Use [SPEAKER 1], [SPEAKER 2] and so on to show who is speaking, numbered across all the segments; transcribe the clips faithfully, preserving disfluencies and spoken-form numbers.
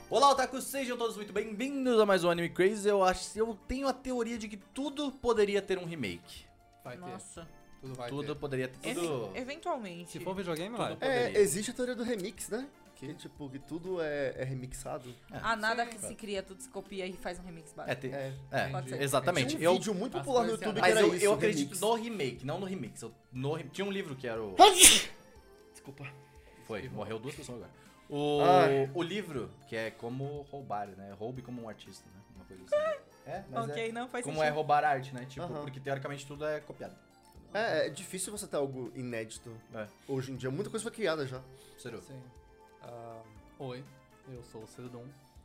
[SPEAKER 1] Olá, otakus, sejam todos muito bem-vindos a mais um Anime Crazy. Eu acho, eu tenho a teoria de que tudo poderia ter um remake.
[SPEAKER 2] Vai ter.
[SPEAKER 3] Nossa.
[SPEAKER 2] Tudo vai
[SPEAKER 1] Tudo
[SPEAKER 2] ter.
[SPEAKER 1] poderia ter.
[SPEAKER 3] Ev-
[SPEAKER 1] Tudo.
[SPEAKER 3] Eventualmente.
[SPEAKER 2] Se for videogame,
[SPEAKER 1] Tudo
[SPEAKER 2] vai.
[SPEAKER 1] poderia.
[SPEAKER 4] É, existe a teoria do remix, né? Que tipo, que tudo é, é remixado.
[SPEAKER 3] Ah, nada
[SPEAKER 2] Sim.
[SPEAKER 3] que se cria, tudo se copia e faz um remix
[SPEAKER 1] É,
[SPEAKER 3] básico.
[SPEAKER 1] tem-
[SPEAKER 4] É.
[SPEAKER 1] é,
[SPEAKER 3] Pode ser.
[SPEAKER 1] exatamente.
[SPEAKER 4] Tinha um
[SPEAKER 1] Eu,
[SPEAKER 4] vídeo muito
[SPEAKER 2] As
[SPEAKER 4] popular no
[SPEAKER 2] coisas
[SPEAKER 4] YouTube que
[SPEAKER 1] mas
[SPEAKER 4] era
[SPEAKER 1] eu,
[SPEAKER 4] isso,
[SPEAKER 1] eu acredito
[SPEAKER 4] remix.
[SPEAKER 1] no remake, não no remix. Eu, no, re- tinha um livro que era o.
[SPEAKER 4] Desculpa.
[SPEAKER 1] Foi, morreu duas pessoas agora. O,
[SPEAKER 4] Ai.
[SPEAKER 1] o livro, que é como roubar, né? Roube como um artista, né? Uma coisa assim. É, mas
[SPEAKER 3] Ok,
[SPEAKER 1] é.
[SPEAKER 3] não faz
[SPEAKER 1] Como
[SPEAKER 3] sentido.
[SPEAKER 1] é roubar arte, né? Tipo,
[SPEAKER 4] Aham.
[SPEAKER 1] porque teoricamente tudo é copiado.
[SPEAKER 4] É, é difícil você ter algo inédito
[SPEAKER 1] É.
[SPEAKER 4] hoje em dia. Muita coisa foi criada já.
[SPEAKER 1] Seru.
[SPEAKER 2] Sim. Ah, oi, eu sou o Cerdum.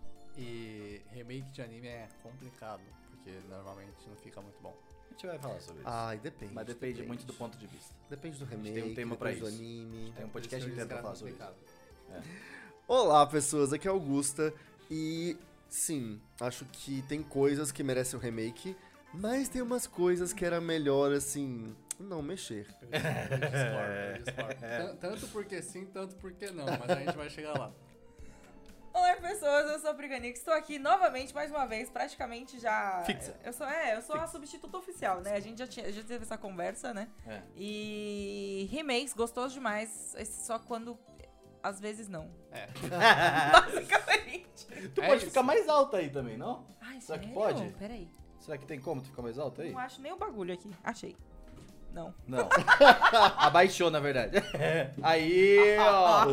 [SPEAKER 2] E remake de anime é complicado, porque normalmente não fica muito bom.
[SPEAKER 1] A gente vai falar sobre isso.
[SPEAKER 4] Ai, depende.
[SPEAKER 1] mas depende, muito do ponto de vista.
[SPEAKER 4] Depende do
[SPEAKER 1] gente
[SPEAKER 4] remake,
[SPEAKER 1] tem um tema pra
[SPEAKER 4] depende do
[SPEAKER 1] isso.
[SPEAKER 4] anime.
[SPEAKER 1] Tem um
[SPEAKER 2] Por
[SPEAKER 1] podcast
[SPEAKER 2] isso que eu
[SPEAKER 1] inteiro pra
[SPEAKER 2] disse
[SPEAKER 1] falar
[SPEAKER 2] que
[SPEAKER 1] sobre
[SPEAKER 2] era
[SPEAKER 1] isso.
[SPEAKER 2] complicado.
[SPEAKER 4] Olá, pessoas. Aqui é Augusta. E, sim, acho que tem coisas que merecem um remake, mas tem umas coisas que era melhor, assim, não mexer.
[SPEAKER 2] Eu discordo, eu discordo. Tan- Tanto porque sim, tanto porque não, mas a gente vai chegar lá.
[SPEAKER 3] Olá, pessoas, eu sou a Priganix, estou aqui novamente, mais uma vez, praticamente já...
[SPEAKER 1] Fixa.
[SPEAKER 3] Eu sou, é, eu sou a
[SPEAKER 1] Fixa.
[SPEAKER 3] substituta oficial, né? A gente já, tinha, já teve essa conversa, né?
[SPEAKER 1] É.
[SPEAKER 3] E remakes, gostoso demais, esse só quando... Às vezes não.
[SPEAKER 2] É.
[SPEAKER 3] Basicamente.
[SPEAKER 1] Tu
[SPEAKER 2] É
[SPEAKER 1] pode
[SPEAKER 2] isso.
[SPEAKER 1] ficar mais alto aí também, não?
[SPEAKER 3] Ai,
[SPEAKER 1] Será que
[SPEAKER 3] sério?
[SPEAKER 1] pode?
[SPEAKER 3] Peraí.
[SPEAKER 1] Será que tem como tu ficar mais alto aí?
[SPEAKER 3] Não acho nem o bagulho aqui. Achei. Não.
[SPEAKER 1] Não. Abaixou, na verdade. Aí, ó.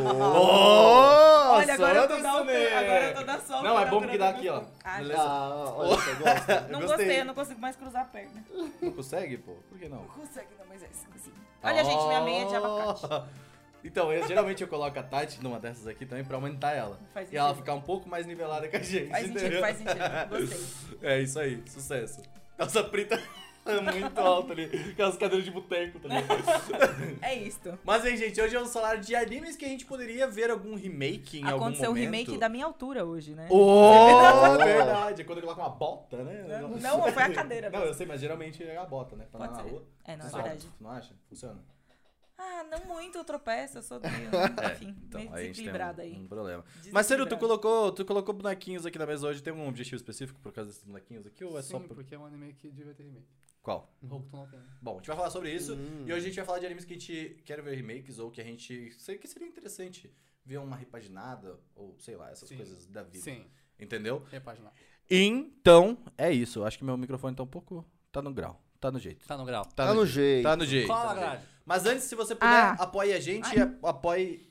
[SPEAKER 3] Olha, agora eu tô
[SPEAKER 1] Anderson,
[SPEAKER 3] da
[SPEAKER 1] né?
[SPEAKER 3] agora eu tô da sua
[SPEAKER 1] Não, é
[SPEAKER 3] altura,
[SPEAKER 1] bom porque dá
[SPEAKER 3] do
[SPEAKER 1] aqui, ó.
[SPEAKER 3] meu- Ah,
[SPEAKER 1] Beleza?
[SPEAKER 4] Ah, olha, você gosta?
[SPEAKER 3] Não
[SPEAKER 1] Eu
[SPEAKER 3] gostei, eu não consigo mais cruzar a perna.
[SPEAKER 1] Não consegue, pô? Por que não?
[SPEAKER 3] Não consegue não, mas é assim, consigo. Olha, gente, minha meia é de abacate.
[SPEAKER 1] Então, eu, geralmente eu coloco a Tati numa dessas aqui também pra aumentar ela.
[SPEAKER 3] Faz
[SPEAKER 1] E ela
[SPEAKER 3] sentido.
[SPEAKER 1] ficar um pouco mais nivelada com a gente.
[SPEAKER 3] Faz sentido,
[SPEAKER 1] entendeu?
[SPEAKER 3] faz sentido. Gostei.
[SPEAKER 1] É isso aí, sucesso. Nossa prita é muito alta ali. Aquelas cadeiras de boteco, tá ligado?
[SPEAKER 3] É isto.
[SPEAKER 1] Mas aí, gente, hoje vamos falar de animes que a gente poderia ver algum remake em algum momento.
[SPEAKER 3] Aconteceu o remake da minha altura hoje, né?
[SPEAKER 1] Oh, verdade. É quando eu coloco uma bota, né?
[SPEAKER 3] Não, não, foi a cadeira
[SPEAKER 1] Não,
[SPEAKER 3] mesmo.
[SPEAKER 1] eu sei, mas geralmente é a bota, né? Pra
[SPEAKER 3] Pode
[SPEAKER 1] andar na
[SPEAKER 3] ser.
[SPEAKER 1] rua.
[SPEAKER 3] É, não, é
[SPEAKER 1] Exato.
[SPEAKER 3] verdade.
[SPEAKER 1] Não acha? Funciona.
[SPEAKER 3] Ah, não muito, eu tropeço, eu sou meio,
[SPEAKER 1] É,
[SPEAKER 3] enfim,
[SPEAKER 1] então,
[SPEAKER 3] meio
[SPEAKER 1] aí a gente tem
[SPEAKER 3] desequilibrada
[SPEAKER 1] um,
[SPEAKER 3] aí.
[SPEAKER 1] um problema. Mas, Ciro, tu
[SPEAKER 3] Desequilibrada.
[SPEAKER 1] colocou, tu colocou bonequinhos aqui na mesa hoje. Tem algum objetivo específico por causa desses bonequinhos aqui? Ou é
[SPEAKER 2] Sim,
[SPEAKER 1] só por...
[SPEAKER 2] porque é um anime que devia ter remake.
[SPEAKER 1] Qual?
[SPEAKER 2] Hokuto no Ken.
[SPEAKER 1] Bom, a gente vai falar sobre isso.
[SPEAKER 4] Hum.
[SPEAKER 1] E hoje a gente vai falar de animes que a gente quer ver remakes ou que a gente... sei que seria interessante ver uma repaginada ou, sei lá, essas
[SPEAKER 2] Sim.
[SPEAKER 1] coisas da vida.
[SPEAKER 2] Sim,
[SPEAKER 1] Entendeu?
[SPEAKER 2] repaginar.
[SPEAKER 1] Então, é isso. Acho que meu microfone tá um pouco... tá no grau. Tá no jeito.
[SPEAKER 2] Tá no grau.
[SPEAKER 4] Tá no jeito.
[SPEAKER 1] Tá no jeito.
[SPEAKER 2] Cola
[SPEAKER 1] tá
[SPEAKER 2] a
[SPEAKER 1] no jeito.
[SPEAKER 2] grade.
[SPEAKER 1] Mas antes, se você puder,
[SPEAKER 3] Ah.
[SPEAKER 1] apoie a gente. Apoie...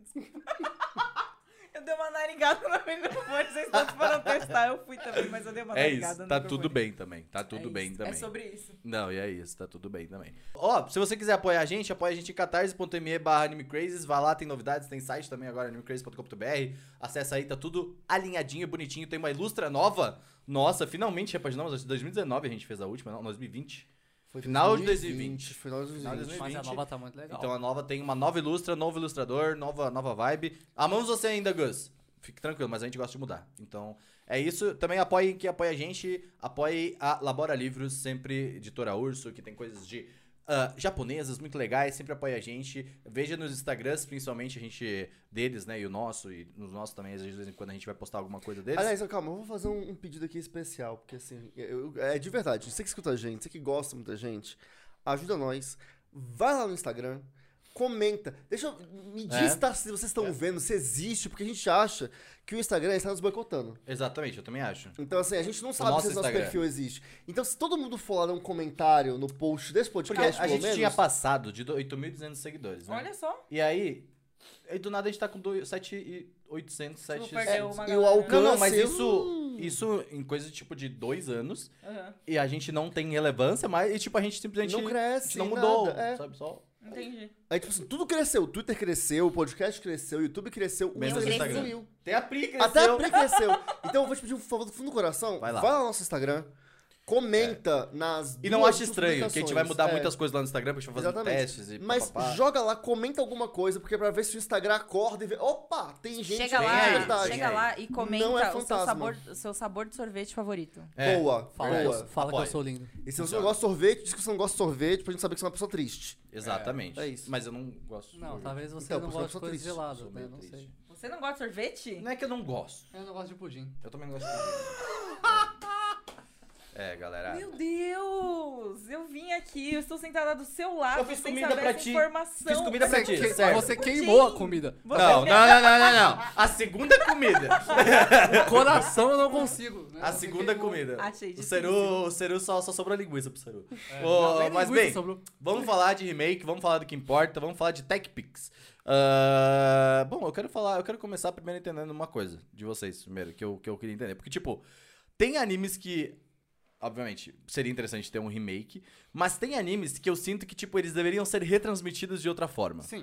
[SPEAKER 3] Eu dei uma narigada no microfone, vocês todos foram testar, eu fui também, mas eu dei uma
[SPEAKER 1] É
[SPEAKER 3] narigada
[SPEAKER 1] isso.
[SPEAKER 3] no
[SPEAKER 1] Tá
[SPEAKER 3] microfone.
[SPEAKER 1] tudo bem também. Tá tudo
[SPEAKER 3] É
[SPEAKER 1] bem
[SPEAKER 3] isso,
[SPEAKER 1] também.
[SPEAKER 3] É sobre isso.
[SPEAKER 1] Não, e é isso, tá tudo bem também. Ó, se você quiser apoiar a gente, apoia a gente em catarse.me barra animecrazes, vai lá, tem novidades, tem site também agora, animecrazes ponto com ponto br, acessa aí, tá tudo alinhadinho, bonitinho, tem uma ilustra nova, nossa, finalmente repaginamos, em dois mil e dezenove a gente fez a última, não, dois mil e vinte.
[SPEAKER 4] Foi
[SPEAKER 1] Final de dois mil e vinte.
[SPEAKER 4] Final de
[SPEAKER 1] Final de
[SPEAKER 4] dois mil e vinte.
[SPEAKER 2] Mas a
[SPEAKER 1] vinte.
[SPEAKER 2] nova tá muito legal.
[SPEAKER 1] Então a nova tem uma nova ilustra, novo ilustrador, nova, nova vibe. Amamos você ainda, Gus. Fique tranquilo, mas a gente gosta de mudar. Então, é isso. Também apoie quem apoia a gente. Apoie a Labora Livros, sempre editora Urso, que tem coisas de ah, japonesas muito legais. Sempre apoia a gente. Veja nos Instagrams, principalmente a gente deles, né? E o nosso. E nos nossos também, às vezes, de vez em quando a gente vai postar alguma coisa deles.
[SPEAKER 4] Aliás, calma, eu vou fazer um, um pedido aqui especial, porque assim, eu- é de verdade, você que escuta a gente, você que gosta muito da gente, ajuda nós, vai lá no Instagram, comenta, deixa eu, me diz
[SPEAKER 1] É.
[SPEAKER 4] tá, se vocês estão vendo, se existe, porque a gente acha que o Instagram está nos boicotando.
[SPEAKER 1] Exatamente, eu também acho.
[SPEAKER 4] Então assim, a gente não sabe
[SPEAKER 1] nosso
[SPEAKER 4] se esse nosso
[SPEAKER 1] Instagram.
[SPEAKER 4] perfil existe. Então se todo mundo for lá dar um comentário no post desse
[SPEAKER 1] Porque
[SPEAKER 4] podcast,
[SPEAKER 1] a
[SPEAKER 4] pelo
[SPEAKER 1] gente
[SPEAKER 4] menos,
[SPEAKER 1] tinha passado de oito mil e duzentos seguidores, né?
[SPEAKER 3] Olha só.
[SPEAKER 1] E aí, aí, do nada a gente tá com sete mil e oitocentos,
[SPEAKER 3] Tipo,
[SPEAKER 1] sete
[SPEAKER 3] perdeu
[SPEAKER 1] mil.
[SPEAKER 3] uma
[SPEAKER 4] e o
[SPEAKER 3] galera.
[SPEAKER 4] alcance-
[SPEAKER 1] Não, não, mas
[SPEAKER 4] Câncer,
[SPEAKER 1] isso,
[SPEAKER 4] hum.
[SPEAKER 1] isso em coisa de tipo de dois anos.
[SPEAKER 3] Aham,
[SPEAKER 1] E a gente não tem relevância, mas e, tipo, a gente simplesmente
[SPEAKER 4] não cresce,
[SPEAKER 1] a gente não mudou,
[SPEAKER 4] nada, é.
[SPEAKER 1] sabe? Só
[SPEAKER 3] entendi.
[SPEAKER 4] Aí, tipo assim, tudo cresceu, o Twitter cresceu, o podcast cresceu, o YouTube cresceu, o
[SPEAKER 1] Menos
[SPEAKER 3] o
[SPEAKER 4] Instagram
[SPEAKER 3] Instagram.
[SPEAKER 4] sumiu.
[SPEAKER 1] tem a Pri cresceu.
[SPEAKER 4] Até a Pri cresceu. Então eu vou te pedir um favor do fundo do coração.
[SPEAKER 1] Vai lá.
[SPEAKER 4] Vai lá no nosso Instagram. Comenta nas
[SPEAKER 1] E não
[SPEAKER 4] duas
[SPEAKER 1] acho estranho, que a gente vai mudar
[SPEAKER 4] publicações.
[SPEAKER 1] muitas coisas lá no Instagram, porque a gente vai fazer
[SPEAKER 4] Exatamente.
[SPEAKER 1] testes e
[SPEAKER 4] Mas
[SPEAKER 1] papapá.
[SPEAKER 4] joga lá, comenta alguma coisa, porque é pra ver se o Instagram acorda e vê. Opa, tem gente
[SPEAKER 3] Chega
[SPEAKER 4] que
[SPEAKER 1] vem
[SPEAKER 3] lá,
[SPEAKER 1] aí,
[SPEAKER 4] é verdade.
[SPEAKER 3] chega lá e comenta
[SPEAKER 4] Não é
[SPEAKER 3] o seu
[SPEAKER 4] fantasma.
[SPEAKER 3] sabor, o seu sabor de sorvete favorito.
[SPEAKER 1] É.
[SPEAKER 4] Boa,
[SPEAKER 2] Fala,
[SPEAKER 4] boa.
[SPEAKER 2] fala que
[SPEAKER 1] Apoia.
[SPEAKER 2] eu sou lindo.
[SPEAKER 4] E se você não gosta de sorvete, diz que você não gosta de sorvete pra gente saber que você é uma pessoa triste.
[SPEAKER 1] Exatamente.
[SPEAKER 4] É, é isso.
[SPEAKER 1] Mas eu não gosto de
[SPEAKER 2] Não,
[SPEAKER 1] sorvete.
[SPEAKER 2] talvez você
[SPEAKER 4] Então,
[SPEAKER 2] não
[SPEAKER 4] porque eu
[SPEAKER 2] goste de
[SPEAKER 4] sou
[SPEAKER 2] coisas
[SPEAKER 4] triste.
[SPEAKER 2] geladas,
[SPEAKER 1] Sou
[SPEAKER 2] né?
[SPEAKER 1] meio
[SPEAKER 2] Não
[SPEAKER 1] triste.
[SPEAKER 2] sei.
[SPEAKER 3] Você não gosta de sorvete?
[SPEAKER 1] Não é que eu não gosto.
[SPEAKER 2] Eu não gosto de pudim.
[SPEAKER 1] Eu também não gosto de É, galera.
[SPEAKER 3] Meu Deus! Eu vim aqui, eu estou sentada do seu lado
[SPEAKER 1] Eu fiz
[SPEAKER 3] sem
[SPEAKER 1] comida
[SPEAKER 3] saber
[SPEAKER 1] pra
[SPEAKER 3] essa
[SPEAKER 1] ti.
[SPEAKER 3] informação.
[SPEAKER 1] Fiz comida pra
[SPEAKER 2] Você,
[SPEAKER 1] ti,
[SPEAKER 2] que-
[SPEAKER 1] certo.
[SPEAKER 2] você
[SPEAKER 3] Pudim.
[SPEAKER 2] queimou a comida.
[SPEAKER 3] Você-
[SPEAKER 1] Não, não, não, não, não, não. A segunda comida.
[SPEAKER 2] O coração eu não consigo. Né?
[SPEAKER 1] A
[SPEAKER 2] Você
[SPEAKER 1] segunda
[SPEAKER 2] queimou.
[SPEAKER 1] comida.
[SPEAKER 3] Achei
[SPEAKER 1] O
[SPEAKER 3] difícil.
[SPEAKER 1] Ceru, o Ceru só, só sobrou linguiça pro Ceru.
[SPEAKER 2] É,
[SPEAKER 1] Ô,
[SPEAKER 2] não, nem
[SPEAKER 1] mas
[SPEAKER 2] linguiça
[SPEAKER 1] bem,
[SPEAKER 2] sobrou.
[SPEAKER 1] vamos falar de remake, vamos falar do que importa, vamos falar de TechPix. Ah, bom, eu quero falar, eu quero começar primeiro entendendo uma coisa de vocês, primeiro, que eu, que eu queria entender. Porque, tipo, tem animes que, obviamente, seria interessante ter um remake, mas tem animes que eu sinto que, tipo, eles deveriam ser retransmitidos de outra forma.
[SPEAKER 2] Sim.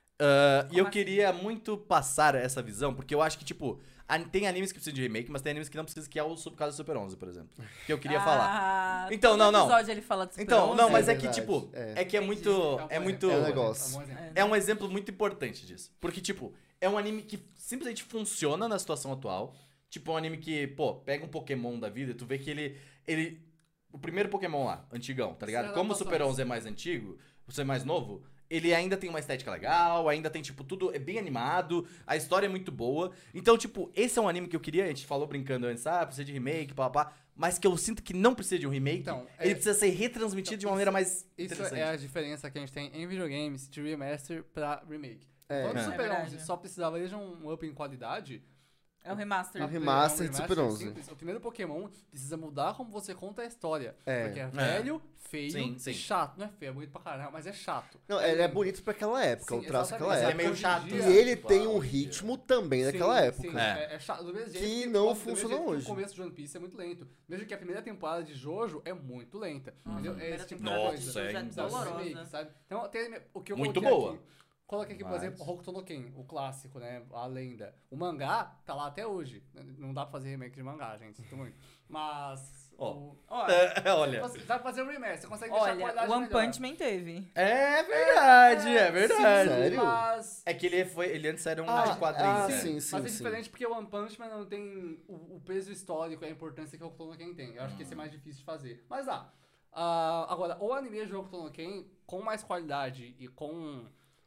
[SPEAKER 1] Ah, e
[SPEAKER 3] Como
[SPEAKER 1] eu
[SPEAKER 3] assim?
[SPEAKER 1] queria muito passar essa visão, porque eu acho que, tipo, an- tem animes que precisam de remake, mas tem animes que não precisam, que é o su- caso do Super onze, por exemplo. Que eu queria falar.
[SPEAKER 3] Ah,
[SPEAKER 1] Então,
[SPEAKER 3] todo
[SPEAKER 1] não, não.
[SPEAKER 3] episódio ele fala de Super
[SPEAKER 1] Então, não,
[SPEAKER 3] onze.
[SPEAKER 1] mas
[SPEAKER 4] É
[SPEAKER 1] é, que,
[SPEAKER 4] verdade,
[SPEAKER 1] tipo,
[SPEAKER 4] é.
[SPEAKER 1] é, que é muito.
[SPEAKER 2] um
[SPEAKER 1] É
[SPEAKER 2] bom
[SPEAKER 1] muito.
[SPEAKER 2] exemplo,
[SPEAKER 4] É um
[SPEAKER 2] um
[SPEAKER 4] negócio.
[SPEAKER 2] bom exemplo.
[SPEAKER 1] É um exemplo muito importante disso. Porque, tipo, é um anime que simplesmente funciona na situação atual. Tipo, é um anime que, pô, pega um Pokémon da vida e tu vê que ele. ele o primeiro Pokémon lá, antigão, tá ligado?
[SPEAKER 2] Sem
[SPEAKER 1] Como o Super
[SPEAKER 2] adaptações.
[SPEAKER 1] onze é mais antigo, você é mais novo, ele ainda tem uma estética legal, ainda tem, tipo, tudo é bem animado, a história é muito boa. Então, tipo, esse é um anime que eu queria, a gente falou brincando antes, ah, precisa de remake, papá, mas que eu sinto que não precisa de um remake,
[SPEAKER 2] Então,
[SPEAKER 1] ele
[SPEAKER 2] é-
[SPEAKER 1] precisa ser retransmitido
[SPEAKER 2] Então,
[SPEAKER 1] de uma maneira mais
[SPEAKER 2] Isso
[SPEAKER 1] interessante.
[SPEAKER 2] é a diferença que a gente tem em videogames de remaster pra remake.
[SPEAKER 4] É.
[SPEAKER 2] Quando o
[SPEAKER 1] É.
[SPEAKER 2] Super
[SPEAKER 3] É verdade.
[SPEAKER 2] onze só precisava de um up em qualidade,
[SPEAKER 3] É o remaster.
[SPEAKER 4] Um
[SPEAKER 2] é
[SPEAKER 4] remaster de Super onze.
[SPEAKER 2] simples. O primeiro Pokémon precisa mudar como você conta a história.
[SPEAKER 4] É.
[SPEAKER 2] Porque é velho, feio
[SPEAKER 1] Sim, sim.
[SPEAKER 2] e chato. Não é feio, é bonito pra caralho, mas é chato.
[SPEAKER 4] Não, ele é bonito pra aquela época,
[SPEAKER 2] Sim,
[SPEAKER 4] o traço daquela
[SPEAKER 2] exatamente.
[SPEAKER 1] Ele é
[SPEAKER 4] época.
[SPEAKER 1] meio
[SPEAKER 2] Hoje em
[SPEAKER 1] chato.
[SPEAKER 4] E
[SPEAKER 2] dia-
[SPEAKER 4] ele
[SPEAKER 1] Tipo,
[SPEAKER 4] tem um
[SPEAKER 1] hoje em dia.
[SPEAKER 4] ritmo também daquela
[SPEAKER 2] Sim,
[SPEAKER 4] época.
[SPEAKER 2] sim,
[SPEAKER 1] É.
[SPEAKER 2] é. é chato. Do mesmo jeito
[SPEAKER 4] Que
[SPEAKER 2] que,
[SPEAKER 4] não
[SPEAKER 2] do mesmo
[SPEAKER 4] funciona
[SPEAKER 2] jeito que
[SPEAKER 4] hoje.
[SPEAKER 2] O começo de One Piece é muito lento. Mesmo que a primeira temporada de Jojo é muito lenta. Entendeu? É esse tipo de
[SPEAKER 1] Nossa,
[SPEAKER 2] coisa.
[SPEAKER 1] é
[SPEAKER 3] Jojo
[SPEAKER 2] Sabe?
[SPEAKER 3] dolorosa.
[SPEAKER 2] Remake, sabe? Então, tem, o que eu
[SPEAKER 1] Muito
[SPEAKER 2] coloquei
[SPEAKER 1] boa.
[SPEAKER 2] Aqui, coloquei aqui, por
[SPEAKER 1] Mas-
[SPEAKER 2] exemplo, Hokuto no Ken, o clássico, né? A lenda. O mangá tá lá até hoje. Não dá pra fazer remake de mangá, gente. Sinto muito. Mas.
[SPEAKER 1] Ó.
[SPEAKER 2] o-
[SPEAKER 3] Olha,
[SPEAKER 1] É, olha.
[SPEAKER 2] Você- Dá pra fazer um remaster, você consegue deixar a
[SPEAKER 3] olha,
[SPEAKER 2] qualidade
[SPEAKER 3] o One
[SPEAKER 2] melhor.
[SPEAKER 3] Punch Man teve.
[SPEAKER 1] É verdade, é,
[SPEAKER 2] sim,
[SPEAKER 1] verdade.
[SPEAKER 4] Sério?
[SPEAKER 2] Mas.
[SPEAKER 1] É que ele foi. Ele antes era um
[SPEAKER 4] Ah,
[SPEAKER 1] de quadrinhos.
[SPEAKER 4] ah,
[SPEAKER 1] né?
[SPEAKER 4] sim, sim,
[SPEAKER 2] Mas é
[SPEAKER 4] sim.
[SPEAKER 2] diferente porque o One Punch Man não tem o, o peso histórico e a importância que o Hokuto no Ken tem. Eu acho que esse é mais difícil de fazer. Mas dá. Ah, agora, o anime de Hokuto no Ken, com mais qualidade e com um...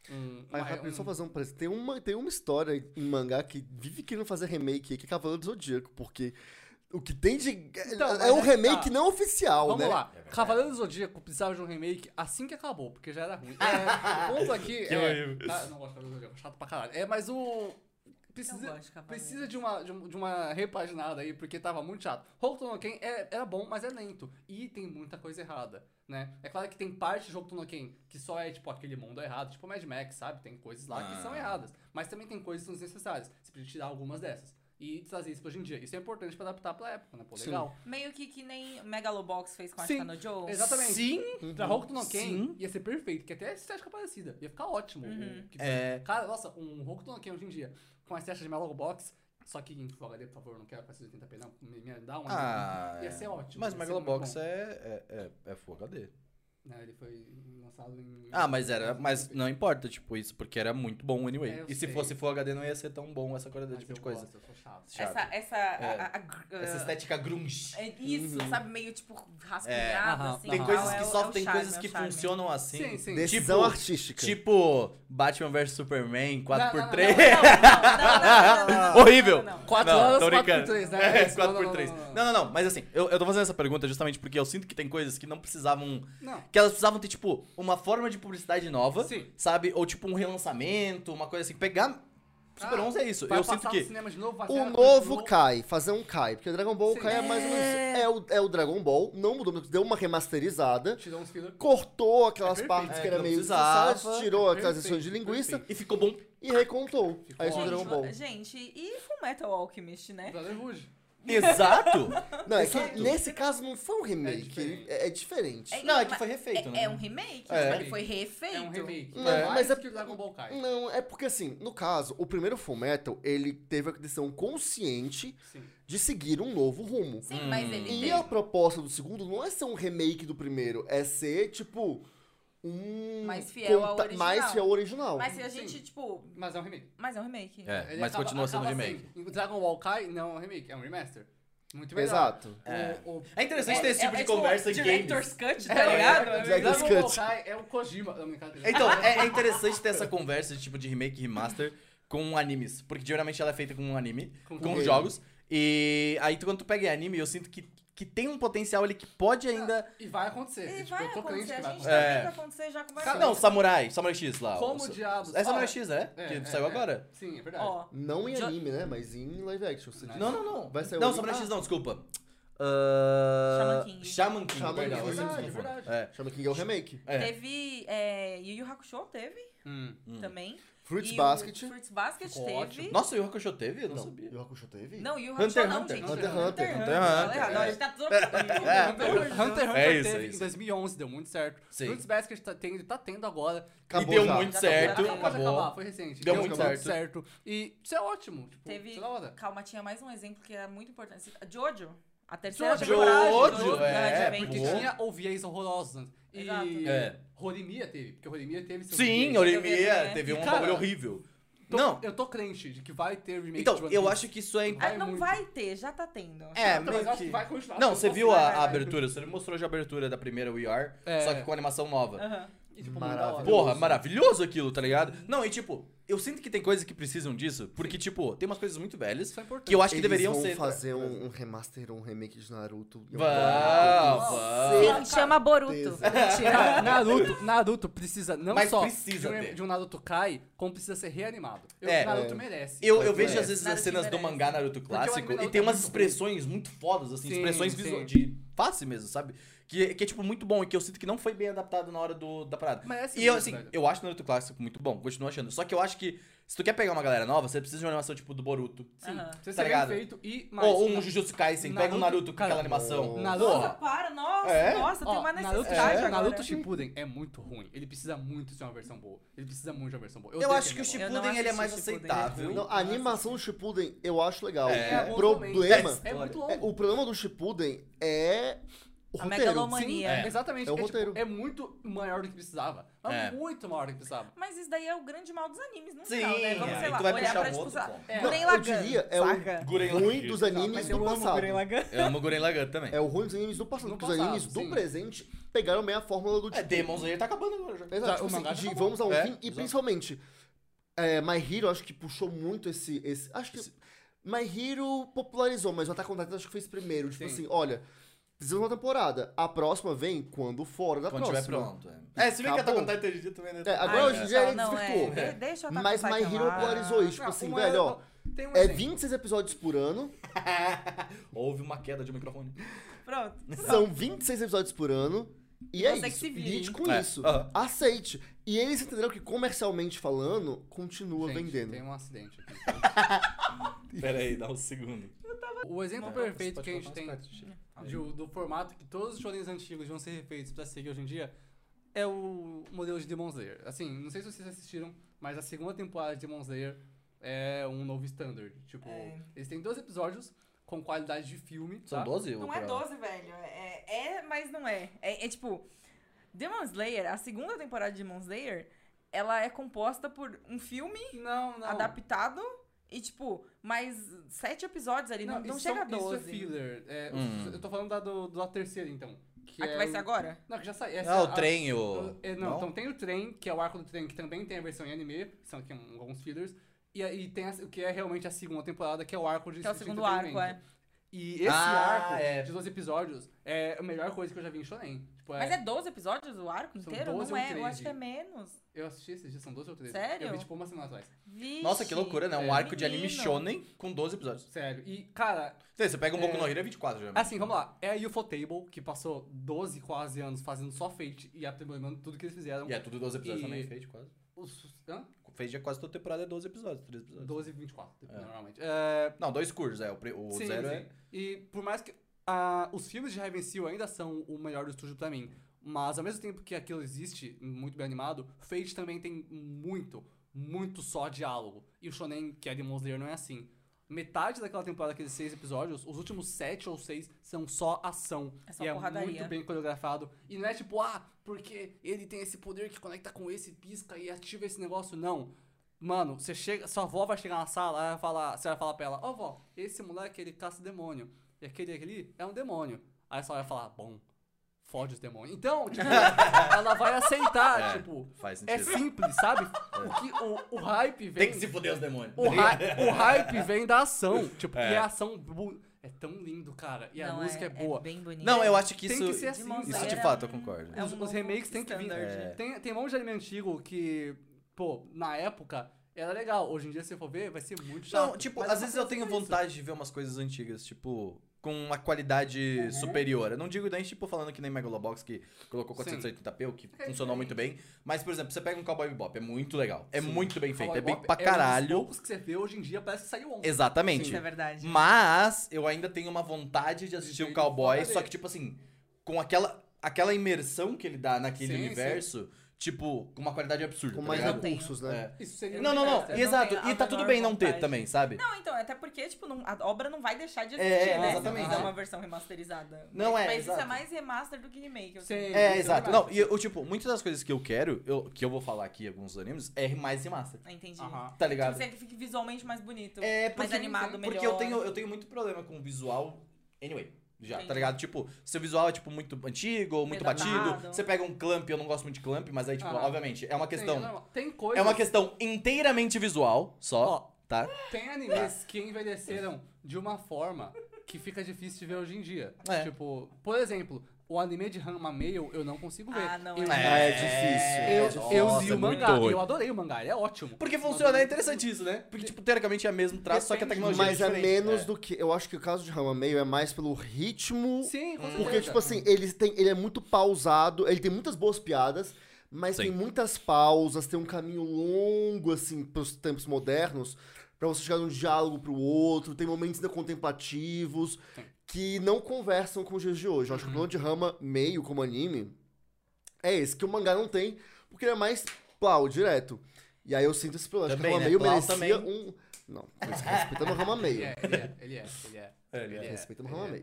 [SPEAKER 4] Mas
[SPEAKER 2] uma-
[SPEAKER 4] rápido,
[SPEAKER 2] um-
[SPEAKER 4] só fazer um parênteses. Tem uma, tem uma história em mangá que vive querendo fazer remake aí, que é Cavaleiro do Zodíaco, porque o que tem de.
[SPEAKER 2] Então,
[SPEAKER 4] é
[SPEAKER 2] mas
[SPEAKER 4] um
[SPEAKER 2] é que
[SPEAKER 4] remake
[SPEAKER 2] tá.
[SPEAKER 4] não oficial,
[SPEAKER 2] Vamos
[SPEAKER 4] né?
[SPEAKER 2] lá.
[SPEAKER 1] verdade.
[SPEAKER 2] Cavaleiro do Zodíaco precisava de um remake assim que acabou, porque já era ruim. É, o ponto aqui
[SPEAKER 1] Que
[SPEAKER 2] é...
[SPEAKER 1] horrível.
[SPEAKER 2] Tá, não gosto de Cavaleiro do Zodíaco, chato pra caralho. É, mas o... Precisa,
[SPEAKER 3] gosto de Cavaleiro.
[SPEAKER 2] precisa de uma, de, um- de uma repaginada aí, porque tava muito chato. Hokuto no Ken é, era bom, mas é lento. E tem muita coisa errada, né? É claro que tem parte de Hokuto no Ken que só é, tipo, aquele mundo errado. Tipo Mad Max, sabe? Tem coisas lá que são
[SPEAKER 1] Ah.
[SPEAKER 2] erradas. Mas também tem coisas que são desnecessárias. Você precisa tirar algumas dessas. E trazer isso pra hoje em dia. Isso é importante pra adaptar pra época, né? Pô,
[SPEAKER 4] Sim.
[SPEAKER 2] legal.
[SPEAKER 3] Meio que, que nem Megalobox fez com a
[SPEAKER 2] Sim,
[SPEAKER 3] Ashika no Joe.
[SPEAKER 2] Exatamente.
[SPEAKER 1] Sim.
[SPEAKER 2] Pra Hokuto no Ken
[SPEAKER 1] Sim.
[SPEAKER 2] ia ser perfeito, que até a estética parecida. Ia ficar ótimo.
[SPEAKER 3] Uhum.
[SPEAKER 2] O que-
[SPEAKER 1] É.
[SPEAKER 2] Cara, nossa, um Hokuto no Ken hoje em dia, com a estética de Mellow Box, só que em Full H D, por favor, não quero com esses oitenta p, não. Me, me dá uma.
[SPEAKER 1] Ah,
[SPEAKER 2] ia
[SPEAKER 1] é.
[SPEAKER 2] ser ótimo.
[SPEAKER 1] Mas o
[SPEAKER 2] ia ser
[SPEAKER 1] Megalobox
[SPEAKER 2] muito bom.
[SPEAKER 1] é, é, é, é Full H D.
[SPEAKER 2] Né, ele foi lançado em.
[SPEAKER 1] Ah, mas era. Mas não importa, tipo, isso, porque era muito bom anyway.
[SPEAKER 2] É, eu
[SPEAKER 1] e se
[SPEAKER 2] sei.
[SPEAKER 1] fosse Full H D não ia ser tão bom essa coisa,
[SPEAKER 2] Mas
[SPEAKER 1] tipo
[SPEAKER 2] eu
[SPEAKER 1] de coisa.
[SPEAKER 2] gosto, eu sou chato.
[SPEAKER 1] Chato.
[SPEAKER 3] Essa, essa,
[SPEAKER 1] É.
[SPEAKER 3] a- a- a-
[SPEAKER 1] Essa estética grunge.
[SPEAKER 3] é isso, sabe? Meio tipo rascunhado,
[SPEAKER 1] É.
[SPEAKER 2] Aham,
[SPEAKER 3] assim.
[SPEAKER 1] Tem
[SPEAKER 2] Aham.
[SPEAKER 1] coisas
[SPEAKER 3] tal,
[SPEAKER 1] que
[SPEAKER 3] é o-
[SPEAKER 1] só
[SPEAKER 3] é o
[SPEAKER 1] tem
[SPEAKER 3] charme,
[SPEAKER 1] coisas
[SPEAKER 3] é o
[SPEAKER 1] que
[SPEAKER 3] charme.
[SPEAKER 1] funcionam assim.
[SPEAKER 2] Sim, sim.
[SPEAKER 4] Decisão
[SPEAKER 1] Tipo-
[SPEAKER 4] artística.
[SPEAKER 1] Tipo Batman versus Superman quatro por
[SPEAKER 2] Não, não,
[SPEAKER 1] três.
[SPEAKER 3] Não, não, não, não, não,
[SPEAKER 1] Horrível.
[SPEAKER 3] não, não, não.
[SPEAKER 2] Quatro
[SPEAKER 1] Não,
[SPEAKER 2] horas,
[SPEAKER 1] tô
[SPEAKER 2] quatro
[SPEAKER 1] brincando.
[SPEAKER 2] por três, né?
[SPEAKER 1] É,
[SPEAKER 2] É isso,
[SPEAKER 1] quatro
[SPEAKER 2] não,
[SPEAKER 1] por
[SPEAKER 2] não,
[SPEAKER 1] três.
[SPEAKER 2] não, não,
[SPEAKER 1] Não, não, não. Mas assim, eu, eu tô fazendo essa pergunta justamente porque eu sinto que tem coisas que não precisavam.
[SPEAKER 2] Não.
[SPEAKER 1] Que elas precisavam ter, tipo, uma forma de publicidade nova.
[SPEAKER 2] Sim.
[SPEAKER 1] Sabe? Ou tipo um relançamento, uma coisa assim. Pegar. Super
[SPEAKER 2] Ah,
[SPEAKER 1] onze é isso.
[SPEAKER 2] Vai
[SPEAKER 1] Eu sinto
[SPEAKER 2] passar no
[SPEAKER 1] que.
[SPEAKER 2] cinema de novo, vai
[SPEAKER 4] O
[SPEAKER 2] ser
[SPEAKER 4] novo Kai, fazer um Kai, porque o Dragon Ball
[SPEAKER 2] Sim.
[SPEAKER 4] Kai é mais ou menos. É o, é o Dragon Ball, não mudou, deu uma remasterizada,
[SPEAKER 2] Tirou uns fillers.
[SPEAKER 4] cortou aquelas
[SPEAKER 2] É perfeito.
[SPEAKER 4] partes
[SPEAKER 1] É,
[SPEAKER 4] que
[SPEAKER 1] que
[SPEAKER 4] era
[SPEAKER 1] não
[SPEAKER 4] meio
[SPEAKER 1] precisava.
[SPEAKER 4] desnecessárias, tirou aquelas
[SPEAKER 2] Perfeito,
[SPEAKER 4] edições de linguiça
[SPEAKER 2] perfeito.
[SPEAKER 1] E ficou bom.
[SPEAKER 4] e recontou.
[SPEAKER 2] Ficou
[SPEAKER 4] Aí isso é o
[SPEAKER 2] ótimo.
[SPEAKER 4] Dragon Ball.
[SPEAKER 3] Gente, e Full Metal Alchemist, né?
[SPEAKER 2] Brotherhood.
[SPEAKER 1] Exato!
[SPEAKER 4] Não, é que
[SPEAKER 1] Exato.
[SPEAKER 4] nesse caso não foi um remake.
[SPEAKER 2] diferente.
[SPEAKER 4] É, é diferente.
[SPEAKER 3] É,
[SPEAKER 1] Não, é que
[SPEAKER 3] mas
[SPEAKER 1] foi refeito,
[SPEAKER 3] é,
[SPEAKER 1] né?
[SPEAKER 3] é um remake,
[SPEAKER 1] É.
[SPEAKER 3] tipo, ele foi refeito.
[SPEAKER 2] É um remake.
[SPEAKER 4] Não,
[SPEAKER 2] mais
[SPEAKER 4] mas é-
[SPEAKER 2] que o Dragon Ball Kai.
[SPEAKER 4] Não, é porque assim, no caso, o primeiro Full Metal, ele teve a decisão consciente
[SPEAKER 2] Sim.
[SPEAKER 4] de seguir um novo rumo.
[SPEAKER 3] Sim, mas
[SPEAKER 1] Hum.
[SPEAKER 3] ele
[SPEAKER 4] E
[SPEAKER 3] tem...
[SPEAKER 4] a proposta do segundo não é ser um remake do primeiro, é ser, tipo, um...
[SPEAKER 3] Mais fiel ao
[SPEAKER 4] conta-
[SPEAKER 3] original.
[SPEAKER 4] Mais fiel ao original.
[SPEAKER 3] Mas se a
[SPEAKER 2] Sim.
[SPEAKER 3] gente, tipo...
[SPEAKER 2] Mas é um remake.
[SPEAKER 3] Mas é um remake.
[SPEAKER 1] É,
[SPEAKER 2] Ele
[SPEAKER 1] mas
[SPEAKER 2] acaba-
[SPEAKER 1] continua sendo
[SPEAKER 2] acaba
[SPEAKER 1] remake.
[SPEAKER 2] sendo. O Dragon Ball Kai não é um remake, é um remaster. Muito melhor.
[SPEAKER 4] Exato.
[SPEAKER 1] É.
[SPEAKER 2] O, o,
[SPEAKER 1] É interessante ter esse tipo de
[SPEAKER 3] tipo
[SPEAKER 1] conversa em
[SPEAKER 3] Director's
[SPEAKER 1] games.
[SPEAKER 3] Cut, tá
[SPEAKER 2] É,
[SPEAKER 3] ligado?
[SPEAKER 2] é,
[SPEAKER 3] É,
[SPEAKER 4] Director's
[SPEAKER 2] Dragon Ball
[SPEAKER 4] Cut.
[SPEAKER 2] Kai é o Kojima. Não, brincadeira.
[SPEAKER 1] Então, é, é interessante ter essa conversa de tipo de remake e remaster com animes. Porque geralmente ela é feita com um anime,
[SPEAKER 2] Com
[SPEAKER 1] com,
[SPEAKER 2] game.
[SPEAKER 1] jogos. E aí tu- quando tu pega em anime, eu sinto que, que tem um potencial ali que pode ainda.
[SPEAKER 2] E vai acontecer.
[SPEAKER 3] E
[SPEAKER 2] tipo,
[SPEAKER 3] vai
[SPEAKER 2] eu tô crente
[SPEAKER 3] acontecer,
[SPEAKER 2] que
[SPEAKER 3] a
[SPEAKER 2] vai
[SPEAKER 3] gente
[SPEAKER 2] acontecer.
[SPEAKER 3] tá
[SPEAKER 1] É.
[SPEAKER 3] vendo acontecer já com
[SPEAKER 2] Cara,
[SPEAKER 1] Não, Samurai, Samurai X lá.
[SPEAKER 2] Como
[SPEAKER 1] O-
[SPEAKER 2] diabos?
[SPEAKER 1] É Samurai
[SPEAKER 2] Ó,
[SPEAKER 1] X, né?
[SPEAKER 2] é,
[SPEAKER 1] que
[SPEAKER 2] é,
[SPEAKER 1] saiu
[SPEAKER 2] é.
[SPEAKER 1] agora.
[SPEAKER 2] Sim, é verdade.
[SPEAKER 3] Ó,
[SPEAKER 4] Não em
[SPEAKER 3] Jo-
[SPEAKER 4] anime, né? Mas em live action. Você
[SPEAKER 2] Não,
[SPEAKER 4] diz.
[SPEAKER 1] Não, não, não.
[SPEAKER 4] Vai sair
[SPEAKER 1] não,
[SPEAKER 4] o
[SPEAKER 1] Samurai
[SPEAKER 4] anime?
[SPEAKER 1] X não, desculpa. Uh...
[SPEAKER 3] Shaman King.
[SPEAKER 1] Shaman King,
[SPEAKER 4] Shaman
[SPEAKER 1] perdão.
[SPEAKER 4] King,
[SPEAKER 1] eu sempre
[SPEAKER 2] verdade,
[SPEAKER 1] confundo.
[SPEAKER 2] verdade.
[SPEAKER 1] É.
[SPEAKER 4] Chama King é o remake.
[SPEAKER 1] É.
[SPEAKER 3] Teve... É, Yu Yu Hakusho teve
[SPEAKER 2] Hum.
[SPEAKER 3] também.
[SPEAKER 4] Fruits
[SPEAKER 3] E o
[SPEAKER 4] Basket.
[SPEAKER 3] Fruits Basket
[SPEAKER 2] Ficou
[SPEAKER 3] teve.
[SPEAKER 2] ótimo.
[SPEAKER 1] Nossa, o Yu Hakusho teve? Eu não,
[SPEAKER 4] Não,
[SPEAKER 1] sabia.
[SPEAKER 4] Yu Hakusho teve?
[SPEAKER 3] Não, Yu Yu
[SPEAKER 1] Hunter
[SPEAKER 3] Hakusho
[SPEAKER 1] x
[SPEAKER 3] não,
[SPEAKER 1] Hunter.
[SPEAKER 3] gente.
[SPEAKER 4] Hunter x
[SPEAKER 3] Hunter
[SPEAKER 4] Hunter.
[SPEAKER 3] x
[SPEAKER 1] Hunter
[SPEAKER 3] Hunter.
[SPEAKER 1] x
[SPEAKER 3] Fala
[SPEAKER 1] Hunter,
[SPEAKER 3] errado. Não,
[SPEAKER 1] é.
[SPEAKER 3] a gente tá tudo...
[SPEAKER 2] Hunter, Hunter x
[SPEAKER 1] É
[SPEAKER 2] Hunter
[SPEAKER 1] isso,
[SPEAKER 2] teve
[SPEAKER 1] é
[SPEAKER 2] em
[SPEAKER 1] isso.
[SPEAKER 2] dois mil e onze, deu muito certo.
[SPEAKER 1] Sim.
[SPEAKER 2] Fruits Basket tá tendo, tá tendo agora.
[SPEAKER 4] Acabou
[SPEAKER 1] e deu
[SPEAKER 4] já.
[SPEAKER 1] muito
[SPEAKER 3] Já
[SPEAKER 1] certo.
[SPEAKER 3] acabou, já
[SPEAKER 2] Acabou de
[SPEAKER 1] acabou.
[SPEAKER 2] acabar, foi recente.
[SPEAKER 1] Deu muito certo.
[SPEAKER 2] E isso é ótimo. Tipo,
[SPEAKER 3] Teve...
[SPEAKER 2] isso é da hora.
[SPEAKER 3] Calma, tinha mais um exemplo que é muito importante. Jojo. A terceira
[SPEAKER 2] Jojo,
[SPEAKER 3] temporada de
[SPEAKER 1] Jojo,
[SPEAKER 3] da
[SPEAKER 1] é,
[SPEAKER 3] Advent.
[SPEAKER 2] Porque
[SPEAKER 1] Pô.
[SPEAKER 2] tinha O V As horrorosos antes. E
[SPEAKER 3] Exato.
[SPEAKER 1] É.
[SPEAKER 2] Horimiya teve, porque Horimiya teve seu
[SPEAKER 1] Sim,
[SPEAKER 2] V As.
[SPEAKER 1] Olimia
[SPEAKER 3] né?
[SPEAKER 1] teve
[SPEAKER 2] E,
[SPEAKER 1] um
[SPEAKER 2] cara,
[SPEAKER 1] bagulho horrível.
[SPEAKER 2] Tô-
[SPEAKER 1] Não,
[SPEAKER 2] Eu tô crente de que vai ter remake
[SPEAKER 1] então,
[SPEAKER 2] de One
[SPEAKER 1] eu
[SPEAKER 2] Piece.
[SPEAKER 1] acho que isso é...
[SPEAKER 3] Ah,
[SPEAKER 2] Vai
[SPEAKER 3] não
[SPEAKER 2] muito.
[SPEAKER 3] vai ter, já tá tendo.
[SPEAKER 1] É,
[SPEAKER 2] Então, mas
[SPEAKER 1] meio
[SPEAKER 2] eu acho
[SPEAKER 1] que-
[SPEAKER 2] que vai continuar.
[SPEAKER 1] Não,
[SPEAKER 2] Eu
[SPEAKER 1] você
[SPEAKER 2] tô
[SPEAKER 1] viu
[SPEAKER 2] crente.
[SPEAKER 1] a,
[SPEAKER 3] vai,
[SPEAKER 1] a
[SPEAKER 3] vai.
[SPEAKER 1] abertura, você mostrou já a abertura da primeira We Are,
[SPEAKER 2] É.
[SPEAKER 1] só que com animação nova.
[SPEAKER 3] Aham.
[SPEAKER 2] E, tipo, muito da hora.
[SPEAKER 4] Maravilhoso.
[SPEAKER 1] Porra, maravilhoso aquilo, tá ligado? Não, e tipo, eu sinto que tem coisas que precisam disso, porque, tipo, tem umas coisas muito velhas
[SPEAKER 2] Isso é importante.
[SPEAKER 1] que eu acho que
[SPEAKER 4] Eles
[SPEAKER 1] deveriam
[SPEAKER 4] vão
[SPEAKER 1] ser.
[SPEAKER 4] fazer um, um remaster, um remake de Naruto. Eu
[SPEAKER 1] Vão,
[SPEAKER 4] tenho
[SPEAKER 1] vão.
[SPEAKER 3] Sim, chama Boruto.
[SPEAKER 4] certeza.
[SPEAKER 2] Mentira, Naruto, Naruto precisa não
[SPEAKER 1] Mas
[SPEAKER 2] só
[SPEAKER 1] precisa
[SPEAKER 2] de, um,
[SPEAKER 1] ter.
[SPEAKER 2] de um Naruto Kai, como precisa ser reanimado. Eu,
[SPEAKER 1] É.
[SPEAKER 2] Naruto
[SPEAKER 4] É.
[SPEAKER 2] merece.
[SPEAKER 1] Eu, eu
[SPEAKER 4] Mas
[SPEAKER 1] vejo
[SPEAKER 4] é.
[SPEAKER 1] às vezes as
[SPEAKER 3] Naruto
[SPEAKER 1] cenas do
[SPEAKER 3] merece.
[SPEAKER 1] mangá Naruto
[SPEAKER 2] o
[SPEAKER 1] clássico
[SPEAKER 2] anime
[SPEAKER 1] e
[SPEAKER 2] Naruto
[SPEAKER 1] tem
[SPEAKER 2] é
[SPEAKER 1] umas
[SPEAKER 2] muito
[SPEAKER 1] expressões muito fodas, assim,
[SPEAKER 2] Sim,
[SPEAKER 1] expressões
[SPEAKER 2] sim.
[SPEAKER 1] visu- de face mesmo, sabe? Que, que é, tipo, muito bom e que eu sinto que não foi bem adaptado na hora do, da parada.
[SPEAKER 2] Merece
[SPEAKER 1] E eu,
[SPEAKER 2] muito,
[SPEAKER 1] assim,
[SPEAKER 2] velho.
[SPEAKER 1] eu acho o Naruto clássico muito bom, continuo achando. Só que eu acho que se tu quer pegar uma galera nova, você precisa de uma animação tipo do Boruto.
[SPEAKER 2] Sim,
[SPEAKER 3] Aham.
[SPEAKER 2] precisa
[SPEAKER 1] Tá
[SPEAKER 2] ser
[SPEAKER 1] ligado?
[SPEAKER 2] bem feito e mais.
[SPEAKER 1] Ou um
[SPEAKER 2] na-
[SPEAKER 1] Jujutsu Kaisen, pega um
[SPEAKER 2] Naruto-
[SPEAKER 1] Naruto com
[SPEAKER 2] cara,
[SPEAKER 1] aquela animação.
[SPEAKER 2] Naruto-
[SPEAKER 3] Nossa,
[SPEAKER 1] Porra.
[SPEAKER 3] para, nossa,
[SPEAKER 1] É?
[SPEAKER 3] nossa, tem
[SPEAKER 2] Ó,
[SPEAKER 3] uma
[SPEAKER 2] Naruto,
[SPEAKER 3] necessidade agora.
[SPEAKER 2] Naruto Shippuden é muito ruim. Ele precisa muito ser uma versão boa. Ele precisa muito de uma versão boa.
[SPEAKER 1] Eu
[SPEAKER 2] odeio
[SPEAKER 1] acho que o
[SPEAKER 2] aquele
[SPEAKER 3] Eu
[SPEAKER 1] Shippuden
[SPEAKER 3] não
[SPEAKER 1] ele é mais
[SPEAKER 3] assisti Shippuden.
[SPEAKER 1] aceitável.
[SPEAKER 4] Não, a animação do Shippuden eu acho legal.
[SPEAKER 1] É.
[SPEAKER 4] O problema...
[SPEAKER 2] negócio. É muito longo.
[SPEAKER 4] é, o problema do Shippuden é o
[SPEAKER 3] A
[SPEAKER 4] roteiro.
[SPEAKER 3] megalomania.
[SPEAKER 2] Sim,
[SPEAKER 1] É.
[SPEAKER 2] exatamente.
[SPEAKER 4] É o
[SPEAKER 2] tipo,
[SPEAKER 4] roteiro.
[SPEAKER 2] é muito maior do que precisava. Mas
[SPEAKER 1] É.
[SPEAKER 2] muito maior do que precisava.
[SPEAKER 3] Mas isso daí é o grande mal dos animes, no
[SPEAKER 1] Sim,
[SPEAKER 3] geral, né? Vamos,
[SPEAKER 1] aí
[SPEAKER 3] sei lá,
[SPEAKER 1] tu vai
[SPEAKER 3] olhar
[SPEAKER 1] puxar
[SPEAKER 3] pra,
[SPEAKER 1] um
[SPEAKER 3] tipo,
[SPEAKER 1] outro
[SPEAKER 3] sa-
[SPEAKER 1] ponto.
[SPEAKER 2] É.
[SPEAKER 3] Gurren
[SPEAKER 4] Não, eu
[SPEAKER 3] Lagann,
[SPEAKER 4] diria, é o
[SPEAKER 3] saca?
[SPEAKER 1] Gurren
[SPEAKER 4] ruim
[SPEAKER 1] Lagann.
[SPEAKER 4] dos
[SPEAKER 2] Não,
[SPEAKER 4] animes
[SPEAKER 2] mas
[SPEAKER 4] do
[SPEAKER 2] eu amo
[SPEAKER 4] passado.
[SPEAKER 3] Gurren Lagann.
[SPEAKER 1] Eu amo Gurren Lagann também.
[SPEAKER 4] É o ruim dos animes do passado,
[SPEAKER 2] No
[SPEAKER 4] porque os
[SPEAKER 2] passado,
[SPEAKER 4] animes do
[SPEAKER 2] sim.
[SPEAKER 4] presente pegaram meio a fórmula do
[SPEAKER 1] É,
[SPEAKER 4] tipo...
[SPEAKER 1] Demon Slayer tá acabando agora já.
[SPEAKER 4] Exato,
[SPEAKER 2] Já,
[SPEAKER 4] tipo
[SPEAKER 2] o
[SPEAKER 4] assim,
[SPEAKER 2] mangá já
[SPEAKER 4] de
[SPEAKER 2] acabou.
[SPEAKER 4] vamos ao
[SPEAKER 1] É,
[SPEAKER 4] fim. E
[SPEAKER 1] exato.
[SPEAKER 4] principalmente, é, My Hero acho que puxou muito esse... esse acho que My Hero popularizou, mas o Attack on Titan acho que fez primeiro. Tipo
[SPEAKER 2] Sim.
[SPEAKER 4] assim, olha, precisamos de uma temporada. A próxima vem quando for da
[SPEAKER 1] Quando
[SPEAKER 4] próxima.
[SPEAKER 1] tiver pronto. É, é se bem que
[SPEAKER 4] Acabou.
[SPEAKER 1] Attack on Titan hoje em dia também, né?
[SPEAKER 4] É, agora
[SPEAKER 3] Ai,
[SPEAKER 4] hoje em dia ele
[SPEAKER 3] não,
[SPEAKER 4] desvirtuou.
[SPEAKER 3] É, deixa eu
[SPEAKER 4] Mas My Hero popularizou isso. Tipo
[SPEAKER 2] Não,
[SPEAKER 4] assim,
[SPEAKER 2] uma-
[SPEAKER 4] velho, ó.
[SPEAKER 2] Tem um
[SPEAKER 4] É
[SPEAKER 2] exemplo.
[SPEAKER 4] vinte e seis episódios por ano.
[SPEAKER 1] Houve uma queda de microfone.
[SPEAKER 3] Pronto.
[SPEAKER 4] São vinte e seis episódios por ano. E é
[SPEAKER 3] Você que
[SPEAKER 4] isso.
[SPEAKER 3] se vire.
[SPEAKER 4] Lide com
[SPEAKER 1] É,
[SPEAKER 4] isso.
[SPEAKER 1] aham.
[SPEAKER 4] Aceite. E eles entenderam que comercialmente falando, continua
[SPEAKER 2] Gente,
[SPEAKER 4] vendendo.
[SPEAKER 2] Tem um acidente aqui.
[SPEAKER 1] Pera aí, dá um segundo.
[SPEAKER 2] O exemplo
[SPEAKER 3] Não,
[SPEAKER 2] perfeito
[SPEAKER 1] Você
[SPEAKER 2] que a
[SPEAKER 1] pode
[SPEAKER 2] gente
[SPEAKER 1] colocar
[SPEAKER 2] tem
[SPEAKER 1] mais perto,
[SPEAKER 2] de- do formato que todos os shonens antigos vão ser refeitos pra seguir hoje em dia é o modelo de Demon Slayer. Assim, não sei se vocês assistiram, mas a segunda temporada de Demon Slayer é um novo standard. Tipo,
[SPEAKER 3] É.
[SPEAKER 2] eles têm doze episódios com qualidade de filme.
[SPEAKER 1] São
[SPEAKER 2] tá?
[SPEAKER 1] doze?
[SPEAKER 3] Não é doze, velho. É, é, mas não é. é. É tipo, Demon Slayer, a segunda temporada de Demon Slayer, ela é composta por um filme
[SPEAKER 2] Não, não.
[SPEAKER 3] adaptado e, tipo, mais sete episódios ali. Não, não,
[SPEAKER 2] isso
[SPEAKER 3] chega a
[SPEAKER 2] são- Isso é
[SPEAKER 3] doze.
[SPEAKER 2] filler. É,
[SPEAKER 1] Hum.
[SPEAKER 2] Eu tô falando da, do, da terceira, então. Que
[SPEAKER 3] A que
[SPEAKER 2] é
[SPEAKER 3] vai
[SPEAKER 2] o-
[SPEAKER 3] ser agora?
[SPEAKER 2] Não, que já saiu. Essa
[SPEAKER 1] Ah,
[SPEAKER 2] é
[SPEAKER 1] o
[SPEAKER 2] a-
[SPEAKER 1] trem, o...
[SPEAKER 2] o- é, não, então tem o trem, que é o arco do trem, que também tem a versão em anime, que são aqui um- alguns fillers. E aí tem a- o que é realmente a segunda temporada, que é o arco de
[SPEAKER 3] Que é o
[SPEAKER 2] de
[SPEAKER 3] segundo arco,
[SPEAKER 2] entretenimento.
[SPEAKER 3] é.
[SPEAKER 2] E esse
[SPEAKER 1] Ah,
[SPEAKER 2] arco
[SPEAKER 1] é.
[SPEAKER 2] de doze episódios é a melhor coisa que eu já vi em Shonen. Tipo,
[SPEAKER 3] Mas é doze episódios o arco
[SPEAKER 2] São
[SPEAKER 3] inteiro?
[SPEAKER 2] doze
[SPEAKER 3] Não
[SPEAKER 2] ou
[SPEAKER 3] é, eu
[SPEAKER 2] treze.
[SPEAKER 3] acho que é menos.
[SPEAKER 2] Eu assisti esses dias, são doze ou treze.
[SPEAKER 3] Sério?
[SPEAKER 2] Eu vi tipo uma semana atrás.
[SPEAKER 3] Vixe.
[SPEAKER 1] Nossa, que loucura, né? Um
[SPEAKER 2] É.
[SPEAKER 1] arco de anime
[SPEAKER 3] Menino.
[SPEAKER 1] shonen com doze episódios.
[SPEAKER 2] Sério. E, cara,
[SPEAKER 1] Sei, Você pega um Boku
[SPEAKER 2] É.
[SPEAKER 1] no Hero, é vinte e quatro já.
[SPEAKER 2] assim, vamos lá. É a Ufotable, que passou doze quase anos fazendo só Fate e aprimorando tudo que eles fizeram.
[SPEAKER 1] E é tudo doze episódios
[SPEAKER 2] E-
[SPEAKER 1] também, feito quase.
[SPEAKER 2] Os, hã?
[SPEAKER 1] Fez já quase toda temporada é doze episódios, treze episódios.
[SPEAKER 2] doze e vinte e quatro, normalmente. É,
[SPEAKER 1] Não, dois cursos, é. O, pre- o
[SPEAKER 2] sim,
[SPEAKER 1] zero
[SPEAKER 2] sim.
[SPEAKER 1] é...
[SPEAKER 2] E por mais que ah, os filmes de Heaven Seal ainda são o melhor do estúdio pra mim, mas ao mesmo tempo que aquilo existe, muito bem animado, Fate também tem muito, muito só diálogo. E o Shonen, que é Demon Slayer, não é assim. Metade daquela temporada, aqueles seis episódios, os últimos sete ou seis são só ação.
[SPEAKER 3] É só
[SPEAKER 2] e
[SPEAKER 3] porradaria.
[SPEAKER 2] é muito bem coreografado. E não é tipo, ah, porque ele tem esse poder que conecta com esse, pisca e ativa esse negócio. Não. Mano, você chega, sua avó vai chegar na sala, ela vai falar, você vai falar pra ela, ó, vó, esse moleque, ele caça demônio. E aquele ali é um demônio. Aí só vai falar, bom, fode os demônios. Então, tipo, ela vai aceitar,
[SPEAKER 1] É,
[SPEAKER 2] tipo,
[SPEAKER 1] faz
[SPEAKER 2] é
[SPEAKER 1] sentido.
[SPEAKER 2] simples, sabe? O, que, o, o hype vem...
[SPEAKER 1] Tem que se fuder os demônios.
[SPEAKER 2] O, hy- o hype vem da ação, tipo,
[SPEAKER 1] É.
[SPEAKER 2] e a ação bu- é tão lindo, cara, e a
[SPEAKER 3] Não,
[SPEAKER 2] música é, boa.
[SPEAKER 3] bem bonito.
[SPEAKER 1] Não, eu acho que
[SPEAKER 2] Tem
[SPEAKER 1] isso...
[SPEAKER 2] que ser assim,
[SPEAKER 3] Demon
[SPEAKER 1] Isso
[SPEAKER 3] Slayer
[SPEAKER 1] de
[SPEAKER 3] é
[SPEAKER 1] fato, eu
[SPEAKER 3] um-
[SPEAKER 1] concordo.
[SPEAKER 3] É um
[SPEAKER 2] Os- os
[SPEAKER 3] novo
[SPEAKER 2] remakes têm que vir.
[SPEAKER 3] standard.
[SPEAKER 1] É.
[SPEAKER 2] Tem, tem um monte de anime antigo que, pô, na época era legal. Hoje em dia, se você for ver, vai ser muito chato.
[SPEAKER 1] Não, tipo,
[SPEAKER 2] Mas
[SPEAKER 1] às
[SPEAKER 2] é
[SPEAKER 1] vezes
[SPEAKER 2] uma
[SPEAKER 1] eu tenho
[SPEAKER 2] coisa isso.
[SPEAKER 1] vontade de ver umas coisas antigas, tipo, com uma qualidade superior. Eu não digo nem, tipo, falando que nem Megalobox, que colocou quatrocentos e oitenta p, o que
[SPEAKER 2] É
[SPEAKER 1] funcionou muito bem. Mas, por exemplo, você pega um Cowboy Bebop, é muito legal. É
[SPEAKER 2] Sim.
[SPEAKER 1] muito bem feito,
[SPEAKER 2] Cowboy
[SPEAKER 1] é bem
[SPEAKER 2] Bebop
[SPEAKER 1] pra
[SPEAKER 2] É um dos
[SPEAKER 1] caralho.
[SPEAKER 2] poucos que você vê hoje em dia, parece que saiu ontem.
[SPEAKER 1] Exatamente.
[SPEAKER 3] Isso é verdade.
[SPEAKER 1] Mas eu ainda tenho uma vontade de assistir o
[SPEAKER 2] jeito
[SPEAKER 1] Cowboy,
[SPEAKER 2] foda
[SPEAKER 1] só
[SPEAKER 2] dele.
[SPEAKER 1] que, tipo assim, com aquela, aquela imersão que ele dá naquele
[SPEAKER 2] Sim,
[SPEAKER 1] universo, tipo, com uma qualidade absurda.
[SPEAKER 4] Com
[SPEAKER 1] tá
[SPEAKER 4] mais
[SPEAKER 1] ligado?
[SPEAKER 3] não tenho.
[SPEAKER 4] recursos, né?
[SPEAKER 1] É.
[SPEAKER 2] Isso seria
[SPEAKER 1] Não, não, não,
[SPEAKER 3] Eu não
[SPEAKER 1] exato.
[SPEAKER 3] tenho a
[SPEAKER 1] E tá tudo
[SPEAKER 3] menor
[SPEAKER 1] bem não ter
[SPEAKER 3] vontade.
[SPEAKER 1] também, sabe?
[SPEAKER 3] Não, então, até porque, tipo, não- a obra não vai deixar de
[SPEAKER 1] É,
[SPEAKER 3] existir, né?
[SPEAKER 1] exatamente.
[SPEAKER 3] Se fizer uma versão remasterizada.
[SPEAKER 1] Não
[SPEAKER 3] mas,
[SPEAKER 1] é,
[SPEAKER 3] Mas isso
[SPEAKER 1] exato.
[SPEAKER 3] é mais remaster do que remake. eu
[SPEAKER 2] Sim.
[SPEAKER 3] sei.
[SPEAKER 1] É,
[SPEAKER 2] Isso é
[SPEAKER 1] exato.
[SPEAKER 2] verdade.
[SPEAKER 1] Não, e eu, tipo, muitas das coisas que eu quero, eu, que eu vou falar aqui em alguns animes, é mais remaster.
[SPEAKER 3] Ah, entendi.
[SPEAKER 2] Aham.
[SPEAKER 1] Tá
[SPEAKER 3] Tipo,
[SPEAKER 1] ligado?
[SPEAKER 3] você quer que fique visualmente mais bonito.
[SPEAKER 1] É, porque,
[SPEAKER 3] mais animado, melhor.
[SPEAKER 1] porque eu tenho, eu tenho muito problema com o visual anyway. Já,
[SPEAKER 3] Entendi.
[SPEAKER 1] tá ligado? Tipo, seu visual é, tipo, muito antigo ou muito
[SPEAKER 3] Meio
[SPEAKER 1] batido.
[SPEAKER 3] datado.
[SPEAKER 1] Você pega um Clamp, eu não gosto muito de Clamp, mas aí, tipo,
[SPEAKER 2] Ah.
[SPEAKER 1] obviamente, é uma questão...
[SPEAKER 2] Tem, não, tem coisas...
[SPEAKER 1] É uma questão inteiramente visual, só,
[SPEAKER 2] Ó,
[SPEAKER 1] tá?
[SPEAKER 2] tem animes que envelheceram de uma forma que fica difícil de ver hoje em dia.
[SPEAKER 1] É.
[SPEAKER 2] Tipo, por exemplo, o anime de Ranma Mail eu não consigo ver.
[SPEAKER 3] Ah, não,
[SPEAKER 2] eu,
[SPEAKER 3] é.
[SPEAKER 4] É difícil.
[SPEAKER 2] Eu,
[SPEAKER 4] é difícil.
[SPEAKER 2] eu
[SPEAKER 1] Nossa,
[SPEAKER 2] li o
[SPEAKER 1] é muito
[SPEAKER 2] mangá,
[SPEAKER 1] ruim.
[SPEAKER 2] eu adorei o mangá, ele é ótimo.
[SPEAKER 1] Porque funciona, é interessante isso, né? Porque, tipo, teoricamente é o mesmo traço, só que a
[SPEAKER 2] Depende,
[SPEAKER 1] tecnologia
[SPEAKER 4] Mas
[SPEAKER 1] é
[SPEAKER 4] é
[SPEAKER 1] diferente.
[SPEAKER 4] menos do que. Eu acho que o caso de Rama Meio é mais pelo ritmo.
[SPEAKER 2] Sim, com
[SPEAKER 4] Porque,
[SPEAKER 2] certeza.
[SPEAKER 4] tipo assim, ele, tem, ele é muito pausado, ele tem muitas boas piadas, mas
[SPEAKER 1] Sim.
[SPEAKER 4] tem muitas pausas, tem um caminho longo, assim, pros tempos modernos, pra você chegar de um diálogo pro outro, tem momentos ainda contemplativos
[SPEAKER 2] Sim.
[SPEAKER 4] que não conversam com os dias de hoje. Eu acho que o problema de Rama Meio como anime é esse, que o mangá não tem, porque ele é mais plau, direto. E aí eu sinto esse problema. Acho que
[SPEAKER 1] Também,
[SPEAKER 4] o Rama
[SPEAKER 1] né?
[SPEAKER 4] Meio
[SPEAKER 1] Plau
[SPEAKER 4] merecia
[SPEAKER 1] também.
[SPEAKER 4] um... Não, mas respeitando o Rama Meio.
[SPEAKER 2] Ele é, ele é, ele é, ele é.
[SPEAKER 1] É, ele é.
[SPEAKER 4] Respeitando o
[SPEAKER 2] ele
[SPEAKER 4] Rama
[SPEAKER 2] é.
[SPEAKER 4] Meio.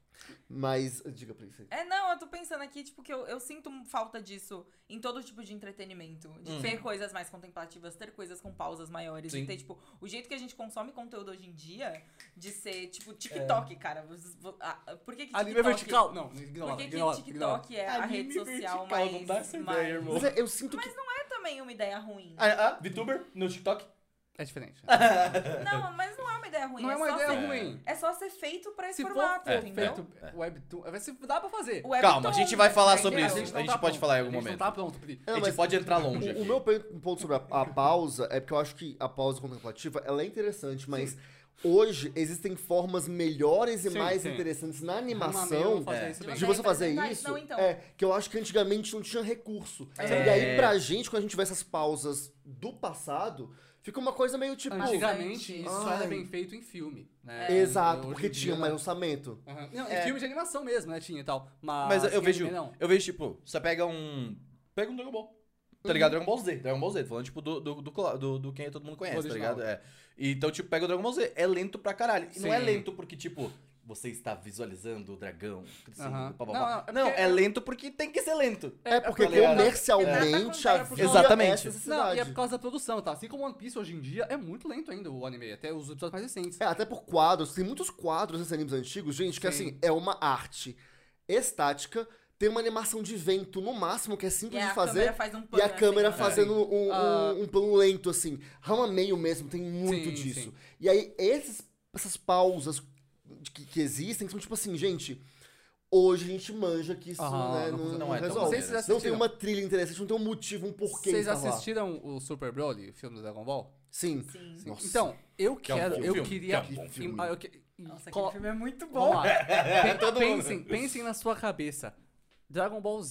[SPEAKER 4] Mas, diga pra isso aí.
[SPEAKER 3] É, não, eu tô pensando aqui, tipo, que eu, eu sinto falta disso em todo tipo de entretenimento. De
[SPEAKER 1] Uhum.
[SPEAKER 3] ter coisas mais contemplativas, ter coisas com pausas maiores.
[SPEAKER 1] Sim.
[SPEAKER 3] De ter, tipo, o jeito que a gente consome conteúdo hoje em dia, de ser, tipo, TikTok, cara. Vocês- vo- ah, Por que que
[SPEAKER 2] Anime
[SPEAKER 3] TikTok...
[SPEAKER 2] vertical. Não, ignora,
[SPEAKER 3] Por que, que
[SPEAKER 2] ignora,
[SPEAKER 3] TikTok é a
[SPEAKER 1] Anime
[SPEAKER 3] rede social
[SPEAKER 1] vertical, não
[SPEAKER 3] mais...
[SPEAKER 1] dá essa
[SPEAKER 3] mais...
[SPEAKER 1] ideia, irmão.
[SPEAKER 4] Mas é, eu sinto que...
[SPEAKER 3] É também uma ideia ruim.
[SPEAKER 1] Ah, ah, VTuber no TikTok?
[SPEAKER 2] É diferente.
[SPEAKER 3] Não, mas não é uma ideia ruim.
[SPEAKER 2] Não é uma
[SPEAKER 3] só
[SPEAKER 2] ideia
[SPEAKER 3] ser-
[SPEAKER 2] ruim.
[SPEAKER 3] É só ser feito pra esse
[SPEAKER 2] Se for
[SPEAKER 3] formato,
[SPEAKER 2] é,
[SPEAKER 3] entendeu?
[SPEAKER 2] feito webtoon, vai ser, dá pra fazer.
[SPEAKER 3] O Webtoon,
[SPEAKER 1] Calma, a gente vai falar
[SPEAKER 3] né?
[SPEAKER 1] sobre
[SPEAKER 2] É,
[SPEAKER 1] isso.
[SPEAKER 2] não
[SPEAKER 1] A gente
[SPEAKER 2] tá
[SPEAKER 1] pode
[SPEAKER 2] pronto,
[SPEAKER 1] falar em algum
[SPEAKER 2] A gente
[SPEAKER 1] momento.
[SPEAKER 2] não tá pronto, Pri.
[SPEAKER 1] A
[SPEAKER 4] Não,
[SPEAKER 1] gente
[SPEAKER 4] mas
[SPEAKER 1] pode entrar longe
[SPEAKER 4] O,
[SPEAKER 1] aqui.
[SPEAKER 4] o meu pe- ponto sobre a, a pausa é porque eu acho que a pausa contemplativa ela é interessante, mas hoje existem formas melhores e
[SPEAKER 2] Sim,
[SPEAKER 4] mais
[SPEAKER 2] sim.
[SPEAKER 4] interessantes na
[SPEAKER 2] Rama Meio
[SPEAKER 4] animação
[SPEAKER 2] fazer
[SPEAKER 1] é.
[SPEAKER 2] isso bem.
[SPEAKER 4] de você fazer
[SPEAKER 3] representar-
[SPEAKER 4] isso.
[SPEAKER 3] Não, então.
[SPEAKER 4] É, que eu acho que antigamente não tinha recurso.
[SPEAKER 3] É.
[SPEAKER 4] E aí, pra gente, quando a gente vê essas pausas do passado, fica uma coisa meio tipo.
[SPEAKER 2] Antigamente, isso só era
[SPEAKER 4] Ai.
[SPEAKER 2] bem feito em filme. Né?
[SPEAKER 4] Exato,
[SPEAKER 2] Hoje
[SPEAKER 4] porque
[SPEAKER 2] em dia,
[SPEAKER 4] tinha mais
[SPEAKER 2] não.
[SPEAKER 4] orçamento.
[SPEAKER 2] Aham. Não,
[SPEAKER 1] É.
[SPEAKER 2] em filme de animação mesmo, né? Tinha e tal. Mas,
[SPEAKER 1] Mas eu
[SPEAKER 2] em
[SPEAKER 1] vejo,
[SPEAKER 2] anime, não.
[SPEAKER 1] eu vejo, tipo, você pega um... Pega um Dragon Ball. Tá ligado? Dragon Ball Z. Dragon Ball Z. Tô falando, tipo, do, do, do, cla- do, do quem todo mundo conhece, tá
[SPEAKER 2] Original.
[SPEAKER 1] ligado? É. E, então, tipo, pega o Dragon Ball Z. É lento pra caralho. E não é
[SPEAKER 2] Sim.
[SPEAKER 1] lento porque, tipo, você está visualizando o dragão crescendo,
[SPEAKER 2] Aham.
[SPEAKER 1] pá, pá,
[SPEAKER 2] Não,
[SPEAKER 1] pá.
[SPEAKER 2] não, é
[SPEAKER 1] Não,
[SPEAKER 2] porque-
[SPEAKER 1] é lento porque tem que ser lento.
[SPEAKER 4] É, porque
[SPEAKER 1] tá ligado?
[SPEAKER 4] comercialmente
[SPEAKER 3] É.
[SPEAKER 4] havia
[SPEAKER 1] Exatamente.
[SPEAKER 4] essa
[SPEAKER 2] Não,
[SPEAKER 4] necessidade.
[SPEAKER 2] e é por causa da produção, tá? Assim como One Piece hoje em dia é muito lento ainda o anime, até os episódios mais recentes.
[SPEAKER 4] É, até por quadros. Tem muitos quadros nesses animes antigos, gente, que
[SPEAKER 2] Sim.
[SPEAKER 4] assim, é uma arte estática, tem uma animação de vento no máximo, que é
[SPEAKER 3] E
[SPEAKER 4] simples
[SPEAKER 3] a
[SPEAKER 4] de fazer.
[SPEAKER 3] câmera faz um
[SPEAKER 4] E
[SPEAKER 3] pano,
[SPEAKER 4] a câmera
[SPEAKER 3] assim, né?
[SPEAKER 4] fazendo um, um,
[SPEAKER 2] Ah.
[SPEAKER 4] um plano lento, assim. Rama Meio mesmo tem muito
[SPEAKER 2] Sim,
[SPEAKER 4] disso.
[SPEAKER 2] sim.
[SPEAKER 4] E aí, esses, essas pausas que, que existem são tipo assim, gente. Hoje a gente manja que isso
[SPEAKER 2] Aham,
[SPEAKER 4] né,
[SPEAKER 2] não
[SPEAKER 4] não,
[SPEAKER 2] funciona.
[SPEAKER 1] não é tão
[SPEAKER 4] resolve.
[SPEAKER 2] Vocês já
[SPEAKER 4] Não tem
[SPEAKER 2] assistiram?
[SPEAKER 4] uma trilha interessante, não tem um motivo, um porquê
[SPEAKER 2] Vocês
[SPEAKER 4] de estar lá.
[SPEAKER 2] assistiram o Super Broly, o filme do Dragon Ball?
[SPEAKER 4] Sim.
[SPEAKER 3] Sim.
[SPEAKER 2] Sim.
[SPEAKER 4] Nossa.
[SPEAKER 2] Então, eu
[SPEAKER 1] Que é um
[SPEAKER 2] quero,
[SPEAKER 1] bom
[SPEAKER 2] eu
[SPEAKER 1] filme,
[SPEAKER 2] queria...
[SPEAKER 1] que é um bom
[SPEAKER 4] filme.
[SPEAKER 2] Ah, eu que-
[SPEAKER 3] Nossa,
[SPEAKER 2] colo-
[SPEAKER 3] aquele filme é muito
[SPEAKER 2] Vamos
[SPEAKER 3] bom.
[SPEAKER 2] lá. Pen-
[SPEAKER 1] Todo mundo.
[SPEAKER 2] pensem, pensem na sua cabeça. Dragon Ball Z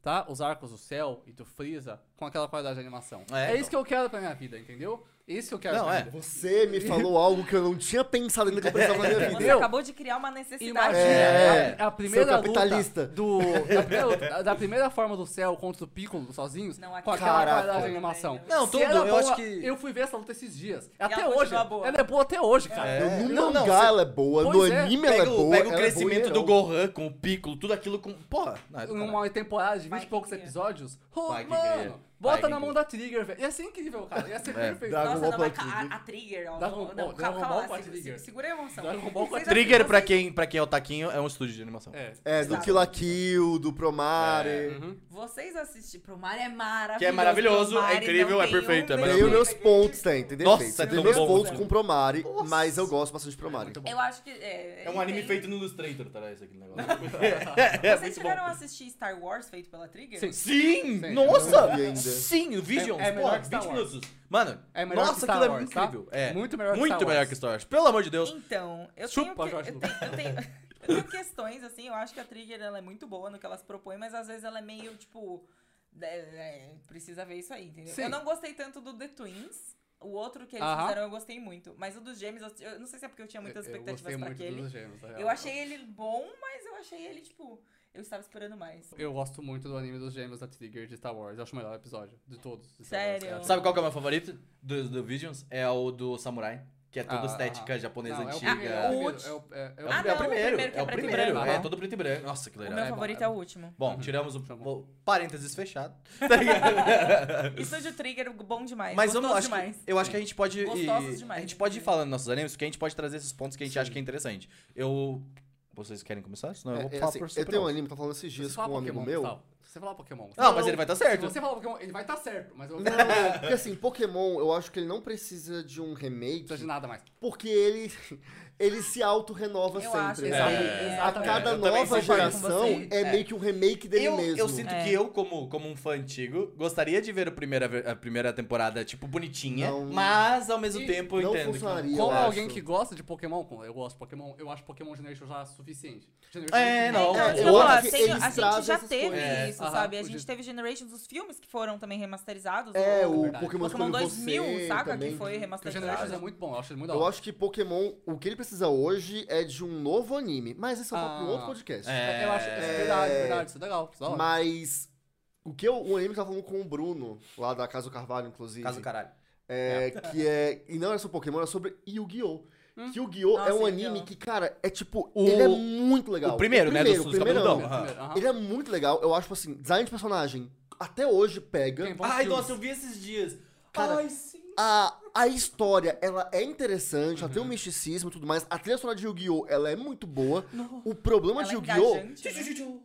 [SPEAKER 2] tá? Os arcos do Cell e do Freeza com aquela qualidade de animação.
[SPEAKER 1] É,
[SPEAKER 2] É,
[SPEAKER 1] então.
[SPEAKER 2] isso que eu quero pra minha vida, entendeu? Isso que eu quero
[SPEAKER 1] Não,
[SPEAKER 2] pra
[SPEAKER 1] é.
[SPEAKER 2] minha vida.
[SPEAKER 4] Você me falou algo que eu não tinha pensado ainda que eu precisava na minha
[SPEAKER 3] Você
[SPEAKER 4] vida.
[SPEAKER 2] Entendeu?
[SPEAKER 3] acabou de criar uma necessidade.
[SPEAKER 2] Imagina,
[SPEAKER 4] É,
[SPEAKER 2] a, a primeira
[SPEAKER 4] seu capitalista.
[SPEAKER 2] luta do, da, primeira, luta- da primeira forma do Cell contra o Piccolo sozinhos,
[SPEAKER 3] Não,
[SPEAKER 2] com
[SPEAKER 3] aquela-
[SPEAKER 2] aquela
[SPEAKER 4] Caraca.
[SPEAKER 2] qualidade de animação.
[SPEAKER 1] Não,
[SPEAKER 2] Se
[SPEAKER 1] tudo,
[SPEAKER 2] era
[SPEAKER 1] eu
[SPEAKER 2] boa,
[SPEAKER 1] acho que-
[SPEAKER 2] Eu fui ver essa luta esses dias.
[SPEAKER 3] E
[SPEAKER 2] Até
[SPEAKER 3] ela
[SPEAKER 2] hoje.
[SPEAKER 3] continua boa.
[SPEAKER 2] Ela é boa até hoje, cara.
[SPEAKER 1] É.
[SPEAKER 4] No
[SPEAKER 1] Não, não,
[SPEAKER 4] mangá
[SPEAKER 1] você-
[SPEAKER 4] ela é boa, no
[SPEAKER 2] Pois é.
[SPEAKER 4] anime ela é
[SPEAKER 1] Pega, o-
[SPEAKER 4] boa.
[SPEAKER 1] pega o
[SPEAKER 4] ela é
[SPEAKER 1] crescimento
[SPEAKER 4] boa
[SPEAKER 1] do
[SPEAKER 4] em
[SPEAKER 1] Gohan com o Piccolo, tudo aquilo com... Porra! Não, é do caralho.
[SPEAKER 2] Numa temporada de vinte
[SPEAKER 3] Pai
[SPEAKER 2] e poucos
[SPEAKER 3] que cria.
[SPEAKER 2] episódios. Oh,
[SPEAKER 1] Pai que
[SPEAKER 2] mano,
[SPEAKER 1] cria.
[SPEAKER 2] bota
[SPEAKER 1] Pai que
[SPEAKER 2] na mão
[SPEAKER 1] cria.
[SPEAKER 2] da Trigger, velho. Ia ser incrível, cara. Ia ser
[SPEAKER 1] É.
[SPEAKER 2] perfeito.
[SPEAKER 4] Dragon
[SPEAKER 3] Nossa,
[SPEAKER 4] Ball
[SPEAKER 3] não,
[SPEAKER 4] pra
[SPEAKER 3] mas a,
[SPEAKER 4] Trigger.
[SPEAKER 3] a Trigger, ó.
[SPEAKER 2] Dragon
[SPEAKER 3] não,
[SPEAKER 2] Ball-
[SPEAKER 3] não,
[SPEAKER 2] Dragon
[SPEAKER 3] calma,
[SPEAKER 2] Ball
[SPEAKER 3] lá,
[SPEAKER 2] com a
[SPEAKER 3] se-
[SPEAKER 2] Trigger.
[SPEAKER 3] se- segura a emoção.
[SPEAKER 2] Dragon Ball com a
[SPEAKER 3] Vocês-
[SPEAKER 1] Trigger,
[SPEAKER 3] vocês-
[SPEAKER 1] pra quem, pra quem é o Taquinho, é um estúdio de animação.
[SPEAKER 2] É.
[SPEAKER 4] É, do
[SPEAKER 3] Exato.
[SPEAKER 4] Kill la Kill, do Promare.
[SPEAKER 2] Uhum.
[SPEAKER 3] Vocês assistiram. Pro Mario é maravilhoso.
[SPEAKER 1] Que é maravilhoso,
[SPEAKER 3] Pro Mario
[SPEAKER 1] é incrível,
[SPEAKER 3] não
[SPEAKER 1] é
[SPEAKER 3] tem
[SPEAKER 1] perfeito, é
[SPEAKER 3] um
[SPEAKER 4] Tem
[SPEAKER 1] maravilhoso.
[SPEAKER 4] os meus pontos, tem, tem
[SPEAKER 1] Nossa,
[SPEAKER 4] defeitos.
[SPEAKER 1] é
[SPEAKER 4] Tem
[SPEAKER 1] tão
[SPEAKER 4] meus
[SPEAKER 1] bom,
[SPEAKER 4] pontos
[SPEAKER 1] velho.
[SPEAKER 4] com Promare,
[SPEAKER 1] Nossa.
[SPEAKER 4] mas eu gosto bastante de Promare.
[SPEAKER 2] Muito bom.
[SPEAKER 3] Eu acho que. É,
[SPEAKER 1] É um
[SPEAKER 3] ele
[SPEAKER 1] anime
[SPEAKER 3] tem-
[SPEAKER 1] feito no Illustrator, tá? Esse aqui negócio.
[SPEAKER 3] Vocês
[SPEAKER 1] é muito
[SPEAKER 3] chegaram a
[SPEAKER 1] bom.
[SPEAKER 3] assistir Star Wars feito pela Trigger?
[SPEAKER 2] Sim.
[SPEAKER 1] Sim!
[SPEAKER 2] Sim.
[SPEAKER 1] Nossa!
[SPEAKER 4] Eu não vi ainda.
[SPEAKER 1] Sim, o Visions,
[SPEAKER 2] É- é melhor
[SPEAKER 1] pô,
[SPEAKER 2] que Star
[SPEAKER 1] vinte
[SPEAKER 2] Wars.
[SPEAKER 1] minutos. Mano,
[SPEAKER 2] É melhor
[SPEAKER 1] nossa,
[SPEAKER 2] que Star
[SPEAKER 1] aquilo é
[SPEAKER 2] Wars, tá?
[SPEAKER 1] incrível. É.
[SPEAKER 2] Muito melhor que
[SPEAKER 1] Muito
[SPEAKER 2] Star
[SPEAKER 1] melhor
[SPEAKER 2] Wars.
[SPEAKER 1] que Star Wars. Pelo amor de Deus.
[SPEAKER 3] Então, eu
[SPEAKER 2] Chupa,
[SPEAKER 3] tenho, que,
[SPEAKER 2] Jorge
[SPEAKER 3] eu,
[SPEAKER 2] Lucas.
[SPEAKER 3] tenho, eu, tenho, eu tenho questões, assim, eu acho que a Trigger ela é muito boa no que elas propõem, mas às vezes ela é meio, tipo, é, é, precisa ver isso aí, entendeu?
[SPEAKER 2] Sim.
[SPEAKER 3] Eu não gostei tanto do The Twins, o outro que eles
[SPEAKER 2] Aham.
[SPEAKER 3] fizeram eu gostei muito, mas o dos Gêmeos, eu, eu não sei se é porque eu tinha muitas
[SPEAKER 2] Eu- eu
[SPEAKER 3] expectativas
[SPEAKER 2] gostei
[SPEAKER 3] pra
[SPEAKER 2] muito
[SPEAKER 3] aquele.
[SPEAKER 2] dos Gêmeos, na real.
[SPEAKER 3] Eu achei ele bom, mas eu achei ele, tipo, eu estava esperando mais.
[SPEAKER 2] Eu gosto muito do anime dos Gêmeos da Trigger de Star Wars. Eu acho o melhor episódio de todos. de Star Wars.
[SPEAKER 3] Sério?
[SPEAKER 2] É.
[SPEAKER 1] Sabe qual que é o meu favorito do, do Visions? É o do Samurai. Que é toda
[SPEAKER 2] Ah,
[SPEAKER 1] estética
[SPEAKER 2] ah.
[SPEAKER 1] japonesa
[SPEAKER 2] Não, é o
[SPEAKER 1] antiga.
[SPEAKER 2] primeiro, é o
[SPEAKER 3] O
[SPEAKER 2] primeiro,
[SPEAKER 3] ulti-
[SPEAKER 2] é o- é- é o
[SPEAKER 3] Ah,
[SPEAKER 1] É o
[SPEAKER 3] não, o
[SPEAKER 1] primeiro,
[SPEAKER 3] primeiro que
[SPEAKER 1] é
[SPEAKER 3] é
[SPEAKER 1] o
[SPEAKER 3] preto e
[SPEAKER 1] primeiro,
[SPEAKER 3] branco.
[SPEAKER 1] é
[SPEAKER 2] Aham.
[SPEAKER 1] todo preto e branco. Nossa, que
[SPEAKER 3] O
[SPEAKER 1] legal.
[SPEAKER 3] meu
[SPEAKER 2] É bom,
[SPEAKER 3] favorito
[SPEAKER 2] é
[SPEAKER 3] é o
[SPEAKER 2] bom.
[SPEAKER 3] último.
[SPEAKER 1] Bom,
[SPEAKER 2] Uhum.
[SPEAKER 1] tiramos o,
[SPEAKER 2] Tá bom.
[SPEAKER 1] o parênteses fechado. Tá ligado?
[SPEAKER 3] Estúdio Trigger, bom demais.
[SPEAKER 1] Mas eu,
[SPEAKER 3] gostoso
[SPEAKER 1] não acho
[SPEAKER 3] demais.
[SPEAKER 1] que, eu acho que a gente pode ir,
[SPEAKER 3] Gostosos demais,
[SPEAKER 1] a gente pode ir
[SPEAKER 3] inclusive.
[SPEAKER 1] falando nossos animes, porque a gente pode trazer esses pontos que a gente acha que é interessante. Eu... Vocês querem começar? Senão eu vou
[SPEAKER 4] É, é
[SPEAKER 1] falar
[SPEAKER 4] assim,
[SPEAKER 1] por
[SPEAKER 4] eu
[SPEAKER 1] super
[SPEAKER 4] tenho um
[SPEAKER 1] alto.
[SPEAKER 4] anime, tô falando esses
[SPEAKER 2] Se
[SPEAKER 4] dias
[SPEAKER 2] você
[SPEAKER 4] com
[SPEAKER 2] falar
[SPEAKER 4] um amigo
[SPEAKER 2] Pokémon,
[SPEAKER 4] meu.
[SPEAKER 2] Gustavo, se você falar Pokémon...
[SPEAKER 1] Não, mas ele vai estar
[SPEAKER 2] Se
[SPEAKER 1] certo.
[SPEAKER 2] você falar Pokémon, ele vai estar certo, mas eu não
[SPEAKER 4] Não, não, porque assim, Pokémon, eu acho que ele não precisa de um remake,
[SPEAKER 2] precisa de nada mais.
[SPEAKER 4] porque ele, ele se auto-renova
[SPEAKER 3] Eu
[SPEAKER 4] sempre.
[SPEAKER 3] acho,
[SPEAKER 4] sabe?
[SPEAKER 1] É,
[SPEAKER 4] A cada
[SPEAKER 1] eu também
[SPEAKER 4] nova
[SPEAKER 1] concordo com
[SPEAKER 4] geração
[SPEAKER 3] você.
[SPEAKER 4] é,
[SPEAKER 1] É.
[SPEAKER 4] meio que um remake dele
[SPEAKER 1] eu,
[SPEAKER 4] mesmo.
[SPEAKER 1] eu sinto
[SPEAKER 3] É.
[SPEAKER 1] que eu, como, como um fã antigo, gostaria de ver a primeira, ve- a primeira temporada, tipo, bonitinha,
[SPEAKER 4] Não.
[SPEAKER 1] mas ao mesmo
[SPEAKER 2] E
[SPEAKER 1] tempo eu
[SPEAKER 4] não
[SPEAKER 1] entendo.
[SPEAKER 4] funcionaria.
[SPEAKER 1] Que...
[SPEAKER 2] Como
[SPEAKER 4] eu
[SPEAKER 2] alguém
[SPEAKER 4] acho.
[SPEAKER 2] que gosta de Pokémon, como eu gosto de Pokémon, eu acho Pokémon Generation já suficiente. Generation
[SPEAKER 1] É,
[SPEAKER 2] é
[SPEAKER 1] não,
[SPEAKER 3] então,
[SPEAKER 1] eu
[SPEAKER 3] isso que eu
[SPEAKER 4] acho
[SPEAKER 3] falo,
[SPEAKER 4] que
[SPEAKER 3] tem-
[SPEAKER 4] eles
[SPEAKER 3] a gente
[SPEAKER 4] trazem
[SPEAKER 3] já
[SPEAKER 4] essas
[SPEAKER 3] teve
[SPEAKER 4] coisas.
[SPEAKER 1] É.
[SPEAKER 3] isso,
[SPEAKER 2] Aham,
[SPEAKER 3] sabe? A
[SPEAKER 2] o
[SPEAKER 3] gente
[SPEAKER 2] de-
[SPEAKER 3] teve Generations, os filmes que foram também remasterizados.
[SPEAKER 4] É, o
[SPEAKER 2] verdade.
[SPEAKER 4] Pokémon,
[SPEAKER 3] Pokémon
[SPEAKER 4] Escolha
[SPEAKER 3] dois mil,
[SPEAKER 4] Você
[SPEAKER 3] saca?
[SPEAKER 4] também.
[SPEAKER 3] Que foi
[SPEAKER 2] Porque o
[SPEAKER 3] remasterizado.
[SPEAKER 2] Generations é muito bom, eu acho ele muito da
[SPEAKER 4] Eu
[SPEAKER 2] hora.
[SPEAKER 4] acho que Pokémon, o que ele precisa hoje é de um novo anime. Mas esse é um
[SPEAKER 2] Ah.
[SPEAKER 4] um outro podcast.
[SPEAKER 1] É.
[SPEAKER 2] Eu acho, é verdade, verdade, isso é legal, isso é da hora.
[SPEAKER 4] Mas o que eu, o anime que eu tava falando com o Bruno, lá da Casa do Carvalho, inclusive.
[SPEAKER 1] Caso do caralho.
[SPEAKER 4] É, que é. E não era sobre Pokémon, era sobre Yu-Gi-Oh! Yu-Gi-Oh!
[SPEAKER 3] Nossa,
[SPEAKER 4] é um
[SPEAKER 3] Yu-Gi-Oh!
[SPEAKER 4] anime que, cara, é tipo.
[SPEAKER 1] O-
[SPEAKER 4] ele é muito legal.
[SPEAKER 1] o primeiro, né,
[SPEAKER 4] primeiro,
[SPEAKER 1] dos-
[SPEAKER 4] o
[SPEAKER 1] dos
[SPEAKER 4] primeirão.
[SPEAKER 1] cabeludão. Aham.
[SPEAKER 2] Primeiro, aham.
[SPEAKER 4] Ele é muito legal. Eu acho, tipo assim, design de personagem até hoje pega.
[SPEAKER 2] Tem bons
[SPEAKER 1] Ai,
[SPEAKER 2] filmes.
[SPEAKER 1] nossa, eu vi esses dias.
[SPEAKER 4] Cara,
[SPEAKER 1] Ai, sim.
[SPEAKER 4] A, a história, ela é interessante, ela tem um misticismo e tudo mais. A trilha sonora de Yu-Gi-Oh! Ela é muito boa. O problema
[SPEAKER 3] Ela
[SPEAKER 4] de
[SPEAKER 3] é
[SPEAKER 4] Yu-Gi-Oh!
[SPEAKER 3] engajante, né?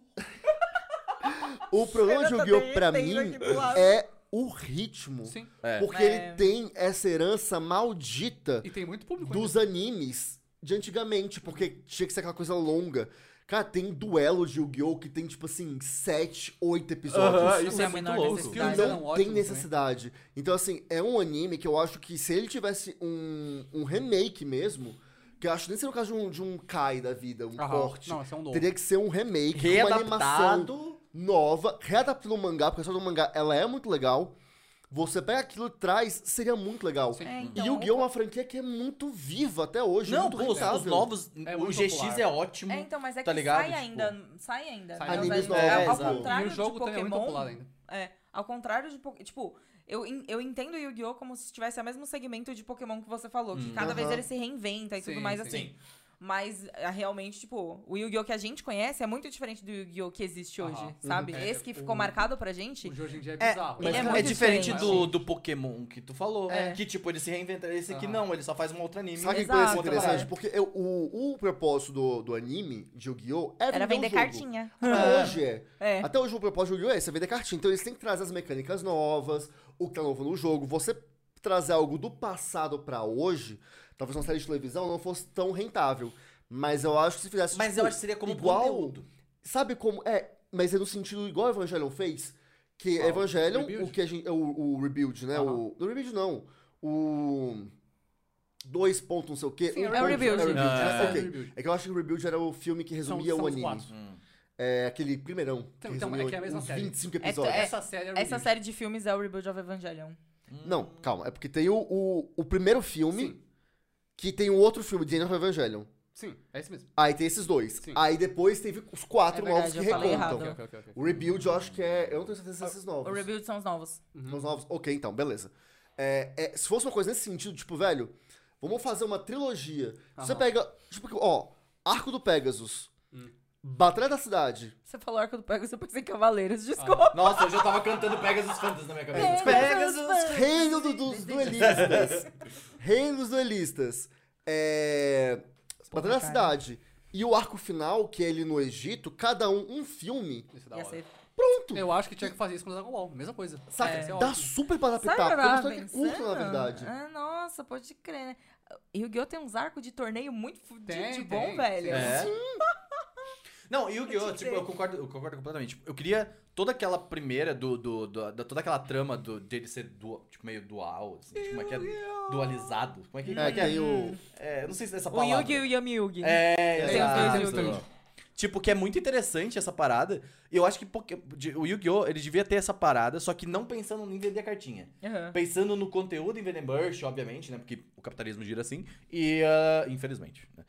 [SPEAKER 4] O problema de
[SPEAKER 3] Eu tô
[SPEAKER 4] Yu-Gi-Oh! pra
[SPEAKER 3] derretendo
[SPEAKER 4] mim
[SPEAKER 3] aqui do lado.
[SPEAKER 4] é o ritmo.
[SPEAKER 2] Sim.
[SPEAKER 1] É.
[SPEAKER 4] Porque
[SPEAKER 3] É.
[SPEAKER 4] ele tem essa herança maldita
[SPEAKER 2] E tem muito público
[SPEAKER 4] dos animes de antigamente, porque tinha que ser aquela coisa longa. Cara, tem duelo de Yu-Gi-Oh! Que tem, tipo assim, sete, oito episódios.
[SPEAKER 1] Aham,
[SPEAKER 3] Não
[SPEAKER 1] isso
[SPEAKER 3] tem
[SPEAKER 1] é
[SPEAKER 3] a
[SPEAKER 1] muito
[SPEAKER 3] menor
[SPEAKER 1] louco.
[SPEAKER 2] Os
[SPEAKER 3] necessidade.
[SPEAKER 2] filmes
[SPEAKER 4] E
[SPEAKER 2] eram
[SPEAKER 4] não
[SPEAKER 2] ótimos
[SPEAKER 4] tem
[SPEAKER 2] também.
[SPEAKER 4] necessidade. Então, assim, é um anime que eu acho que se ele tivesse um, um remake mesmo, que eu acho que nem seria o caso de um, de um Kai da vida, um
[SPEAKER 2] Aham.
[SPEAKER 4] corte.
[SPEAKER 2] Não, esse é um novo.
[SPEAKER 4] Teria que ser um remake, com uma animação
[SPEAKER 1] Readaptado.
[SPEAKER 4] nova, readaptando o mangá, porque a história do mangá ela é muito legal. Você pega aquilo e traz, seria muito legal.
[SPEAKER 2] Sim.
[SPEAKER 3] É,
[SPEAKER 4] E
[SPEAKER 3] então,
[SPEAKER 4] Yu-Gi-Oh! É uma franquia que é muito viva até hoje,
[SPEAKER 1] Não,
[SPEAKER 4] muito
[SPEAKER 1] pô, os,
[SPEAKER 4] rentável.
[SPEAKER 1] os novos,
[SPEAKER 2] É
[SPEAKER 1] o
[SPEAKER 2] muito
[SPEAKER 1] G X
[SPEAKER 2] popular.
[SPEAKER 1] é ótimo.
[SPEAKER 3] É, então, mas é que
[SPEAKER 1] tá ligado?
[SPEAKER 3] sai
[SPEAKER 1] Tipo,
[SPEAKER 3] ainda, sai ainda.
[SPEAKER 2] sai
[SPEAKER 3] né,
[SPEAKER 4] animes
[SPEAKER 3] velho?
[SPEAKER 4] novos,
[SPEAKER 3] É, ao
[SPEAKER 4] exato.
[SPEAKER 3] contrário
[SPEAKER 2] E o jogo
[SPEAKER 3] de
[SPEAKER 2] também é muito
[SPEAKER 3] Pokémon,
[SPEAKER 2] popular ainda.
[SPEAKER 3] é, ao contrário de Pokémon, tipo, eu, en- eu entendo Yu-Gi-Oh! Como se tivesse o mesmo segmento de Pokémon que você falou, que
[SPEAKER 1] Hum.
[SPEAKER 3] cada vez
[SPEAKER 4] Aham.
[SPEAKER 3] ele se reinventa e tudo
[SPEAKER 2] Sim,
[SPEAKER 3] mais
[SPEAKER 2] sim.
[SPEAKER 3] assim. Mas é, realmente, tipo, o Yu-Gi-Oh! Que a gente conhece é muito diferente do Yu-Gi-Oh! Que existe
[SPEAKER 2] Aham.
[SPEAKER 3] hoje,
[SPEAKER 2] Uhum.
[SPEAKER 3] sabe?
[SPEAKER 2] É,
[SPEAKER 3] Esse que
[SPEAKER 2] o-
[SPEAKER 3] ficou marcado pra gente.
[SPEAKER 2] O de hoje em dia é
[SPEAKER 1] É,
[SPEAKER 2] bizarro.
[SPEAKER 1] mas
[SPEAKER 3] Ele é
[SPEAKER 1] é,
[SPEAKER 3] muito
[SPEAKER 1] diferente
[SPEAKER 3] diferente.
[SPEAKER 1] do, do Pokémon que tu falou.
[SPEAKER 3] É.
[SPEAKER 1] Que, tipo, ele se reinventa. Esse aqui
[SPEAKER 2] Aham.
[SPEAKER 1] não, ele só faz um outro anime.
[SPEAKER 4] Sabe que
[SPEAKER 3] Exato,
[SPEAKER 4] coisa interessante?
[SPEAKER 3] é.
[SPEAKER 4] Porque eu- o, o propósito do, do anime de Yu-Gi-Oh! é
[SPEAKER 3] Era
[SPEAKER 4] vender
[SPEAKER 3] vender
[SPEAKER 4] o jogo.
[SPEAKER 3] cartinha.
[SPEAKER 4] Até hoje é.
[SPEAKER 3] É.
[SPEAKER 4] Até hoje o propósito do Yu-Gi-Oh! é esse, é vender cartinha. Então eles têm que trazer as mecânicas novas, o que tá novo no jogo. Você trazer algo do passado pra hoje, talvez uma série de televisão não fosse tão rentável. Mas eu acho que se fizesse,
[SPEAKER 1] Mas
[SPEAKER 4] tipo,
[SPEAKER 1] eu acho que seria como
[SPEAKER 4] igual,
[SPEAKER 1] conteúdo.
[SPEAKER 4] Sabe como... É, mas é no sentido igual o Evangelion fez. Que
[SPEAKER 2] Qual?
[SPEAKER 4] Evangelion,
[SPEAKER 2] Rebuild?
[SPEAKER 4] o que a gente... O, o Rebuild, né?
[SPEAKER 2] Aham.
[SPEAKER 4] O, não, Rebuild não. O... Dois pontos não sei o quê.
[SPEAKER 2] Sim,
[SPEAKER 4] um
[SPEAKER 2] é o
[SPEAKER 4] ponto-
[SPEAKER 3] Rebuild.
[SPEAKER 4] É o Rebuild,
[SPEAKER 1] Ah,
[SPEAKER 4] né?
[SPEAKER 1] é.
[SPEAKER 4] Ok.
[SPEAKER 2] Rebuild.
[SPEAKER 4] É que eu acho que o Rebuild era o filme que
[SPEAKER 2] São-
[SPEAKER 4] resumia
[SPEAKER 2] são
[SPEAKER 4] o
[SPEAKER 2] os
[SPEAKER 4] anime.
[SPEAKER 2] quatro.
[SPEAKER 1] Hum.
[SPEAKER 4] É aquele primeirão. Que
[SPEAKER 2] Então, então, é
[SPEAKER 4] resumiu
[SPEAKER 2] que é a mesma
[SPEAKER 4] uns
[SPEAKER 2] série.
[SPEAKER 4] vinte e cinco
[SPEAKER 3] É-
[SPEAKER 4] episódios.
[SPEAKER 3] é-
[SPEAKER 2] Essa série é
[SPEAKER 3] Essa
[SPEAKER 2] Rebuild.
[SPEAKER 3] série de filmes é o Rebuild of Evangelion.
[SPEAKER 4] Não, calma. É porque tem o, o, o primeiro filme,
[SPEAKER 2] Sim,
[SPEAKER 4] que tem o outro filme, The End of Evangelion.
[SPEAKER 2] sim, é esse mesmo.
[SPEAKER 4] Aí tem esses dois.
[SPEAKER 2] Sim.
[SPEAKER 4] Aí depois teve os quatro
[SPEAKER 3] É verdade,
[SPEAKER 4] novos que
[SPEAKER 3] eu falei
[SPEAKER 4] recontam.
[SPEAKER 3] errado.
[SPEAKER 2] Ok, ok, ok.
[SPEAKER 4] O Rebuild eu acho que é... Eu não tenho certeza desses novos.
[SPEAKER 3] O Rebuild são os novos.
[SPEAKER 4] Os novos. Ok, então, beleza. É, é, se fosse uma coisa nesse sentido, tipo, velho, vamos fazer uma trilogia. Você
[SPEAKER 2] Aham.
[SPEAKER 4] pega, tipo, ó, Arco do Pegasus,
[SPEAKER 2] Hum.
[SPEAKER 4] Batalha da Cidade.
[SPEAKER 3] Você falou Arco do Pegasus, eu pensei em Cavaleiros, desculpa.
[SPEAKER 1] Nossa, eu já tava cantando Pegasus Fantasy na minha cabeça.
[SPEAKER 3] Pegasus
[SPEAKER 4] Reino do- dos Duelistas. Reino dos Duelistas. É, Batalha da
[SPEAKER 3] cara.
[SPEAKER 4] Cidade. E o arco final, que é ele no Egito, cada um um filme.
[SPEAKER 2] Isso é da
[SPEAKER 3] Ia
[SPEAKER 2] hora.
[SPEAKER 3] ser...
[SPEAKER 4] Pronto.
[SPEAKER 2] Eu acho que tinha que fazer isso com o Dragon Ball. Mesma coisa.
[SPEAKER 4] Saca?
[SPEAKER 2] Ia ser
[SPEAKER 4] Dá
[SPEAKER 2] ótimo.
[SPEAKER 4] super pra
[SPEAKER 3] Sabe o
[SPEAKER 4] adaptar.
[SPEAKER 3] que eu
[SPEAKER 4] Porque é uma
[SPEAKER 3] tava
[SPEAKER 4] história que curta, na
[SPEAKER 3] pensando?
[SPEAKER 4] verdade.
[SPEAKER 3] Ah, nossa, pode crer, né? Yu-Gi-Oh! Tem uns arcos de torneio muito fudidos
[SPEAKER 2] Tem,
[SPEAKER 3] de bom,
[SPEAKER 2] tem,
[SPEAKER 3] velho.
[SPEAKER 1] É. Não, e o Yu-Gi-Oh!
[SPEAKER 3] Pode
[SPEAKER 1] Tipo,
[SPEAKER 3] crer.
[SPEAKER 1] eu concordo, eu concordo completamente. Tipo, eu queria toda aquela primeira do. do, do- da, toda aquela trama do, de ele ser du, tipo, meio dual, assim, tipo, como é que é? Dualizado. Como é que, como
[SPEAKER 4] É,
[SPEAKER 1] é, que é?
[SPEAKER 4] tem o...
[SPEAKER 1] É, eu não sei se é essa
[SPEAKER 3] O
[SPEAKER 1] palavra.
[SPEAKER 3] Yugi e o Yami Yugi.
[SPEAKER 1] É,
[SPEAKER 3] Tem os
[SPEAKER 1] exato.
[SPEAKER 3] dois Yugi.
[SPEAKER 1] Tipo, que é muito interessante essa parada. E eu acho que poké- de- o Yu-Gi-Oh! Ele devia ter essa parada, só que não pensando em vender cartinha.
[SPEAKER 3] Aham.
[SPEAKER 1] Pensando no conteúdo em vender merch, obviamente, né? Porque o capitalismo gira assim. E, ah, infelizmente, né?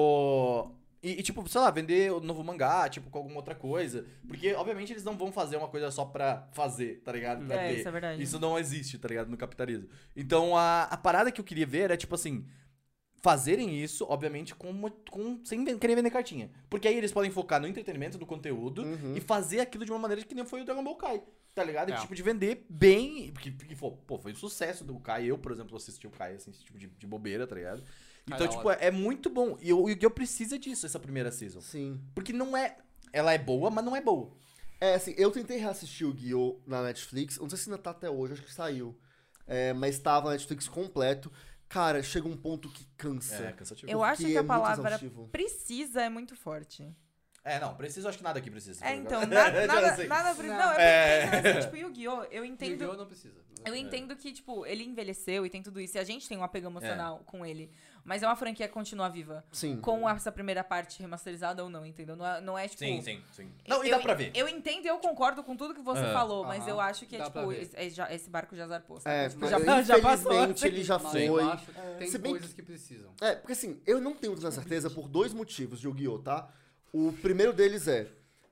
[SPEAKER 1] O... E, e, tipo, sei lá, vender o novo mangá, tipo, com alguma outra coisa. Porque, obviamente, eles não vão fazer uma coisa só pra fazer, tá ligado? Pra
[SPEAKER 3] É,
[SPEAKER 1] ter.
[SPEAKER 3] isso é verdade.
[SPEAKER 1] Isso não existe, tá ligado? No capitalismo. Então, a, a parada que eu queria ver era, tipo assim... Fazerem isso, obviamente, com, uma- com sem ven- querer vender cartinha. Porque aí eles podem focar no entretenimento, no conteúdo,
[SPEAKER 4] Uhum.
[SPEAKER 1] e fazer aquilo de uma maneira que nem foi o Dragon Ball Kai. Tá ligado? E,
[SPEAKER 2] É.
[SPEAKER 1] tipo, de vender bem. Porque, porque pô, foi um sucesso do Kai. Eu, por exemplo, assisti o Kai, assim, esse tipo de, de bobeira, tá ligado? Então,
[SPEAKER 2] da
[SPEAKER 1] tipo,
[SPEAKER 2] hora.
[SPEAKER 1] é, é muito bom. E o o Yu-Gi-Oh! Precisa disso, essa primeira season.
[SPEAKER 4] Sim.
[SPEAKER 1] Porque não é. Ela é boa, mas não é boa.
[SPEAKER 4] É, assim, eu tentei reassistir o Guio na Netflix. Não sei se ainda tá até hoje, acho que saiu. É, mas tava na Netflix completo. Cara, chega um ponto que cansa.
[SPEAKER 1] É, cansativo.
[SPEAKER 3] Eu
[SPEAKER 4] Porque
[SPEAKER 3] acho que
[SPEAKER 4] é
[SPEAKER 3] a
[SPEAKER 4] muito
[SPEAKER 3] palavra
[SPEAKER 4] exaustivo.
[SPEAKER 3] precisa é muito forte.
[SPEAKER 1] É, não, precisa, acho que nada aqui precisa.
[SPEAKER 3] É,
[SPEAKER 1] tá
[SPEAKER 3] então,
[SPEAKER 1] ligado?
[SPEAKER 3] nada,
[SPEAKER 1] Já
[SPEAKER 3] nada,
[SPEAKER 1] sei.
[SPEAKER 3] nada precisa.
[SPEAKER 2] Não.
[SPEAKER 3] Não, eu
[SPEAKER 1] É.
[SPEAKER 3] fico pensando assim, tipo, Yu-Gi-Oh! Eu
[SPEAKER 2] Yu-Gi-Oh!
[SPEAKER 3] entendo.
[SPEAKER 2] não precisa.
[SPEAKER 3] Eu entendo que, tipo, ele envelheceu e tem tudo isso. E a gente tem um apego
[SPEAKER 1] É.
[SPEAKER 3] emocional com ele. Mas é uma franquia que continua viva.
[SPEAKER 4] Sim.
[SPEAKER 3] Com essa primeira parte remasterizada ou não, entendeu? Não é, não é tipo.
[SPEAKER 1] Sim, sim, sim. Não, e
[SPEAKER 3] eu,
[SPEAKER 1] dá pra ver.
[SPEAKER 3] Eu entendo e eu concordo com tudo que você
[SPEAKER 1] Aham.
[SPEAKER 3] falou, mas
[SPEAKER 2] Aham.
[SPEAKER 3] eu acho que é,
[SPEAKER 2] Dá pra
[SPEAKER 3] tipo,
[SPEAKER 2] ver.
[SPEAKER 3] esse, é já- esse barco já zarpou, sabe?
[SPEAKER 4] É,
[SPEAKER 3] Tipo,
[SPEAKER 4] mas
[SPEAKER 3] já,
[SPEAKER 4] infelizmente
[SPEAKER 3] já passou. assim.
[SPEAKER 4] ele já
[SPEAKER 2] Mas
[SPEAKER 4] foi.
[SPEAKER 2] eu acho que tem
[SPEAKER 4] Se bem
[SPEAKER 2] coisas que precisam.
[SPEAKER 4] É, porque assim, eu não tenho tanta certeza por dois motivos de Yu-Gi-Oh, tá? O primeiro deles é,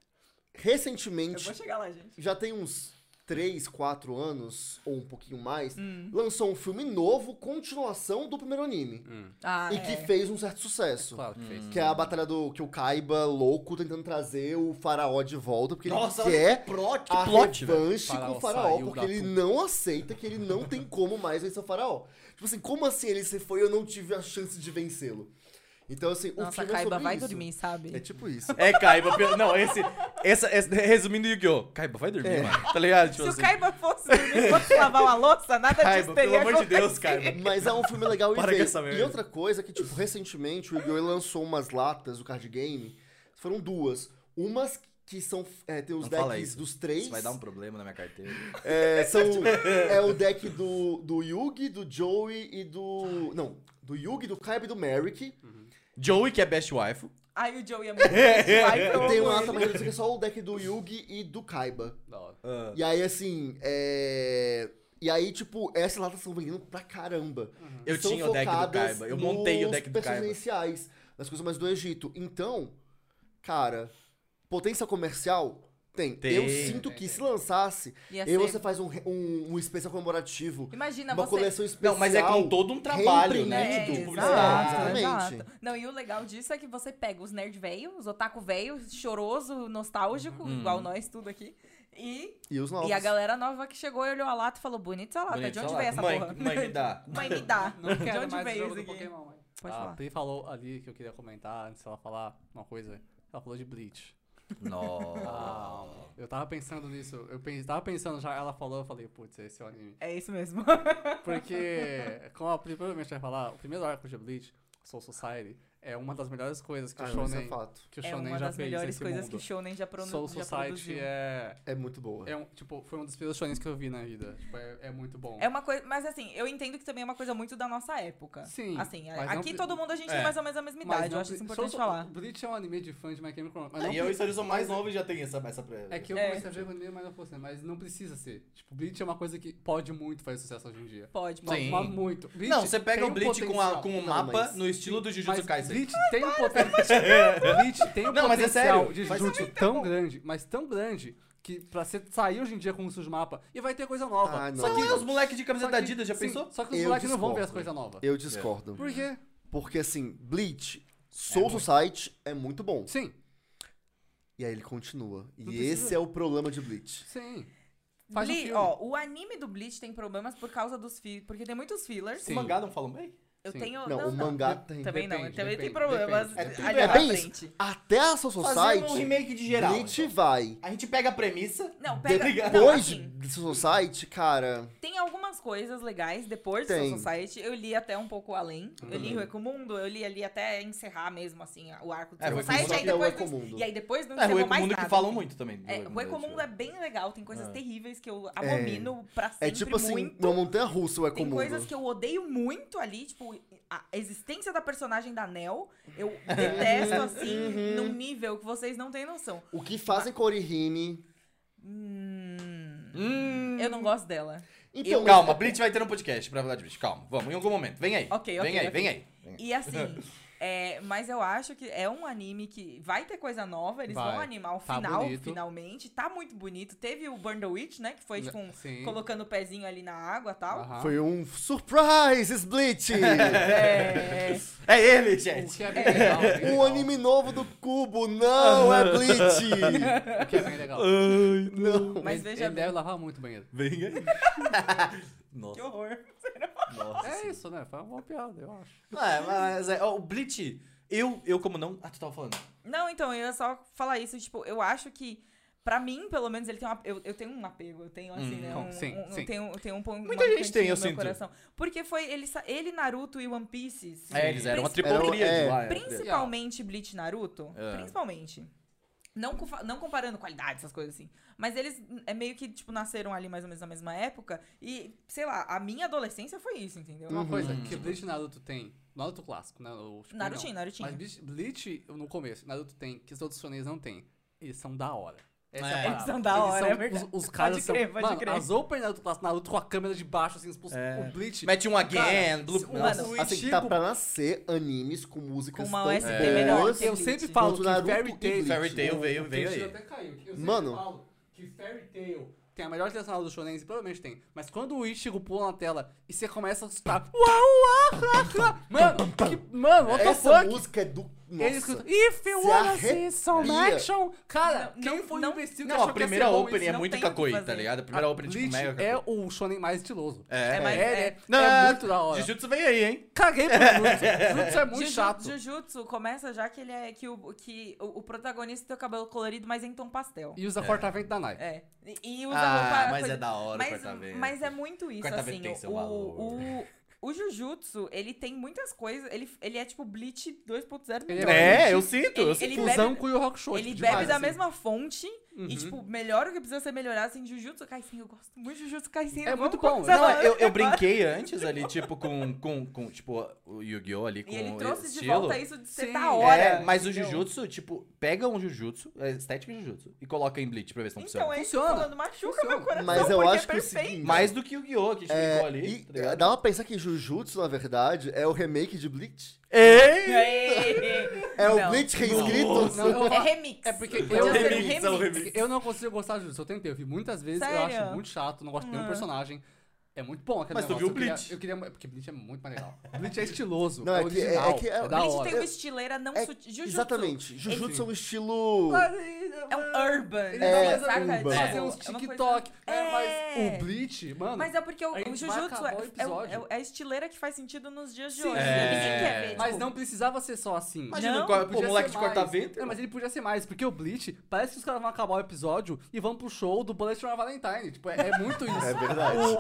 [SPEAKER 3] Eu
[SPEAKER 4] recentemente,
[SPEAKER 3] vou chegar lá, gente.
[SPEAKER 4] já tem uns três, quatro anos, ou um pouquinho mais,
[SPEAKER 3] Hum.
[SPEAKER 4] lançou um filme novo, continuação do primeiro anime.
[SPEAKER 2] Hum,
[SPEAKER 3] Ah,
[SPEAKER 4] e
[SPEAKER 3] é.
[SPEAKER 4] que fez um certo sucesso.
[SPEAKER 2] claro que fez.
[SPEAKER 4] Que é a batalha do que o Kaiba louco tentando trazer o faraó de volta, porque
[SPEAKER 1] Nossa,
[SPEAKER 4] ele
[SPEAKER 1] olha
[SPEAKER 4] quer
[SPEAKER 1] que plot, que
[SPEAKER 4] a
[SPEAKER 1] plot, velho.
[SPEAKER 4] revanche com
[SPEAKER 2] Faraó
[SPEAKER 4] o faraó,
[SPEAKER 2] saiu
[SPEAKER 4] porque
[SPEAKER 2] da
[SPEAKER 4] ele
[SPEAKER 2] tumba.
[SPEAKER 4] não aceita que ele não tem como mais vencer o faraó. Tipo assim, como assim ele se foi e eu não tive a chance de vencê-lo? Então assim, o
[SPEAKER 3] Nossa,
[SPEAKER 4] filme é
[SPEAKER 3] Kaiba,
[SPEAKER 4] sobre
[SPEAKER 3] vai
[SPEAKER 4] isso.
[SPEAKER 3] dormir, sabe?
[SPEAKER 4] É tipo isso.
[SPEAKER 1] É, Kaiba. pelo- Não, esse. Essa, essa- resumindo Yu-Gi-Oh! Kaiba, vai dormir,
[SPEAKER 4] É.
[SPEAKER 1] mano. Tá ligado? Tipo
[SPEAKER 3] Se
[SPEAKER 1] assim,
[SPEAKER 3] o Kaiba fosse dormir, fosse lavar uma louça, nada
[SPEAKER 1] Kaiba,
[SPEAKER 3] disso teria
[SPEAKER 1] pelo amor de Deus,
[SPEAKER 3] acontecido.
[SPEAKER 1] Kaiba.
[SPEAKER 4] Mas é um filme legal e
[SPEAKER 1] Para
[SPEAKER 4] ver.
[SPEAKER 1] com essa merda.
[SPEAKER 4] E outra coisa que, tipo, recentemente o Yu-Gi-Oh! Lançou umas latas do card game. Foram duas. Umas que são. É, tem os
[SPEAKER 1] Não fala
[SPEAKER 4] decks
[SPEAKER 1] isso.
[SPEAKER 4] dos três.
[SPEAKER 1] Isso vai dar um problema na minha carteira.
[SPEAKER 4] É, são, é o deck do, do Yugi, do Joey e do. Não, do Yugi, do Kaiba e do Merrick.
[SPEAKER 1] Joey, que é Best Wife.
[SPEAKER 3] Aí o Joey é muito vai pro
[SPEAKER 4] Tem uma
[SPEAKER 3] ele.
[SPEAKER 4] lata mais reduzida que é só o deck do Yugi e do Kaiba.
[SPEAKER 2] Da hora.
[SPEAKER 4] E aí, assim, é. E aí, tipo, essas latas estão vendendo pra caramba.
[SPEAKER 1] Eu
[SPEAKER 4] São
[SPEAKER 1] tinha o deck do
[SPEAKER 4] focadas
[SPEAKER 1] Kaiba. Eu montei o
[SPEAKER 4] nos
[SPEAKER 1] deck do
[SPEAKER 4] personagens
[SPEAKER 1] Kaiba.
[SPEAKER 4] iniciais, nas coisas mais do Egito. Então, cara, potência comercial tem.
[SPEAKER 1] Tem.
[SPEAKER 4] Eu sinto que se lançasse,
[SPEAKER 3] Ia
[SPEAKER 4] e aí
[SPEAKER 3] ser-
[SPEAKER 4] você faz um, um, um especial comemorativo,
[SPEAKER 3] Imagina
[SPEAKER 4] uma
[SPEAKER 3] você...
[SPEAKER 4] coleção especial.
[SPEAKER 1] Não, mas é com todo um trabalho, né?
[SPEAKER 3] É,
[SPEAKER 4] reimprimido.
[SPEAKER 1] Tipo,
[SPEAKER 3] exato,
[SPEAKER 4] exatamente.
[SPEAKER 3] exato. Não, e o legal disso é que você pega os nerd velho, os otaku velho, choroso, nostálgico,
[SPEAKER 1] Uhum.
[SPEAKER 3] igual nós, tudo aqui. E,
[SPEAKER 4] E os novos.
[SPEAKER 3] e a galera nova que chegou e olhou a lata e falou, bonita essa lata,
[SPEAKER 1] Bonito,
[SPEAKER 3] de onde
[SPEAKER 1] sei lá.
[SPEAKER 3] veio essa
[SPEAKER 1] mãe,
[SPEAKER 3] porra?
[SPEAKER 1] Mãe, me dá.
[SPEAKER 3] Mãe, me dá.
[SPEAKER 2] Não
[SPEAKER 3] de
[SPEAKER 2] quero
[SPEAKER 3] onde
[SPEAKER 2] mais o
[SPEAKER 3] veio
[SPEAKER 2] jogo
[SPEAKER 3] isso
[SPEAKER 2] do
[SPEAKER 3] aqui?
[SPEAKER 2] Pokémon, mãe.
[SPEAKER 3] Pode
[SPEAKER 2] a
[SPEAKER 3] falar.
[SPEAKER 2] Pri falou ali que eu queria comentar, antes dela falar uma coisa. Ela falou de Bleach.
[SPEAKER 1] Nossa.
[SPEAKER 2] Eu tava pensando nisso, eu pens- tava pensando já, ela falou, eu falei, putz, esse é o anime.
[SPEAKER 3] É isso mesmo.
[SPEAKER 2] Porque, como a Pri provavelmente vai falar, o primeiro arco de Bleach, Soul Society, é uma das melhores coisas que
[SPEAKER 4] Ah,
[SPEAKER 2] o
[SPEAKER 4] não, isso é
[SPEAKER 2] Shonen,
[SPEAKER 4] fato.
[SPEAKER 2] que o
[SPEAKER 3] É
[SPEAKER 2] Shonen
[SPEAKER 3] uma
[SPEAKER 2] já
[SPEAKER 3] das
[SPEAKER 2] fez
[SPEAKER 3] melhores
[SPEAKER 2] nesse
[SPEAKER 3] coisas
[SPEAKER 2] mundo.
[SPEAKER 3] que o Shonen já, produ
[SPEAKER 2] Soul
[SPEAKER 3] já
[SPEAKER 2] Society
[SPEAKER 3] produziu.
[SPEAKER 2] é,
[SPEAKER 4] É muito boa.
[SPEAKER 2] é um, tipo, foi um dos primeiros Shonens que eu vi na vida. Tipo, é, é muito bom.
[SPEAKER 3] É uma coisa, mas assim, eu entendo que também é uma coisa muito da nossa época.
[SPEAKER 2] Sim,
[SPEAKER 3] Assim,
[SPEAKER 2] mas não
[SPEAKER 3] aqui
[SPEAKER 2] pre-
[SPEAKER 3] todo mundo a gente
[SPEAKER 1] É.
[SPEAKER 3] tem mais ou menos a mesma
[SPEAKER 2] Mas
[SPEAKER 3] idade,
[SPEAKER 2] não
[SPEAKER 3] eu acho
[SPEAKER 2] pre-
[SPEAKER 3] isso importante
[SPEAKER 2] Soul-
[SPEAKER 3] falar.
[SPEAKER 2] Bleach é um anime de fã de My Chemical Romance. mas
[SPEAKER 1] Ah,
[SPEAKER 2] não
[SPEAKER 1] e eu
[SPEAKER 2] pre-
[SPEAKER 1] e eles são mais
[SPEAKER 2] mas-
[SPEAKER 1] novos e já tem essa, essa pre-
[SPEAKER 2] É que eu
[SPEAKER 3] É.
[SPEAKER 2] comecei a ver o anime mais não fosse, mas não precisa ser. Tipo, Bleach é uma coisa que pode muito fazer sucesso hoje em dia.
[SPEAKER 3] Pode,
[SPEAKER 1] Sim.
[SPEAKER 3] pode.
[SPEAKER 2] Mas muito. Bleach
[SPEAKER 1] Não, você pega
[SPEAKER 2] tem
[SPEAKER 1] o Bleach com, a,
[SPEAKER 2] potencial.
[SPEAKER 1] com um
[SPEAKER 4] Não,
[SPEAKER 1] mapa
[SPEAKER 4] mas-
[SPEAKER 1] no estilo do Jujutsu
[SPEAKER 2] Mas
[SPEAKER 1] Kaisen.
[SPEAKER 2] Bleach tem um potencial. Bleach tem um
[SPEAKER 1] Não, mas é
[SPEAKER 2] potencial
[SPEAKER 1] sério,
[SPEAKER 2] de
[SPEAKER 1] faz
[SPEAKER 2] Jujutsu tão grande, mas tão grande, que pra você sair hoje em dia com o de mapa e vai ter coisa nova.
[SPEAKER 4] Ah, não.
[SPEAKER 2] Só
[SPEAKER 1] Só
[SPEAKER 2] que
[SPEAKER 1] que os moleques de
[SPEAKER 2] só
[SPEAKER 1] camiseta
[SPEAKER 2] que-
[SPEAKER 1] Adidas, já
[SPEAKER 2] sim,
[SPEAKER 1] pensou?
[SPEAKER 2] Só que os
[SPEAKER 4] Eu
[SPEAKER 2] moleques não vão ver as
[SPEAKER 4] discordo.
[SPEAKER 2] coisas novas.
[SPEAKER 4] Eu discordo.
[SPEAKER 2] Por quê?
[SPEAKER 4] Porque assim, Bleach, Soul
[SPEAKER 1] É muito-
[SPEAKER 4] Society é muito bom.
[SPEAKER 2] Sim,
[SPEAKER 4] E aí ele continua. E
[SPEAKER 2] Não
[SPEAKER 4] esse
[SPEAKER 2] precisa-
[SPEAKER 4] é o problema de Bleach.
[SPEAKER 2] sim. Faz um
[SPEAKER 3] Ble-
[SPEAKER 2] filme.
[SPEAKER 3] ó, o anime do Bleach tem problemas por causa dos fillers, porque tem muitos fillers.
[SPEAKER 2] Sim.
[SPEAKER 1] O mangá não falam bem?
[SPEAKER 3] Eu
[SPEAKER 2] Sim.
[SPEAKER 3] tenho.
[SPEAKER 4] Não, o mangá tem.
[SPEAKER 3] Também não,
[SPEAKER 2] Depende,
[SPEAKER 3] também tem
[SPEAKER 2] depende,
[SPEAKER 3] problemas
[SPEAKER 2] depende.
[SPEAKER 1] É tudo
[SPEAKER 3] ali
[SPEAKER 4] É
[SPEAKER 3] na
[SPEAKER 4] bem
[SPEAKER 3] frente.
[SPEAKER 4] isso. Até a Soul
[SPEAKER 1] Fazendo
[SPEAKER 4] Society,
[SPEAKER 1] um remake de geral.
[SPEAKER 4] Bleach
[SPEAKER 1] então.
[SPEAKER 4] vai.
[SPEAKER 1] A gente pega a premissa.
[SPEAKER 3] Não, pega.
[SPEAKER 1] Depois
[SPEAKER 3] Não,
[SPEAKER 4] Depois
[SPEAKER 3] assim,
[SPEAKER 4] de Soul Society, cara.
[SPEAKER 3] tem algumas coisas legais depois do
[SPEAKER 4] Tem.
[SPEAKER 3] Soul Society. Eu li até um pouco além. Eu li
[SPEAKER 4] Uhum.
[SPEAKER 3] o Ecomundo, eu li ali até encerrar mesmo, assim, o arco do
[SPEAKER 1] É,
[SPEAKER 3] Soul
[SPEAKER 1] o
[SPEAKER 3] Society.
[SPEAKER 1] Ecomundo
[SPEAKER 3] Aí
[SPEAKER 4] é o
[SPEAKER 3] depois,
[SPEAKER 4] Ecomundo.
[SPEAKER 3] e aí depois não
[SPEAKER 1] É, o
[SPEAKER 3] encerrou mais
[SPEAKER 1] Ecomundo
[SPEAKER 3] nada.
[SPEAKER 1] que falam muito também. do
[SPEAKER 3] É, o Ecomundo é
[SPEAKER 1] tipo.
[SPEAKER 3] bem legal, tem coisas
[SPEAKER 1] É.
[SPEAKER 3] terríveis que eu abomino pra sempre
[SPEAKER 4] É tipo assim,
[SPEAKER 3] muito.
[SPEAKER 4] uma montanha russa o
[SPEAKER 3] Tem
[SPEAKER 4] Ecomundo.
[SPEAKER 3] coisas que eu odeio muito ali, tipo, a existência da personagem da Nel, eu detesto assim,
[SPEAKER 4] Uhum.
[SPEAKER 3] num nível que vocês não têm noção.
[SPEAKER 4] O que fazem com Orihime.
[SPEAKER 3] Hum,
[SPEAKER 1] Hum.
[SPEAKER 3] eu não gosto dela.
[SPEAKER 4] Então, mas-
[SPEAKER 1] Calma, Blitz vai ter um podcast pra falar de Blitz. Calma, vamos, em algum momento. Vem aí.
[SPEAKER 3] Ok,
[SPEAKER 1] vem
[SPEAKER 3] ok,
[SPEAKER 1] aí,
[SPEAKER 3] ok.
[SPEAKER 1] vem aí. Vem aí.
[SPEAKER 3] E assim, é, mas eu acho que é um anime que vai ter coisa nova, eles
[SPEAKER 2] Vai.
[SPEAKER 3] vão animar o
[SPEAKER 2] Tá
[SPEAKER 3] final,
[SPEAKER 2] bonito.
[SPEAKER 3] finalmente. Tá muito bonito. Teve o Burn the Witch, né? Que foi, tipo, um-
[SPEAKER 2] Sim.
[SPEAKER 3] colocando o pezinho ali na água e tal.
[SPEAKER 2] Aham.
[SPEAKER 4] Foi um surprise, Bleach!
[SPEAKER 3] É,
[SPEAKER 1] É ele,
[SPEAKER 2] O
[SPEAKER 1] gente.
[SPEAKER 2] que é bem legal. bem
[SPEAKER 4] um
[SPEAKER 2] legal.
[SPEAKER 4] anime novo do Cubo, não é Bleach!
[SPEAKER 2] O que é bem legal.
[SPEAKER 4] Não.
[SPEAKER 3] mas
[SPEAKER 2] ele,
[SPEAKER 3] veja
[SPEAKER 2] ele
[SPEAKER 3] bem.
[SPEAKER 2] deve lavar muito o banheiro.
[SPEAKER 1] Vem aí. Nossa.
[SPEAKER 3] Que horror.
[SPEAKER 1] Nossa.
[SPEAKER 2] É isso, né? Foi uma boa piada, eu acho.
[SPEAKER 1] É, mas é, ó, o Bleach, eu, eu como não... Ah, tu tava falando.
[SPEAKER 3] Não, então, eu ia só falar isso, tipo, eu acho que, pra mim, pelo menos, ele tem uma, eu, eu tenho um apego, eu tenho, assim,
[SPEAKER 1] Hum,
[SPEAKER 3] né,
[SPEAKER 2] com-
[SPEAKER 3] um,
[SPEAKER 2] sim,
[SPEAKER 3] um,
[SPEAKER 2] sim.
[SPEAKER 3] Eu tenho, eu tenho um ponto,
[SPEAKER 1] Muita
[SPEAKER 3] uma
[SPEAKER 1] gente tem,
[SPEAKER 3] cantinho
[SPEAKER 1] eu
[SPEAKER 3] no meu
[SPEAKER 1] sinto.
[SPEAKER 3] coração. Porque foi, ele, sa- ele, Naruto e One Piece,
[SPEAKER 1] É, eles eram uma
[SPEAKER 3] Princi-
[SPEAKER 1] triploqueria
[SPEAKER 4] Era-
[SPEAKER 1] de
[SPEAKER 4] é.
[SPEAKER 1] lá. era-
[SPEAKER 3] principalmente Bleach e Naruto,
[SPEAKER 1] É.
[SPEAKER 3] principalmente, não, com- não comparando qualidade, essas coisas assim, mas eles é meio que, tipo, nasceram ali mais ou menos na mesma época, e, sei lá, a minha adolescência foi isso, entendeu?
[SPEAKER 2] Uma
[SPEAKER 4] Uhum.
[SPEAKER 2] coisa que Bleach e Naruto tem, Naruto clássico, né? O Shippuden
[SPEAKER 3] Narutinho,
[SPEAKER 2] não.
[SPEAKER 3] Narutinho.
[SPEAKER 2] Mas Bleach, Bleach, no começo, Naruto tem, que os outros shonens não tem. Eles são da hora. Essa é,
[SPEAKER 1] É.
[SPEAKER 2] a parada.
[SPEAKER 3] Eles são da hora,
[SPEAKER 2] são-
[SPEAKER 3] é verdade.
[SPEAKER 2] Os, os caras
[SPEAKER 3] Pode
[SPEAKER 2] são...
[SPEAKER 3] crer, pode
[SPEAKER 2] mano,
[SPEAKER 3] crer.
[SPEAKER 2] as Open Naruto clássico, Naruto com a câmera de baixo, assim, os,
[SPEAKER 1] É.
[SPEAKER 2] o Bleach...
[SPEAKER 1] Mete um again,
[SPEAKER 2] Cara,
[SPEAKER 1] blue...
[SPEAKER 2] se-
[SPEAKER 1] Nossa.
[SPEAKER 2] o
[SPEAKER 4] Assim,
[SPEAKER 2] Ichigo-
[SPEAKER 4] tá pra nascer animes com músicas
[SPEAKER 3] Com uma
[SPEAKER 4] tão
[SPEAKER 3] O S T
[SPEAKER 1] É.
[SPEAKER 3] melhor
[SPEAKER 4] boas.
[SPEAKER 3] que
[SPEAKER 2] Eu
[SPEAKER 3] Bleach.
[SPEAKER 2] sempre falo
[SPEAKER 4] Quanto
[SPEAKER 2] que
[SPEAKER 4] Naruto
[SPEAKER 2] Fairy
[SPEAKER 4] e
[SPEAKER 2] Tail...
[SPEAKER 4] Bleach.
[SPEAKER 1] Fairy Tail
[SPEAKER 2] o-
[SPEAKER 1] veio,
[SPEAKER 2] o
[SPEAKER 1] veio
[SPEAKER 2] Kenshiro
[SPEAKER 1] aí.
[SPEAKER 2] até caiu. Eu sempre
[SPEAKER 4] Mano.
[SPEAKER 2] falo que Fairy Tail tem a melhor trilha sonora do Shonen, e provavelmente tem. Mas quando o Ichigo pula na tela e você começa a escutar... Uau, uau, uau, uau, mano, que, mano, what the
[SPEAKER 4] Essa
[SPEAKER 2] fuck?
[SPEAKER 4] música é do...
[SPEAKER 2] Ele
[SPEAKER 4] Nossa.
[SPEAKER 2] escuta, If you
[SPEAKER 4] se
[SPEAKER 2] wanna see some
[SPEAKER 4] arrepia.
[SPEAKER 2] action... Cara,
[SPEAKER 3] Não,
[SPEAKER 2] quem
[SPEAKER 3] não-
[SPEAKER 2] foi
[SPEAKER 3] não-
[SPEAKER 2] o imbecil que
[SPEAKER 1] Não,
[SPEAKER 2] achou
[SPEAKER 1] a
[SPEAKER 2] que ia
[SPEAKER 1] primeira
[SPEAKER 2] ser bom
[SPEAKER 1] opening
[SPEAKER 2] isso?
[SPEAKER 1] é
[SPEAKER 3] não
[SPEAKER 1] muito
[SPEAKER 3] tem o que
[SPEAKER 1] kakoi, tá
[SPEAKER 3] fazer.
[SPEAKER 1] ligado? A primeira
[SPEAKER 2] A
[SPEAKER 1] opening, tipo,
[SPEAKER 2] Bleach
[SPEAKER 1] mega
[SPEAKER 2] é
[SPEAKER 1] kakoi.
[SPEAKER 2] o shonen mais estiloso.
[SPEAKER 1] É,
[SPEAKER 3] É mais-
[SPEAKER 2] É, é, é,
[SPEAKER 1] Não,
[SPEAKER 2] muito da hora.
[SPEAKER 1] Jujutsu veio aí, hein?
[SPEAKER 2] Caguei pro Jujutsu. Jujutsu é muito
[SPEAKER 3] Juju-
[SPEAKER 2] chato.
[SPEAKER 3] Jujutsu começa já que ele é que o, que o, o protagonista tem o cabelo colorido, mas em tom pastel.
[SPEAKER 2] E usa corta-vento da Nike.
[SPEAKER 3] É. E, e usa
[SPEAKER 1] Ah,
[SPEAKER 3] roupa.
[SPEAKER 1] mas
[SPEAKER 3] coisa-
[SPEAKER 1] é da hora o
[SPEAKER 3] mas,
[SPEAKER 1] corta-vento.
[SPEAKER 3] mas é muito isso,
[SPEAKER 1] Corta-vento
[SPEAKER 3] assim.
[SPEAKER 1] tem seu
[SPEAKER 3] o,
[SPEAKER 1] valor.
[SPEAKER 3] o, o Jujutsu, ele tem muitas coisas. Ele, ele é tipo Bleach dois ponto zero
[SPEAKER 2] Ele
[SPEAKER 3] milhões.
[SPEAKER 1] É, eu sinto, eu
[SPEAKER 3] Ele-
[SPEAKER 1] sinto.
[SPEAKER 3] ele
[SPEAKER 2] Fusão
[SPEAKER 3] bebe-
[SPEAKER 2] com o Yu Hakusho.
[SPEAKER 3] Ele
[SPEAKER 2] tipo,
[SPEAKER 3] bebe
[SPEAKER 2] demais,
[SPEAKER 3] da
[SPEAKER 2] assim.
[SPEAKER 3] mesma fonte
[SPEAKER 2] Uhum.
[SPEAKER 3] e, tipo, melhora o que precisa ser melhorado, assim, Jujutsu Kaisen. Eu gosto muito de Jujutsu Kaisen.
[SPEAKER 2] É
[SPEAKER 3] vamos
[SPEAKER 2] muito bom.
[SPEAKER 3] começar
[SPEAKER 1] Não,
[SPEAKER 3] a-
[SPEAKER 1] eu, eu brinquei antes ali, tipo, com, com, com tipo, o Yu-Gi-Oh! Ali com
[SPEAKER 3] E ele trouxe de
[SPEAKER 1] estilo.
[SPEAKER 3] volta isso de ser
[SPEAKER 2] Sim.
[SPEAKER 3] da hora.
[SPEAKER 1] É, mas o
[SPEAKER 3] entendeu?
[SPEAKER 1] Jujutsu, tipo, pega um Jujutsu, a estética de Jujutsu, e coloca em Bleach pra ver se não
[SPEAKER 3] Então
[SPEAKER 1] funciona.
[SPEAKER 3] é isso
[SPEAKER 2] Funciona.
[SPEAKER 3] falando, machuca
[SPEAKER 2] Funciona.
[SPEAKER 3] meu coração,
[SPEAKER 4] Mas eu
[SPEAKER 3] porque
[SPEAKER 4] acho
[SPEAKER 3] é
[SPEAKER 4] que o
[SPEAKER 3] perfeito.
[SPEAKER 4] seguinte-
[SPEAKER 1] Mais do que o Yu-Gi-Oh! Que explicou
[SPEAKER 4] É,
[SPEAKER 1] ali,
[SPEAKER 4] e
[SPEAKER 1] tá ligado?
[SPEAKER 4] dá uma pensar que Jujutsu, na verdade, é o remake de Bleach.
[SPEAKER 1] Ei!
[SPEAKER 4] É o
[SPEAKER 3] Não.
[SPEAKER 4] Bleach reescrito.
[SPEAKER 1] Nossa.
[SPEAKER 2] Não, eu-
[SPEAKER 3] É remix.
[SPEAKER 2] É porque
[SPEAKER 3] Podia
[SPEAKER 2] eu-
[SPEAKER 3] ser um
[SPEAKER 1] Remix, é um
[SPEAKER 3] remix.
[SPEAKER 1] remix.
[SPEAKER 2] Eu não consigo gostar de Jujutsu, eu tentei, eu vi muitas vezes, eu
[SPEAKER 3] Sério?
[SPEAKER 2] acho muito chato, não gosto de nenhum
[SPEAKER 3] Ah.
[SPEAKER 2] personagem. É muito bom aquele
[SPEAKER 1] Mas tu
[SPEAKER 2] negócio.
[SPEAKER 1] viu o
[SPEAKER 2] eu queria-
[SPEAKER 1] Bleach?
[SPEAKER 2] Eu queria, porque Bleach é muito mais legal. Bleach é estiloso,
[SPEAKER 4] Não,
[SPEAKER 2] é,
[SPEAKER 4] é que- é-
[SPEAKER 2] original,
[SPEAKER 4] é
[SPEAKER 2] é,
[SPEAKER 4] que é-
[SPEAKER 2] da
[SPEAKER 3] Bleach
[SPEAKER 2] hora.
[SPEAKER 3] tem uma estileira não
[SPEAKER 4] É,
[SPEAKER 3] sutil. Jujutsu
[SPEAKER 4] exatamente. Jujutsu
[SPEAKER 2] Enfim.
[SPEAKER 4] é um estilo...
[SPEAKER 3] é um urban.
[SPEAKER 2] Ele
[SPEAKER 4] É,
[SPEAKER 3] saca?
[SPEAKER 4] urban.
[SPEAKER 3] Tipo,
[SPEAKER 2] Fazer uns
[SPEAKER 3] é uma coisa-
[SPEAKER 2] TikTok. É,
[SPEAKER 3] É.
[SPEAKER 2] mas o Bleach, mano.
[SPEAKER 3] Mas é porque o,
[SPEAKER 2] A gente
[SPEAKER 3] o
[SPEAKER 2] vai
[SPEAKER 3] Jujutsu
[SPEAKER 2] acabar o
[SPEAKER 3] é, é, o-
[SPEAKER 2] episódio.
[SPEAKER 3] é a estileira que faz sentido nos dias de
[SPEAKER 2] Sim.
[SPEAKER 3] hoje.
[SPEAKER 1] É.
[SPEAKER 3] Ninguém quer ver.
[SPEAKER 2] Mas
[SPEAKER 3] tipo,
[SPEAKER 2] não precisava ser só assim.
[SPEAKER 1] Imagina,
[SPEAKER 3] Não,
[SPEAKER 1] o co- pô,
[SPEAKER 2] Podia
[SPEAKER 1] moleque
[SPEAKER 2] ser
[SPEAKER 1] de
[SPEAKER 2] mais.
[SPEAKER 1] corta-vento.
[SPEAKER 2] Não, mas ele podia ser mais, porque o Bleach, parece que os caras vão acabar o episódio e vão pro show do Bullet for Valentine. Tipo, é, é muito isso.
[SPEAKER 4] É verdade.
[SPEAKER 2] O, o Jujutsu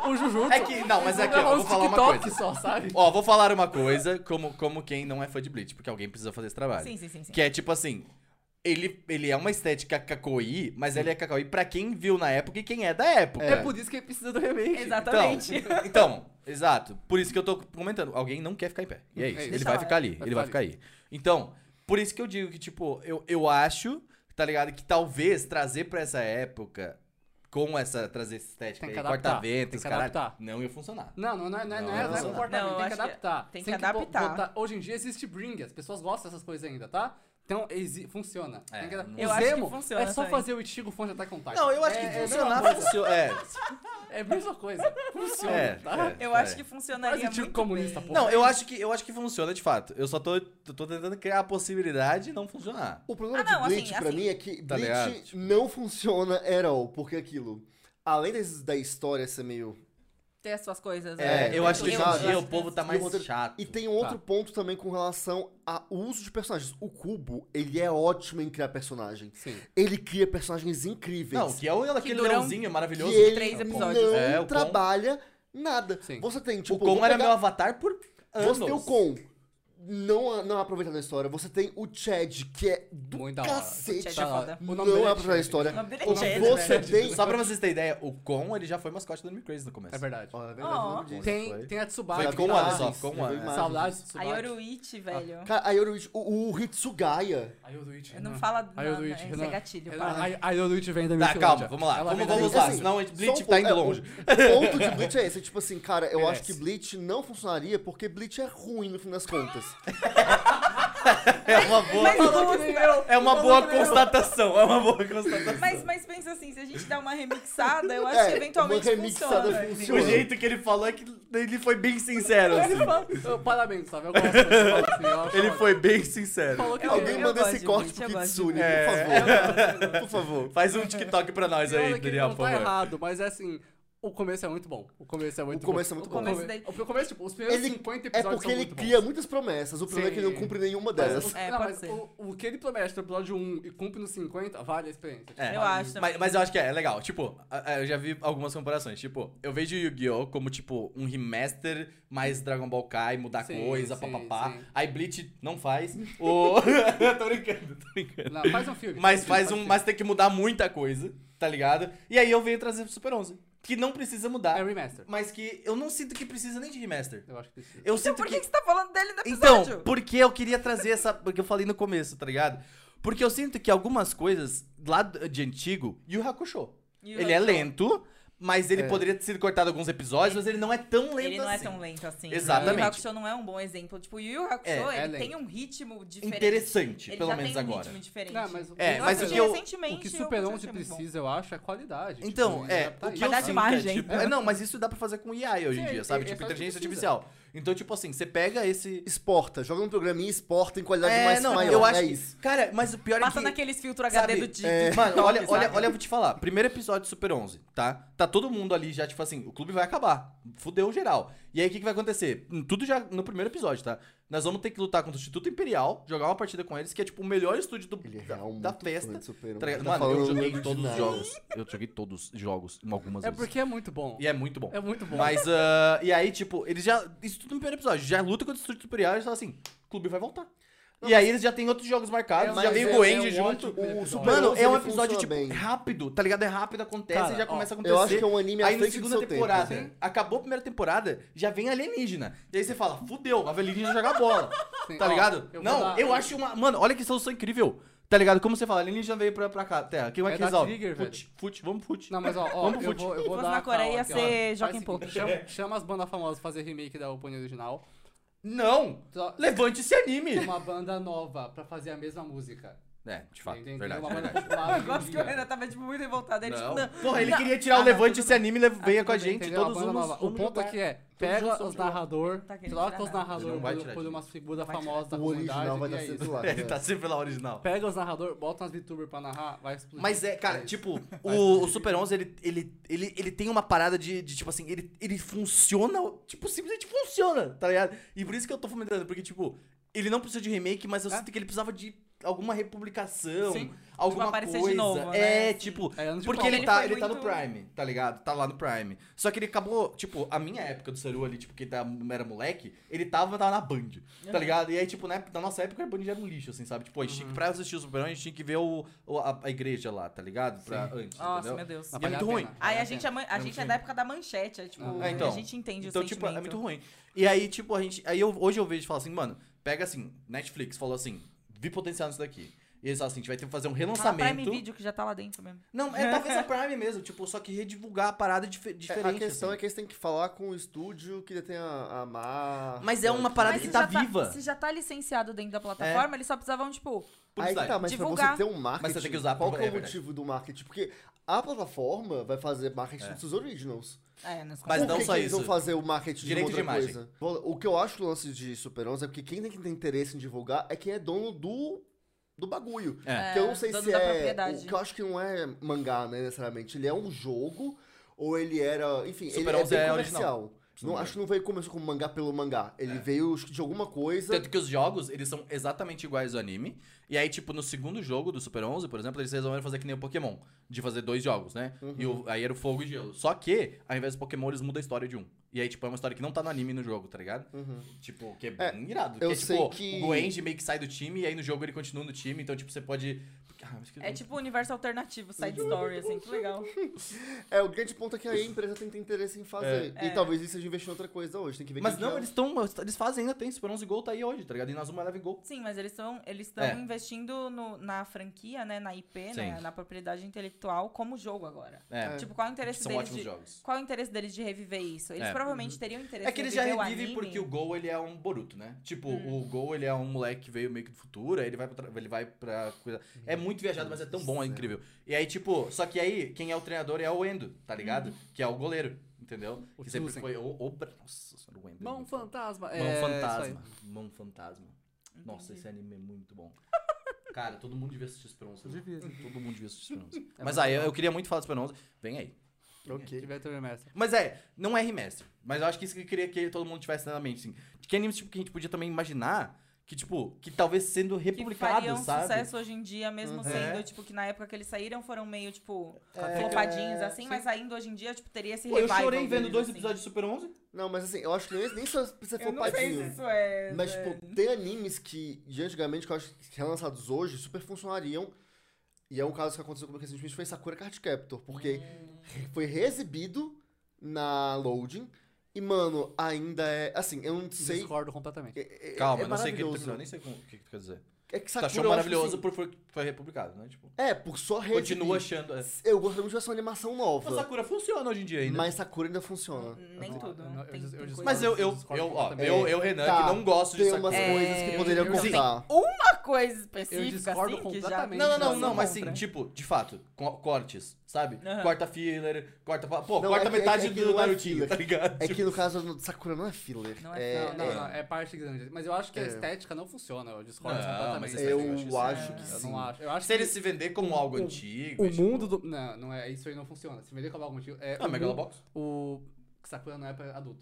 [SPEAKER 2] produto.
[SPEAKER 1] É que, não, mas
[SPEAKER 2] Eles
[SPEAKER 1] aqui,
[SPEAKER 2] vão
[SPEAKER 1] ó, eu vou
[SPEAKER 2] gravar
[SPEAKER 1] falar
[SPEAKER 2] uns
[SPEAKER 1] uma
[SPEAKER 2] TikTok
[SPEAKER 1] coisa.
[SPEAKER 2] só, sabe?
[SPEAKER 1] Ó, vou falar uma coisa como, como quem não é fã de Bleach, porque alguém precisa fazer esse trabalho.
[SPEAKER 3] Sim, sim, sim, sim.
[SPEAKER 1] Que é tipo assim, ele, ele é uma estética cacauí, mas ele é cacauí pra quem viu na época e quem é da época.
[SPEAKER 2] É por isso que ele precisa do remake.
[SPEAKER 3] Exatamente.
[SPEAKER 1] Então, então, exato. Por isso que eu tô comentando. Alguém não quer ficar em pé. E é isso.
[SPEAKER 2] É isso.
[SPEAKER 1] Ele
[SPEAKER 3] Deixa
[SPEAKER 1] vai
[SPEAKER 3] lá.
[SPEAKER 1] ficar ali.
[SPEAKER 2] Vai
[SPEAKER 1] ele vai
[SPEAKER 2] ficar
[SPEAKER 1] ficar aí. Então, por isso que eu digo que, tipo, eu, eu acho, tá ligado? Que talvez trazer pra essa época, com essa, trazer essa estética
[SPEAKER 2] Tem
[SPEAKER 1] aí,
[SPEAKER 2] que adaptar,
[SPEAKER 1] corta-ventos,
[SPEAKER 2] tem que
[SPEAKER 1] caralho,
[SPEAKER 2] adaptar.
[SPEAKER 1] não ia funcionar.
[SPEAKER 2] Não, não, não, é- não, é-
[SPEAKER 1] Não,
[SPEAKER 2] não, é, não é
[SPEAKER 1] não.
[SPEAKER 2] comportamento,
[SPEAKER 3] Não,
[SPEAKER 2] tem
[SPEAKER 3] eu
[SPEAKER 2] que
[SPEAKER 3] acho que
[SPEAKER 2] adaptar.
[SPEAKER 3] tem que
[SPEAKER 2] bo-
[SPEAKER 3] adaptar.
[SPEAKER 2] botar- Hoje em dia existe bring, as pessoas gostam dessas coisas ainda, tá? Então, exi- funciona.
[SPEAKER 1] É,
[SPEAKER 2] Tem que adap-
[SPEAKER 1] não-
[SPEAKER 3] Eu
[SPEAKER 2] o
[SPEAKER 3] acho que
[SPEAKER 2] Zemo
[SPEAKER 3] funciona
[SPEAKER 2] é só
[SPEAKER 3] também.
[SPEAKER 2] fazer o Ichigo fonte Attack on Titan.
[SPEAKER 1] Não, eu acho
[SPEAKER 2] É-
[SPEAKER 1] que
[SPEAKER 2] é a mesma
[SPEAKER 1] funcionar
[SPEAKER 2] coisa.
[SPEAKER 1] funciona. É,
[SPEAKER 2] É a mesma coisa. Funciona,
[SPEAKER 1] É,
[SPEAKER 2] tá?
[SPEAKER 1] é.
[SPEAKER 3] Eu acho que funcionaria
[SPEAKER 2] Faz o tipo
[SPEAKER 3] muito
[SPEAKER 2] comunista,
[SPEAKER 3] bem.
[SPEAKER 2] pô.
[SPEAKER 1] Não, eu acho que eu acho que funciona de fato. Eu só tô, tô tentando criar a possibilidade de não funcionar.
[SPEAKER 4] O problema
[SPEAKER 3] Ah, não,
[SPEAKER 4] de Bleach,
[SPEAKER 3] assim,
[SPEAKER 4] pra
[SPEAKER 3] assim,
[SPEAKER 4] mim, é que
[SPEAKER 1] tá
[SPEAKER 4] Bleach
[SPEAKER 1] ligado? Tipo-
[SPEAKER 4] não funciona at all, porque aquilo, além das- da história ser meio...
[SPEAKER 3] Ter as suas coisas.
[SPEAKER 1] É,
[SPEAKER 3] né?
[SPEAKER 1] eu acho que hoje em
[SPEAKER 4] eu
[SPEAKER 1] dia
[SPEAKER 3] acho
[SPEAKER 1] o povo tá
[SPEAKER 4] E
[SPEAKER 1] mais
[SPEAKER 4] o roteiro-
[SPEAKER 1] chato.
[SPEAKER 4] E tem um outro
[SPEAKER 2] Tá.
[SPEAKER 4] ponto também com relação ao uso de personagens. O Kubo, ele é ótimo em criar personagem.
[SPEAKER 2] Sim.
[SPEAKER 4] Ele cria personagens incríveis.
[SPEAKER 1] Não, que é o, aquele
[SPEAKER 3] duram
[SPEAKER 1] leãozinho maravilhoso.
[SPEAKER 4] que ele
[SPEAKER 3] três episódios.
[SPEAKER 4] não
[SPEAKER 1] É, o Kon.
[SPEAKER 4] trabalha nada.
[SPEAKER 2] Sim.
[SPEAKER 4] Você tem, tipo...
[SPEAKER 1] o Kon
[SPEAKER 4] vou
[SPEAKER 1] era
[SPEAKER 4] pegar-
[SPEAKER 1] meu avatar por anos.
[SPEAKER 4] Você tem o Kon, não, não aproveitando a história. Você tem o Chad, que é do
[SPEAKER 2] Muito da hora.
[SPEAKER 4] cacete.
[SPEAKER 3] O Chad é
[SPEAKER 2] Da hora.
[SPEAKER 3] foda.
[SPEAKER 2] O nome
[SPEAKER 4] Não
[SPEAKER 2] dele
[SPEAKER 4] é
[SPEAKER 2] é
[SPEAKER 4] aproveitando a
[SPEAKER 2] Chad.
[SPEAKER 4] história.
[SPEAKER 3] O nome dele é
[SPEAKER 4] Ou
[SPEAKER 3] Chad,
[SPEAKER 4] Você
[SPEAKER 3] né?
[SPEAKER 4] tem...
[SPEAKER 1] Só pra vocês terem ideia, o Kon, ele já foi mascote do Anime Crazy no começo.
[SPEAKER 2] É verdade.
[SPEAKER 4] Ó, é verdade,
[SPEAKER 3] Ó.
[SPEAKER 4] eu lembro disso.
[SPEAKER 2] Tem,
[SPEAKER 1] foi.
[SPEAKER 2] tem a Tsubaki.
[SPEAKER 1] Foi com um
[SPEAKER 2] tá?
[SPEAKER 1] ano só, ficou um
[SPEAKER 4] Eu vi
[SPEAKER 1] ano.
[SPEAKER 4] imagens.
[SPEAKER 2] Saudades de
[SPEAKER 3] A
[SPEAKER 2] Tsubaki.
[SPEAKER 3] Yoruichi, velho.
[SPEAKER 4] Cara, a Yoruichi, o, o Hitsugaya.
[SPEAKER 2] A Yoruichi,
[SPEAKER 3] Eu não
[SPEAKER 2] Renan.
[SPEAKER 3] fala
[SPEAKER 2] A
[SPEAKER 3] não,
[SPEAKER 2] Yoruichi,
[SPEAKER 3] não,
[SPEAKER 2] Renan.
[SPEAKER 3] isso é gatilho,
[SPEAKER 2] Renan,
[SPEAKER 3] para.
[SPEAKER 2] A a Yoruichi vem da minha
[SPEAKER 1] Tá,
[SPEAKER 2] Finlândia.
[SPEAKER 1] calma, vamos lá.
[SPEAKER 2] Ela
[SPEAKER 1] Vamos,
[SPEAKER 2] vem da
[SPEAKER 1] vamos
[SPEAKER 2] minha
[SPEAKER 1] lá,
[SPEAKER 4] assim,
[SPEAKER 1] senão o
[SPEAKER 4] Só
[SPEAKER 1] Bleach
[SPEAKER 4] um
[SPEAKER 1] tá indo
[SPEAKER 4] ponto, é,
[SPEAKER 1] longe.
[SPEAKER 4] O ponto de Bleach é esse. Tipo assim, cara, eu
[SPEAKER 2] Merece.
[SPEAKER 4] acho que Bleach não funcionaria porque Bleach é ruim no fim das contas.
[SPEAKER 1] É uma boa,
[SPEAKER 3] Mas gosta.
[SPEAKER 1] é uma boa constatação. É uma boa constatação.
[SPEAKER 3] Mas, mas pensa assim, se a gente der uma remixada, eu acho
[SPEAKER 4] É,
[SPEAKER 3] que eventualmente
[SPEAKER 4] uma remixada
[SPEAKER 3] funciona.
[SPEAKER 4] funciona.
[SPEAKER 1] O jeito que ele falou é que ele foi bem sincero, assim.
[SPEAKER 2] Eu- Parabéns, sabe? Eu gosto. Eu falo assim, eu acho
[SPEAKER 1] Ele
[SPEAKER 2] ótimo.
[SPEAKER 1] foi bem sincero.
[SPEAKER 2] Falou que
[SPEAKER 3] Eu-
[SPEAKER 4] Alguém
[SPEAKER 3] eu
[SPEAKER 4] manda
[SPEAKER 3] gosto
[SPEAKER 4] esse
[SPEAKER 3] de
[SPEAKER 4] corte
[SPEAKER 3] Bleach,
[SPEAKER 4] pro
[SPEAKER 3] eu gosto de
[SPEAKER 4] Kitsune,
[SPEAKER 1] É.
[SPEAKER 4] por favor. Por favor.
[SPEAKER 1] Faz um TikTok pra nós aí,
[SPEAKER 2] Olha que
[SPEAKER 1] Daniel,
[SPEAKER 2] não
[SPEAKER 1] por
[SPEAKER 2] tá
[SPEAKER 1] favor.
[SPEAKER 2] errado, mas é assim, o começo é muito bom. O começo é muito
[SPEAKER 4] começo
[SPEAKER 2] bom.
[SPEAKER 4] é muito
[SPEAKER 2] o
[SPEAKER 4] bom.
[SPEAKER 2] Começo,
[SPEAKER 3] O começo
[SPEAKER 2] o começo, tipo, os primeiros
[SPEAKER 4] Ele,
[SPEAKER 2] cinquenta
[SPEAKER 4] é
[SPEAKER 2] episódios
[SPEAKER 4] porque
[SPEAKER 2] são
[SPEAKER 4] ele
[SPEAKER 2] muito
[SPEAKER 4] cria
[SPEAKER 2] bons.
[SPEAKER 4] muitas promessas. O problema é que ele não
[SPEAKER 2] Sim.
[SPEAKER 4] cumpre nenhuma
[SPEAKER 2] Mas,
[SPEAKER 4] delas.
[SPEAKER 2] o-
[SPEAKER 3] É,
[SPEAKER 2] não,
[SPEAKER 3] pode
[SPEAKER 2] mas
[SPEAKER 3] ser.
[SPEAKER 2] o, o que ele promete no episódio um e cumpre no cinquenta, vale a experiência. Tipo,
[SPEAKER 1] É.
[SPEAKER 3] Eu acho também.
[SPEAKER 1] Mas, mas eu acho que é, é legal. Tipo, a- a- eu já vi algumas comparações. Tipo, eu vejo Yu-Gi-Oh! Como, tipo, um remaster mais Dragon Ball Kai, mudar
[SPEAKER 2] Sim,
[SPEAKER 1] coisa,
[SPEAKER 2] sim,
[SPEAKER 1] papapá.
[SPEAKER 2] sim.
[SPEAKER 1] Aí Bleach não faz. O... tô brincando, tô brincando.
[SPEAKER 2] Não, faz um filme.
[SPEAKER 1] Mas faz um.
[SPEAKER 2] filme.
[SPEAKER 1] Mas tem que mudar muita coisa, tá ligado? E aí eu venho trazer pro Super onze. Que não precisa mudar.
[SPEAKER 2] É remaster.
[SPEAKER 1] Mas que eu não sinto que precisa nem de remaster.
[SPEAKER 2] Eu acho que precisa.
[SPEAKER 1] Eu
[SPEAKER 3] Então
[SPEAKER 1] sinto
[SPEAKER 3] por
[SPEAKER 1] que.
[SPEAKER 3] que, que você tá falando dele no
[SPEAKER 1] Então,
[SPEAKER 3] episódio?
[SPEAKER 1] porque eu queria trazer essa. Porque eu falei no começo, tá ligado? Porque eu sinto que algumas coisas lá de antigo, Yu Yu Hakusho.
[SPEAKER 3] Yu
[SPEAKER 1] Ele é
[SPEAKER 3] Hakusho.
[SPEAKER 1] lento, mas ele
[SPEAKER 4] É.
[SPEAKER 1] poderia ter sido cortado alguns episódios, mas ele não é tão lento
[SPEAKER 3] Ele não é
[SPEAKER 1] assim.
[SPEAKER 3] tão lento assim.
[SPEAKER 1] Exatamente.
[SPEAKER 3] O Yu Yu Hakusho não é um bom exemplo. Tipo, o Yu Yu Hakusho,
[SPEAKER 1] É,
[SPEAKER 2] é
[SPEAKER 3] ele
[SPEAKER 2] lento.
[SPEAKER 3] tem um ritmo diferente.
[SPEAKER 1] Interessante,
[SPEAKER 3] Ele
[SPEAKER 1] pelo
[SPEAKER 3] já
[SPEAKER 1] menos
[SPEAKER 3] tem um
[SPEAKER 1] agora.
[SPEAKER 3] ritmo diferente.
[SPEAKER 2] Não, mas,
[SPEAKER 1] É,
[SPEAKER 2] eu
[SPEAKER 1] mas
[SPEAKER 2] acho
[SPEAKER 1] o
[SPEAKER 2] que
[SPEAKER 1] que eu-
[SPEAKER 3] recentemente,
[SPEAKER 2] o que
[SPEAKER 3] eu
[SPEAKER 2] Super
[SPEAKER 3] achei
[SPEAKER 2] onze
[SPEAKER 3] muito bom.
[SPEAKER 2] precisa, eu acho, é qualidade.
[SPEAKER 1] Então,
[SPEAKER 2] tipo,
[SPEAKER 1] é,
[SPEAKER 2] adaptar
[SPEAKER 1] o que
[SPEAKER 2] isso.
[SPEAKER 1] eu
[SPEAKER 3] Vai dar de
[SPEAKER 1] sinto
[SPEAKER 3] margem.
[SPEAKER 1] é, tipo, é, não, mas isso dá pra fazer com I A hoje em
[SPEAKER 2] Sim,
[SPEAKER 1] dia,
[SPEAKER 2] é-
[SPEAKER 1] sabe?
[SPEAKER 2] é
[SPEAKER 1] Tipo,
[SPEAKER 2] só que
[SPEAKER 1] inteligência
[SPEAKER 2] precisa.
[SPEAKER 1] artificial. Então, tipo assim, você pega esse...
[SPEAKER 4] Exporta. Joga um programinha e exporta em qualidade
[SPEAKER 1] É,
[SPEAKER 4] mais
[SPEAKER 1] não,
[SPEAKER 4] maior.
[SPEAKER 1] eu acho
[SPEAKER 4] é
[SPEAKER 1] que...
[SPEAKER 4] isso.
[SPEAKER 1] Cara, mas o pior é
[SPEAKER 3] Passa
[SPEAKER 1] que...
[SPEAKER 3] naqueles filtros H D
[SPEAKER 1] sabe,
[SPEAKER 3] do Tito.
[SPEAKER 1] é, Mano, olha, olha,
[SPEAKER 3] sabe?
[SPEAKER 1] olha, eu vou te falar. Primeiro episódio de Super onze, tá? Tá todo mundo ali já, tipo assim, o clube vai acabar. Fudeu geral. E aí, o que, que vai acontecer? Hum, Tudo já no primeiro episódio, tá? Nós vamos ter que lutar contra o Instituto Imperial, jogar uma partida com eles, que é, tipo, o melhor estúdio do,
[SPEAKER 4] Ele é
[SPEAKER 1] da,
[SPEAKER 4] real
[SPEAKER 1] da
[SPEAKER 4] muito
[SPEAKER 1] festa.
[SPEAKER 4] fã de Super
[SPEAKER 1] Tá ligado?
[SPEAKER 4] Tá
[SPEAKER 1] Mano, eu
[SPEAKER 4] falando
[SPEAKER 1] joguei
[SPEAKER 4] do
[SPEAKER 1] todos os
[SPEAKER 4] original.
[SPEAKER 1] jogos. Eu joguei todos os jogos, algumas
[SPEAKER 2] É
[SPEAKER 1] vezes.
[SPEAKER 2] porque é muito bom.
[SPEAKER 1] E é muito bom.
[SPEAKER 2] É muito bom.
[SPEAKER 1] Mas, ah, e aí, tipo, eles já. Isso tudo no primeiro episódio. Já luta contra o Estúdio Imperial e eles falam assim: o clube vai voltar. e aí eles já tem outros jogos marcados,
[SPEAKER 2] É,
[SPEAKER 1] já
[SPEAKER 2] mas
[SPEAKER 1] vem
[SPEAKER 2] é-
[SPEAKER 1] o Goenji
[SPEAKER 2] é um
[SPEAKER 1] junto.
[SPEAKER 2] ótimo
[SPEAKER 4] O
[SPEAKER 2] episódio.
[SPEAKER 4] Super
[SPEAKER 1] Mano,
[SPEAKER 4] onze,
[SPEAKER 1] é um
[SPEAKER 4] ele
[SPEAKER 1] episódio,
[SPEAKER 4] funciona
[SPEAKER 1] tipo,
[SPEAKER 4] bem.
[SPEAKER 1] rápido, tá ligado? É rápido, acontece
[SPEAKER 2] Cara,
[SPEAKER 1] e já
[SPEAKER 2] ó,
[SPEAKER 1] começa a acontecer.
[SPEAKER 4] Eu acho que é um anime à
[SPEAKER 1] Aí na
[SPEAKER 4] frente do
[SPEAKER 1] segunda
[SPEAKER 4] seu
[SPEAKER 1] temporada,
[SPEAKER 4] tempo. assim.
[SPEAKER 1] acabou a primeira temporada, já vem alienígena. E aí você fala, fudeu, a alienígena joga bola.
[SPEAKER 2] Sim,
[SPEAKER 1] Tá
[SPEAKER 2] ó,
[SPEAKER 1] ligado?
[SPEAKER 2] eu vou
[SPEAKER 1] Não,
[SPEAKER 2] dar-
[SPEAKER 1] eu acho uma. Mano, olha que solução incrível. Tá ligado? Como você fala, alienígena veio pra, pra cá, terra. Quem vai
[SPEAKER 2] É
[SPEAKER 1] que
[SPEAKER 2] da
[SPEAKER 1] resolve?
[SPEAKER 2] Trigger, velho.
[SPEAKER 1] Fute, fute, vamos pro fute.
[SPEAKER 2] Não, mas ó, ó
[SPEAKER 1] Vamos pro
[SPEAKER 2] eu
[SPEAKER 1] fute.
[SPEAKER 2] vou, eu
[SPEAKER 3] Se
[SPEAKER 2] vou
[SPEAKER 3] fosse
[SPEAKER 2] dar
[SPEAKER 3] na Coreia,
[SPEAKER 2] cal
[SPEAKER 3] ia
[SPEAKER 2] aqui, ó.
[SPEAKER 3] ser
[SPEAKER 2] Faz
[SPEAKER 3] Joaquim
[SPEAKER 2] o seguinte,
[SPEAKER 3] Photo.
[SPEAKER 2] Chama, chama as bandas famosas pra fazer remake da opening original.
[SPEAKER 1] Não!
[SPEAKER 2] Só-
[SPEAKER 1] Levante esse anime!
[SPEAKER 2] Uma banda nova pra fazer a mesma música.
[SPEAKER 1] É, de fato,
[SPEAKER 2] Entendeu?
[SPEAKER 1] verdade.
[SPEAKER 2] Uma banda
[SPEAKER 1] verdade.
[SPEAKER 2] popular
[SPEAKER 3] Eu
[SPEAKER 2] hoje em
[SPEAKER 3] gosto que o
[SPEAKER 2] dia.
[SPEAKER 3] Renan tava, tipo, muito revoltado. Ele,
[SPEAKER 1] Não.
[SPEAKER 3] tipo, não.
[SPEAKER 1] Porra, ele
[SPEAKER 3] Não.
[SPEAKER 1] queria tirar
[SPEAKER 3] Ah,
[SPEAKER 1] o
[SPEAKER 3] não,
[SPEAKER 1] Levante
[SPEAKER 3] tudo
[SPEAKER 1] esse anime, le- venha com a
[SPEAKER 2] Tudo bem,
[SPEAKER 1] gente,
[SPEAKER 2] entendeu?
[SPEAKER 1] todos
[SPEAKER 2] A banda
[SPEAKER 1] vamos,
[SPEAKER 2] nova. O
[SPEAKER 1] vamos
[SPEAKER 2] ponto
[SPEAKER 1] jogar.
[SPEAKER 2] aqui é,
[SPEAKER 1] Todos
[SPEAKER 2] pega
[SPEAKER 1] juntos
[SPEAKER 2] os
[SPEAKER 1] vamos jogar.
[SPEAKER 2] narrador,
[SPEAKER 3] Tá querendo
[SPEAKER 2] troca
[SPEAKER 3] tirar
[SPEAKER 2] os
[SPEAKER 3] nada.
[SPEAKER 1] Ele
[SPEAKER 2] narradores
[SPEAKER 1] não vai
[SPEAKER 2] por,
[SPEAKER 1] tirar
[SPEAKER 2] por
[SPEAKER 1] disso.
[SPEAKER 2] umas figuras
[SPEAKER 3] Vai tirar.
[SPEAKER 2] famosas da
[SPEAKER 4] O original vai
[SPEAKER 2] comunidade
[SPEAKER 4] dar
[SPEAKER 2] e é
[SPEAKER 4] sempre
[SPEAKER 2] isso.
[SPEAKER 4] lá.
[SPEAKER 1] Ele
[SPEAKER 4] né?
[SPEAKER 1] tá sempre pela original.
[SPEAKER 2] Pega os narradores, bota umas VTubers pra narrar, vai explodir.
[SPEAKER 1] Mas é, cara,
[SPEAKER 2] isso.
[SPEAKER 1] tipo, o, o Super onze, ele, ele, ele, ele tem uma parada de, de, tipo assim, ele, ele funciona, tipo, simplesmente funciona, tá ligado? E por isso que eu tô fomentando, porque, tipo, ele não precisa de remake, mas eu
[SPEAKER 2] É?
[SPEAKER 1] sinto que ele precisava de alguma republicação,
[SPEAKER 2] Sim.
[SPEAKER 1] alguma
[SPEAKER 3] Tipo, aparecer
[SPEAKER 1] coisa.
[SPEAKER 3] de novo, né?
[SPEAKER 1] É,
[SPEAKER 3] Sim.
[SPEAKER 1] tipo,
[SPEAKER 2] É, anos de
[SPEAKER 1] porque
[SPEAKER 2] prova.
[SPEAKER 1] ele
[SPEAKER 3] Ele
[SPEAKER 1] tá,
[SPEAKER 3] foi
[SPEAKER 1] ele tá no
[SPEAKER 3] muito-
[SPEAKER 1] Prime, tá ligado? Tá lá no Prime. Só que ele acabou, tipo, a minha época do Saru ali, tipo, que tá, era moleque, ele tava, tava na Band, tá ligado? E aí, tipo, na, época- na nossa época, a Band já era um lixo, assim, sabe? Tipo, a gente tinha que, pra assistir o Superman, a gente tinha que ver o, o- a, a igreja lá, tá ligado? Pra, antes,
[SPEAKER 3] Nossa,
[SPEAKER 1] entendeu?
[SPEAKER 3] meu Deus.
[SPEAKER 1] E é
[SPEAKER 2] Vale a
[SPEAKER 1] muito
[SPEAKER 2] pena,
[SPEAKER 1] ruim.
[SPEAKER 2] vale
[SPEAKER 3] Aí a
[SPEAKER 2] pena.
[SPEAKER 3] gente, é, man- a
[SPEAKER 1] É
[SPEAKER 3] gente
[SPEAKER 1] muito
[SPEAKER 3] é da época da manchete, é, tipo,
[SPEAKER 1] É, então.
[SPEAKER 3] a gente entende
[SPEAKER 1] Então,
[SPEAKER 3] o
[SPEAKER 1] tipo, é
[SPEAKER 3] sentimento.
[SPEAKER 1] muito ruim. E aí, tipo, a gente. Aí eu, hoje eu vejo e falo assim, mano, pega assim, Netflix falou assim, vi potencial nisso daqui. E eles falam assim, a gente vai ter que fazer um
[SPEAKER 3] Fala
[SPEAKER 1] relançamento.
[SPEAKER 3] Prime Video, que já tá lá dentro mesmo.
[SPEAKER 1] Não, é talvez a Prime mesmo, tipo, só que redivulgar a parada dife-
[SPEAKER 4] É,
[SPEAKER 1] diferente.
[SPEAKER 4] a questão
[SPEAKER 1] assim.
[SPEAKER 4] é que eles têm que falar com o estúdio que detém a, a marca.
[SPEAKER 1] Mas é uma parada
[SPEAKER 3] Mas
[SPEAKER 1] que
[SPEAKER 3] se
[SPEAKER 1] tá
[SPEAKER 3] já
[SPEAKER 1] viva.
[SPEAKER 3] Se já tá licenciado dentro da plataforma, eles só precisavam, tipo...
[SPEAKER 4] Aí que tá, mas
[SPEAKER 3] divulgar.
[SPEAKER 4] pra você ter um marketing,
[SPEAKER 1] Mas você tem que usar
[SPEAKER 4] qual
[SPEAKER 1] pra-
[SPEAKER 4] que é
[SPEAKER 1] é
[SPEAKER 4] o
[SPEAKER 1] verdade.
[SPEAKER 4] motivo do marketing? Porque a plataforma vai fazer marketing dos seus originals.
[SPEAKER 3] É, nos
[SPEAKER 1] Mas
[SPEAKER 4] Por
[SPEAKER 1] não
[SPEAKER 4] que
[SPEAKER 1] só
[SPEAKER 4] que eles
[SPEAKER 1] isso.
[SPEAKER 4] vão fazer o marketing
[SPEAKER 1] Direito
[SPEAKER 4] de
[SPEAKER 1] de
[SPEAKER 4] uma outra
[SPEAKER 1] imagem.
[SPEAKER 4] coisa? O que eu acho do lance de Super onze é porque quem tem que ter interesse em divulgar é quem é dono do, do bagulho.
[SPEAKER 1] É.
[SPEAKER 4] Que eu não sei
[SPEAKER 3] dono
[SPEAKER 4] se
[SPEAKER 3] da
[SPEAKER 4] é...
[SPEAKER 3] propriedade.
[SPEAKER 4] O que eu acho que não é mangá, né, necessariamente. Ele é um jogo, ou ele era... Enfim,
[SPEAKER 1] Super
[SPEAKER 4] ele é
[SPEAKER 1] onze
[SPEAKER 4] bem
[SPEAKER 1] é
[SPEAKER 4] comercial.
[SPEAKER 1] original.
[SPEAKER 4] Não, acho que não veio começou como mangá pelo mangá. Ele veio acho que, de alguma coisa...
[SPEAKER 1] Tanto que os jogos, eles são exatamente iguais ao anime. E aí, tipo, no segundo jogo do Super onze, por exemplo, eles resolveram fazer que nem o Pokémon. De fazer dois jogos, né? E o- aí era o fogo e gelo. Só que, ao invés do Pokémon, eles mudam a história de um. E aí, tipo, é uma história que não tá no anime e no jogo, tá ligado? Tipo, que é bem
[SPEAKER 4] É,
[SPEAKER 1] irado.
[SPEAKER 4] eu
[SPEAKER 1] que é,
[SPEAKER 4] sei
[SPEAKER 1] tipo,
[SPEAKER 4] que-
[SPEAKER 1] o Goenji meio que sai do time e aí no jogo ele continua no time. Então, tipo, você pode... Ah, acho que-
[SPEAKER 3] É tipo um universo alternativo, side story, assim, que legal.
[SPEAKER 4] É, o grande ponto é que aí a empresa tem que ter interesse em fazer.
[SPEAKER 3] É.
[SPEAKER 4] E
[SPEAKER 3] É.
[SPEAKER 4] talvez eles estejam investindo em outra coisa hoje. Tem que ver
[SPEAKER 1] Mas
[SPEAKER 4] quem
[SPEAKER 1] não,
[SPEAKER 4] que é.
[SPEAKER 1] eles estão... Eles fazem ainda, tem. Super onze Gol tá aí hoje, tá ligado? E Inazuma Eleven Gol.
[SPEAKER 3] Sim, mas eles estão eles estão
[SPEAKER 1] É.
[SPEAKER 3] investindo no- na franquia, né, na I P,
[SPEAKER 1] Sim.
[SPEAKER 3] né, na propriedade intelectual como jogo agora.
[SPEAKER 1] É.
[SPEAKER 3] Tipo, qual é o interesse
[SPEAKER 1] São
[SPEAKER 3] deles
[SPEAKER 1] ótimos
[SPEAKER 3] de,
[SPEAKER 1] jogos.
[SPEAKER 3] qual é o interesse deles de reviver isso? Eles
[SPEAKER 1] É.
[SPEAKER 3] provavelmente teriam interesse
[SPEAKER 1] É que
[SPEAKER 3] em
[SPEAKER 1] eles já
[SPEAKER 3] reviver o
[SPEAKER 1] revivem
[SPEAKER 3] anime.
[SPEAKER 1] porque o Gol, ele é um Boruto, né? Tipo,
[SPEAKER 3] Hum.
[SPEAKER 1] o Gol, ele é um moleque que veio meio que do futuro, aí ele vai pra, tra- ele vai pra coisa... É muito viajado, mas é tão bom, é incrível. E aí, tipo, só que aí, quem é o treinador é o Endo, tá ligado? Que é o goleiro, entendeu?
[SPEAKER 2] O
[SPEAKER 1] que sempre
[SPEAKER 2] Tsusen.
[SPEAKER 1] foi o... o bra- Nossa senhora, o Endo. é
[SPEAKER 2] Mão
[SPEAKER 1] muito bom.
[SPEAKER 2] fantasma.
[SPEAKER 1] Mão
[SPEAKER 2] é, isso aí.
[SPEAKER 1] fantasma. Mão fantasma. Nossa, esse anime é muito bom. Cara, todo mundo devia assistir Super onze. Todo mundo devia assistir Super onze. Mas aí, eu, eu queria muito falar do Super onze. Vem aí.
[SPEAKER 4] Ok.
[SPEAKER 2] Que vai ter o remaster.
[SPEAKER 1] Mas é, não é remaster. Mas eu acho que isso que eu queria que todo mundo tivesse na mente, assim. De que animes tipo, que a gente podia também imaginar que, tipo, que talvez sendo
[SPEAKER 3] que
[SPEAKER 1] republicados,
[SPEAKER 3] fariam
[SPEAKER 1] sabe?
[SPEAKER 3] sucesso hoje em dia, mesmo
[SPEAKER 1] Uhum.
[SPEAKER 3] sendo,
[SPEAKER 1] É.
[SPEAKER 3] tipo, que na época que eles saíram foram meio, tipo,
[SPEAKER 1] É,
[SPEAKER 3] flopadinhos, assim,
[SPEAKER 1] sim.
[SPEAKER 3] mas ainda hoje em dia, tipo, teria esse
[SPEAKER 1] Pô, eu
[SPEAKER 3] revival
[SPEAKER 1] chorei vendo
[SPEAKER 3] deles,
[SPEAKER 1] dois
[SPEAKER 3] assim.
[SPEAKER 1] episódios de Super onze.
[SPEAKER 4] Não, mas assim, eu acho que nem, nem só precisa
[SPEAKER 3] Eu não sei se
[SPEAKER 4] flopadinho.
[SPEAKER 3] isso é...
[SPEAKER 4] Mas,
[SPEAKER 3] é-
[SPEAKER 4] tipo, tem animes que, de antigamente, que eu acho que relançados hoje, super funcionariam. E é um caso que aconteceu comigo recentemente, foi Sakura Card Captor. Porque
[SPEAKER 3] Hum.
[SPEAKER 4] foi reexibido na Loading. E, mano, ainda é... Assim, eu não sei...
[SPEAKER 2] Discordo completamente.
[SPEAKER 4] é- é-
[SPEAKER 1] Calma,
[SPEAKER 4] é
[SPEAKER 1] eu não sei o que ele
[SPEAKER 4] maravilhoso.
[SPEAKER 1] terminou, nem sei como- o que que tu quer dizer.
[SPEAKER 4] É que
[SPEAKER 1] Tu
[SPEAKER 4] Sakura,
[SPEAKER 1] achou
[SPEAKER 4] eu acho
[SPEAKER 1] maravilhoso
[SPEAKER 4] que,
[SPEAKER 1] por foi, foi republicado, né? Tipo,
[SPEAKER 4] assim, É, por só reexibir.
[SPEAKER 1] continua achando... é.
[SPEAKER 4] Eu gostaria muito de ver essa animação nova.
[SPEAKER 1] Mas Sakura funciona hoje em dia ainda.
[SPEAKER 4] Mas Sakura ainda funciona.
[SPEAKER 3] Nem
[SPEAKER 2] Eu-
[SPEAKER 3] tudo.
[SPEAKER 2] eu- eu-
[SPEAKER 3] tem,
[SPEAKER 2] eu-
[SPEAKER 3] tem
[SPEAKER 2] eu-
[SPEAKER 3] coisa-
[SPEAKER 1] Mas eu, eu,
[SPEAKER 2] discordo
[SPEAKER 1] eu, ó,
[SPEAKER 2] completamente.
[SPEAKER 1] eu, eu, Renan,
[SPEAKER 4] Tá,
[SPEAKER 1] que não gosto de
[SPEAKER 4] Tem
[SPEAKER 1] Sakura.
[SPEAKER 4] umas
[SPEAKER 3] É,
[SPEAKER 4] coisas que
[SPEAKER 2] eu-
[SPEAKER 4] poderiam
[SPEAKER 2] eu-
[SPEAKER 4] cortar.
[SPEAKER 3] Uma coisa
[SPEAKER 2] Eu
[SPEAKER 3] específica,
[SPEAKER 2] discordo
[SPEAKER 3] assim, que já...
[SPEAKER 2] completamente.
[SPEAKER 1] Não, não, não,
[SPEAKER 2] Você
[SPEAKER 1] não, mas
[SPEAKER 3] compra.
[SPEAKER 1] sim, tipo, de fato, co- cortes, sabe?
[SPEAKER 3] Aham.
[SPEAKER 1] Corta filler, corta. Pô,
[SPEAKER 4] Não,
[SPEAKER 1] corta
[SPEAKER 4] é que-
[SPEAKER 1] metade
[SPEAKER 4] é que
[SPEAKER 1] do
[SPEAKER 4] não é
[SPEAKER 1] Narutinho,
[SPEAKER 4] filler.
[SPEAKER 1] tá ligado?
[SPEAKER 4] É que no caso do Sakura não é filler.
[SPEAKER 3] Não é
[SPEAKER 2] Não, não,
[SPEAKER 4] é-
[SPEAKER 2] não, é parte grande. Mas eu acho que a
[SPEAKER 4] É.
[SPEAKER 2] estética não funciona. Eu discordo
[SPEAKER 1] Não,
[SPEAKER 2] completamente.
[SPEAKER 1] mas estética
[SPEAKER 4] Eu
[SPEAKER 1] acho isso-
[SPEAKER 4] acho
[SPEAKER 3] é.
[SPEAKER 4] que
[SPEAKER 2] Eu
[SPEAKER 4] sim.
[SPEAKER 2] não acho. Eu acho
[SPEAKER 1] Se
[SPEAKER 2] que
[SPEAKER 1] ele se vender como algo
[SPEAKER 2] o-
[SPEAKER 1] antigo.
[SPEAKER 2] o
[SPEAKER 1] tipo-
[SPEAKER 2] mundo do. Não, não é. Isso aí não funciona. Se vender como algo antigo. É,
[SPEAKER 1] Ah,
[SPEAKER 2] o
[SPEAKER 1] Megalobox?
[SPEAKER 2] O. Sakura não é pra adulto.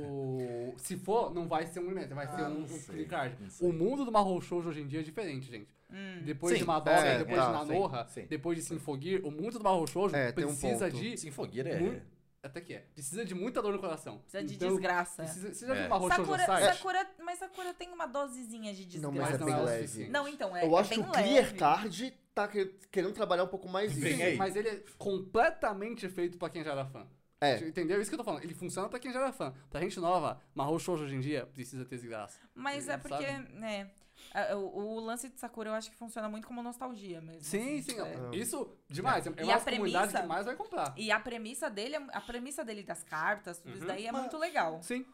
[SPEAKER 2] O. Se for, não vai ser um remake, vai ser
[SPEAKER 1] Ah,
[SPEAKER 2] um,
[SPEAKER 1] não
[SPEAKER 2] um
[SPEAKER 1] sei,
[SPEAKER 2] click card.
[SPEAKER 1] não sei.
[SPEAKER 2] O mundo do Mahou Shoujo hoje em dia é diferente, gente.
[SPEAKER 3] Hum.
[SPEAKER 2] Depois
[SPEAKER 1] Sim,
[SPEAKER 2] de Madoka,
[SPEAKER 4] é,
[SPEAKER 2] depois
[SPEAKER 4] tá,
[SPEAKER 2] de Nanoha,
[SPEAKER 1] sim, sim.
[SPEAKER 2] depois de Sinfogir, o mundo do Mahou Shoujo
[SPEAKER 4] É, tem um
[SPEAKER 2] precisa
[SPEAKER 4] ponto.
[SPEAKER 2] de.
[SPEAKER 1] Sim, Fogueira é.
[SPEAKER 2] Mu- Até que é. Precisa de muita dor no coração.
[SPEAKER 3] Precisa de
[SPEAKER 2] Então,
[SPEAKER 3] desgraça.
[SPEAKER 2] Precisa, você já
[SPEAKER 1] É.
[SPEAKER 2] viu Mahou Shoujo
[SPEAKER 3] Sakura,
[SPEAKER 2] Site?
[SPEAKER 3] Sakura, mas Sakura tem uma dosezinha de
[SPEAKER 4] Não,
[SPEAKER 3] desgraça.
[SPEAKER 4] mas é
[SPEAKER 2] não
[SPEAKER 4] bem
[SPEAKER 2] é o
[SPEAKER 4] leve.
[SPEAKER 2] suficiente.
[SPEAKER 3] Não, então, é
[SPEAKER 4] Eu
[SPEAKER 3] é
[SPEAKER 4] acho que
[SPEAKER 3] bem
[SPEAKER 4] o Clear
[SPEAKER 3] leve.
[SPEAKER 4] Card tá que- querendo trabalhar um pouco mais
[SPEAKER 1] Vem
[SPEAKER 4] isso.
[SPEAKER 1] aí.
[SPEAKER 2] Mas ele é completamente feito pra quem já era fã.
[SPEAKER 4] É.
[SPEAKER 2] Entendeu? Isso que eu tô falando. Ele funciona pra quem já era fã. Pra gente nova, Mahou Shoujo hoje em dia precisa ter desgraça.
[SPEAKER 3] Mas é porque,
[SPEAKER 2] Sabe?
[SPEAKER 3] né, a- o, o lance de Sakura eu acho que funciona muito como nostalgia mesmo.
[SPEAKER 2] Sim,
[SPEAKER 3] assim,
[SPEAKER 2] sim.
[SPEAKER 3] é.
[SPEAKER 2] não. Isso, demais. É
[SPEAKER 3] E
[SPEAKER 2] uma
[SPEAKER 3] a
[SPEAKER 2] das comunidades
[SPEAKER 3] premissa-
[SPEAKER 2] que mais vai comprar.
[SPEAKER 3] E a premissa dele, é- a premissa dele das cartas, tudo isso
[SPEAKER 2] Uhum.
[SPEAKER 3] daí é
[SPEAKER 1] Mas-
[SPEAKER 3] muito legal.
[SPEAKER 2] Sim.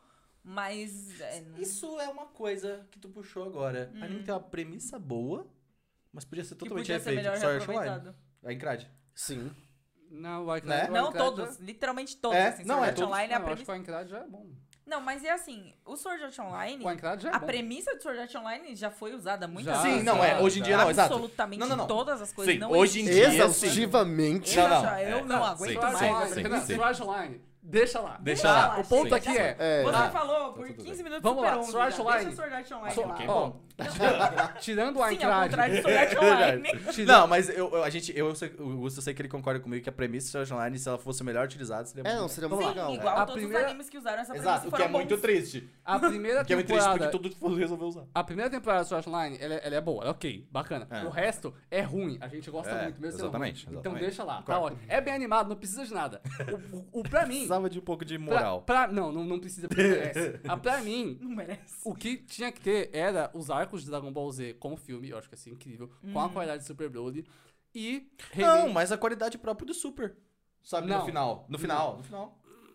[SPEAKER 3] Mas. É, não-
[SPEAKER 1] Isso é uma coisa que tu puxou agora. A anime tem uma premissa boa, mas podia ser
[SPEAKER 3] que
[SPEAKER 1] totalmente
[SPEAKER 3] podia ser
[SPEAKER 1] refeito.
[SPEAKER 3] melhor
[SPEAKER 1] Sword Art Online.
[SPEAKER 3] reaproveitado.
[SPEAKER 1] A Encrad.
[SPEAKER 4] Sim.
[SPEAKER 2] Não, o Icrad,
[SPEAKER 1] Né?
[SPEAKER 2] o
[SPEAKER 3] Não
[SPEAKER 2] Icrad
[SPEAKER 3] todos,
[SPEAKER 2] já-
[SPEAKER 3] literalmente todos.
[SPEAKER 1] É,
[SPEAKER 3] assim,
[SPEAKER 1] não,
[SPEAKER 3] Sword
[SPEAKER 1] é
[SPEAKER 3] Art
[SPEAKER 1] todos.
[SPEAKER 3] Online é a
[SPEAKER 2] Não, eu acho
[SPEAKER 3] premissa.
[SPEAKER 2] que o Icrad já é bom.
[SPEAKER 3] Não, mas é assim, o Sword Art Online,
[SPEAKER 2] O Icrad já é
[SPEAKER 3] a
[SPEAKER 2] bom.
[SPEAKER 3] premissa do Sword Art Online já foi usada muitas
[SPEAKER 2] Já,
[SPEAKER 3] vezes.
[SPEAKER 1] Sim, não, é. Hoje em dia não, exato.
[SPEAKER 3] Absolutamente
[SPEAKER 1] Não, não, não.
[SPEAKER 3] todas as coisas
[SPEAKER 1] Sim,
[SPEAKER 3] não
[SPEAKER 1] hoje em
[SPEAKER 3] existem.
[SPEAKER 1] dia,
[SPEAKER 4] Exaustivamente.
[SPEAKER 1] Não, não,
[SPEAKER 3] Eu, já- eu
[SPEAKER 1] é,
[SPEAKER 3] não
[SPEAKER 1] não,
[SPEAKER 3] aguento
[SPEAKER 1] sim,
[SPEAKER 3] mais.
[SPEAKER 1] sim,
[SPEAKER 3] essa
[SPEAKER 1] sim,
[SPEAKER 3] premissa.
[SPEAKER 1] sim.
[SPEAKER 2] Sword Art Online Deixa lá.
[SPEAKER 1] Deixa
[SPEAKER 3] Deixa
[SPEAKER 1] lá.
[SPEAKER 3] lá,
[SPEAKER 2] O ponto
[SPEAKER 3] chega.
[SPEAKER 2] aqui é...
[SPEAKER 4] É.
[SPEAKER 3] Você
[SPEAKER 2] Ah,
[SPEAKER 3] falou por
[SPEAKER 1] tudo bem.
[SPEAKER 3] quinze minutos
[SPEAKER 2] Vamos lá,
[SPEAKER 3] Super onze
[SPEAKER 2] Sword Art
[SPEAKER 3] já.
[SPEAKER 2] Online.
[SPEAKER 3] Deixa Sword Art Online
[SPEAKER 2] Só-
[SPEAKER 3] lá.
[SPEAKER 1] ok,
[SPEAKER 2] ó,
[SPEAKER 1] bom.
[SPEAKER 2] tirando o
[SPEAKER 3] Sim, ao
[SPEAKER 2] Aincrad...
[SPEAKER 3] contrário de Sword Art Online.
[SPEAKER 1] Não, mas eu, eu- a gente, eu, sei- o Augusto, eu sei que ele concorda comigo que a premissa de Sword Art Online, se ela fosse melhor utilizada, seria
[SPEAKER 4] É,
[SPEAKER 1] muito
[SPEAKER 4] não, seria
[SPEAKER 3] Sim,
[SPEAKER 4] muito legal.
[SPEAKER 3] igual
[SPEAKER 2] A
[SPEAKER 3] todos
[SPEAKER 2] primeira-
[SPEAKER 3] os animes que usaram essa premissa
[SPEAKER 1] Exato, o que
[SPEAKER 3] foram
[SPEAKER 1] é muito
[SPEAKER 3] bons.
[SPEAKER 1] triste.
[SPEAKER 2] A primeira
[SPEAKER 1] O que é muito triste porque
[SPEAKER 2] temporada...
[SPEAKER 1] todo mundo resolveu usar.
[SPEAKER 2] A primeira temporada do Sword Art Online, ela, é- ela é boa, ela é ok, bacana.
[SPEAKER 1] É.
[SPEAKER 2] O resto é ruim, a gente gosta
[SPEAKER 1] É,
[SPEAKER 2] muito, mesmo sendo
[SPEAKER 1] exatamente,
[SPEAKER 2] ruim. Então
[SPEAKER 1] exatamente.
[SPEAKER 2] deixa lá, tá
[SPEAKER 1] Claro.
[SPEAKER 2] ótimo. É bem animado, não precisa de nada. O, o, o pra mim...
[SPEAKER 1] Precisava de um pouco de
[SPEAKER 2] pra-
[SPEAKER 1] moral.
[SPEAKER 2] Pra, não, não, não precisa porque merece. Ah, pra mim,
[SPEAKER 3] Não merece.
[SPEAKER 2] o que tinha que ter era os arcos de Dragon Ball Z como filme, eu acho que ia ser incrível, com a qualidade de Super Broly, e...
[SPEAKER 1] Não,
[SPEAKER 2] remake-
[SPEAKER 1] mas a qualidade própria do Super. Sabe,
[SPEAKER 2] Não.
[SPEAKER 1] no final. No final, no final.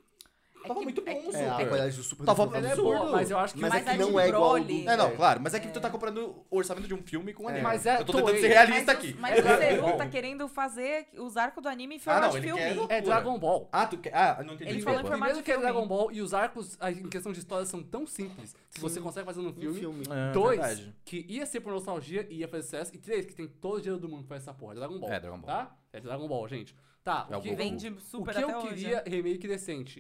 [SPEAKER 3] É
[SPEAKER 1] Tava
[SPEAKER 3] que-
[SPEAKER 1] muito bom
[SPEAKER 3] é
[SPEAKER 1] o
[SPEAKER 3] que-
[SPEAKER 1] Super.
[SPEAKER 4] É, a qualidade do Super
[SPEAKER 1] Tava
[SPEAKER 4] do Super
[SPEAKER 2] Ela é
[SPEAKER 1] absurdo.
[SPEAKER 2] boa, mas eu acho que...
[SPEAKER 4] Mas,
[SPEAKER 3] Mas
[SPEAKER 4] é
[SPEAKER 3] a
[SPEAKER 4] que
[SPEAKER 3] de
[SPEAKER 4] não é igual ao
[SPEAKER 3] Broly-
[SPEAKER 4] do...
[SPEAKER 1] É, não, claro, mas é que tu tá comprando o orçamento de um filme com anime.
[SPEAKER 2] Mas é
[SPEAKER 1] eu tô tentando
[SPEAKER 2] Toei.
[SPEAKER 1] ser realista
[SPEAKER 3] Mas,
[SPEAKER 1] aqui.
[SPEAKER 3] os- mas o Seru tá querendo fazer os arcos do anime em
[SPEAKER 1] Ah,
[SPEAKER 3] formato
[SPEAKER 1] não,
[SPEAKER 3] de
[SPEAKER 1] ele
[SPEAKER 3] filme.
[SPEAKER 1] quer-
[SPEAKER 2] É
[SPEAKER 1] loucura.
[SPEAKER 2] Dragon Ball.
[SPEAKER 1] Ah, tu quer. Ah, não entendi.
[SPEAKER 3] Ele
[SPEAKER 1] desculpa.
[SPEAKER 3] falou em formato
[SPEAKER 2] Primeiro
[SPEAKER 3] de
[SPEAKER 2] que é
[SPEAKER 3] filme.
[SPEAKER 2] Dragon Ball e os arcos, a- em questão de história, são tão simples que você
[SPEAKER 4] Sim.
[SPEAKER 2] consegue fazer num
[SPEAKER 4] Um
[SPEAKER 2] filme.
[SPEAKER 4] filme.
[SPEAKER 1] É,
[SPEAKER 2] Dois,
[SPEAKER 1] verdade.
[SPEAKER 2] que ia ser por nostalgia e ia fazer sucesso. E três, que tem todo o dinheiro do mundo pra essa porra. É Dragon Ball.
[SPEAKER 1] É, Dragon Ball.
[SPEAKER 2] Tá? É Dragon Ball, gente. Tá,
[SPEAKER 1] É
[SPEAKER 2] o
[SPEAKER 1] o
[SPEAKER 2] que,
[SPEAKER 1] Goku.
[SPEAKER 3] Vende
[SPEAKER 2] o
[SPEAKER 3] super
[SPEAKER 2] que
[SPEAKER 3] até
[SPEAKER 2] eu
[SPEAKER 3] hoje.
[SPEAKER 2] queria remake decente?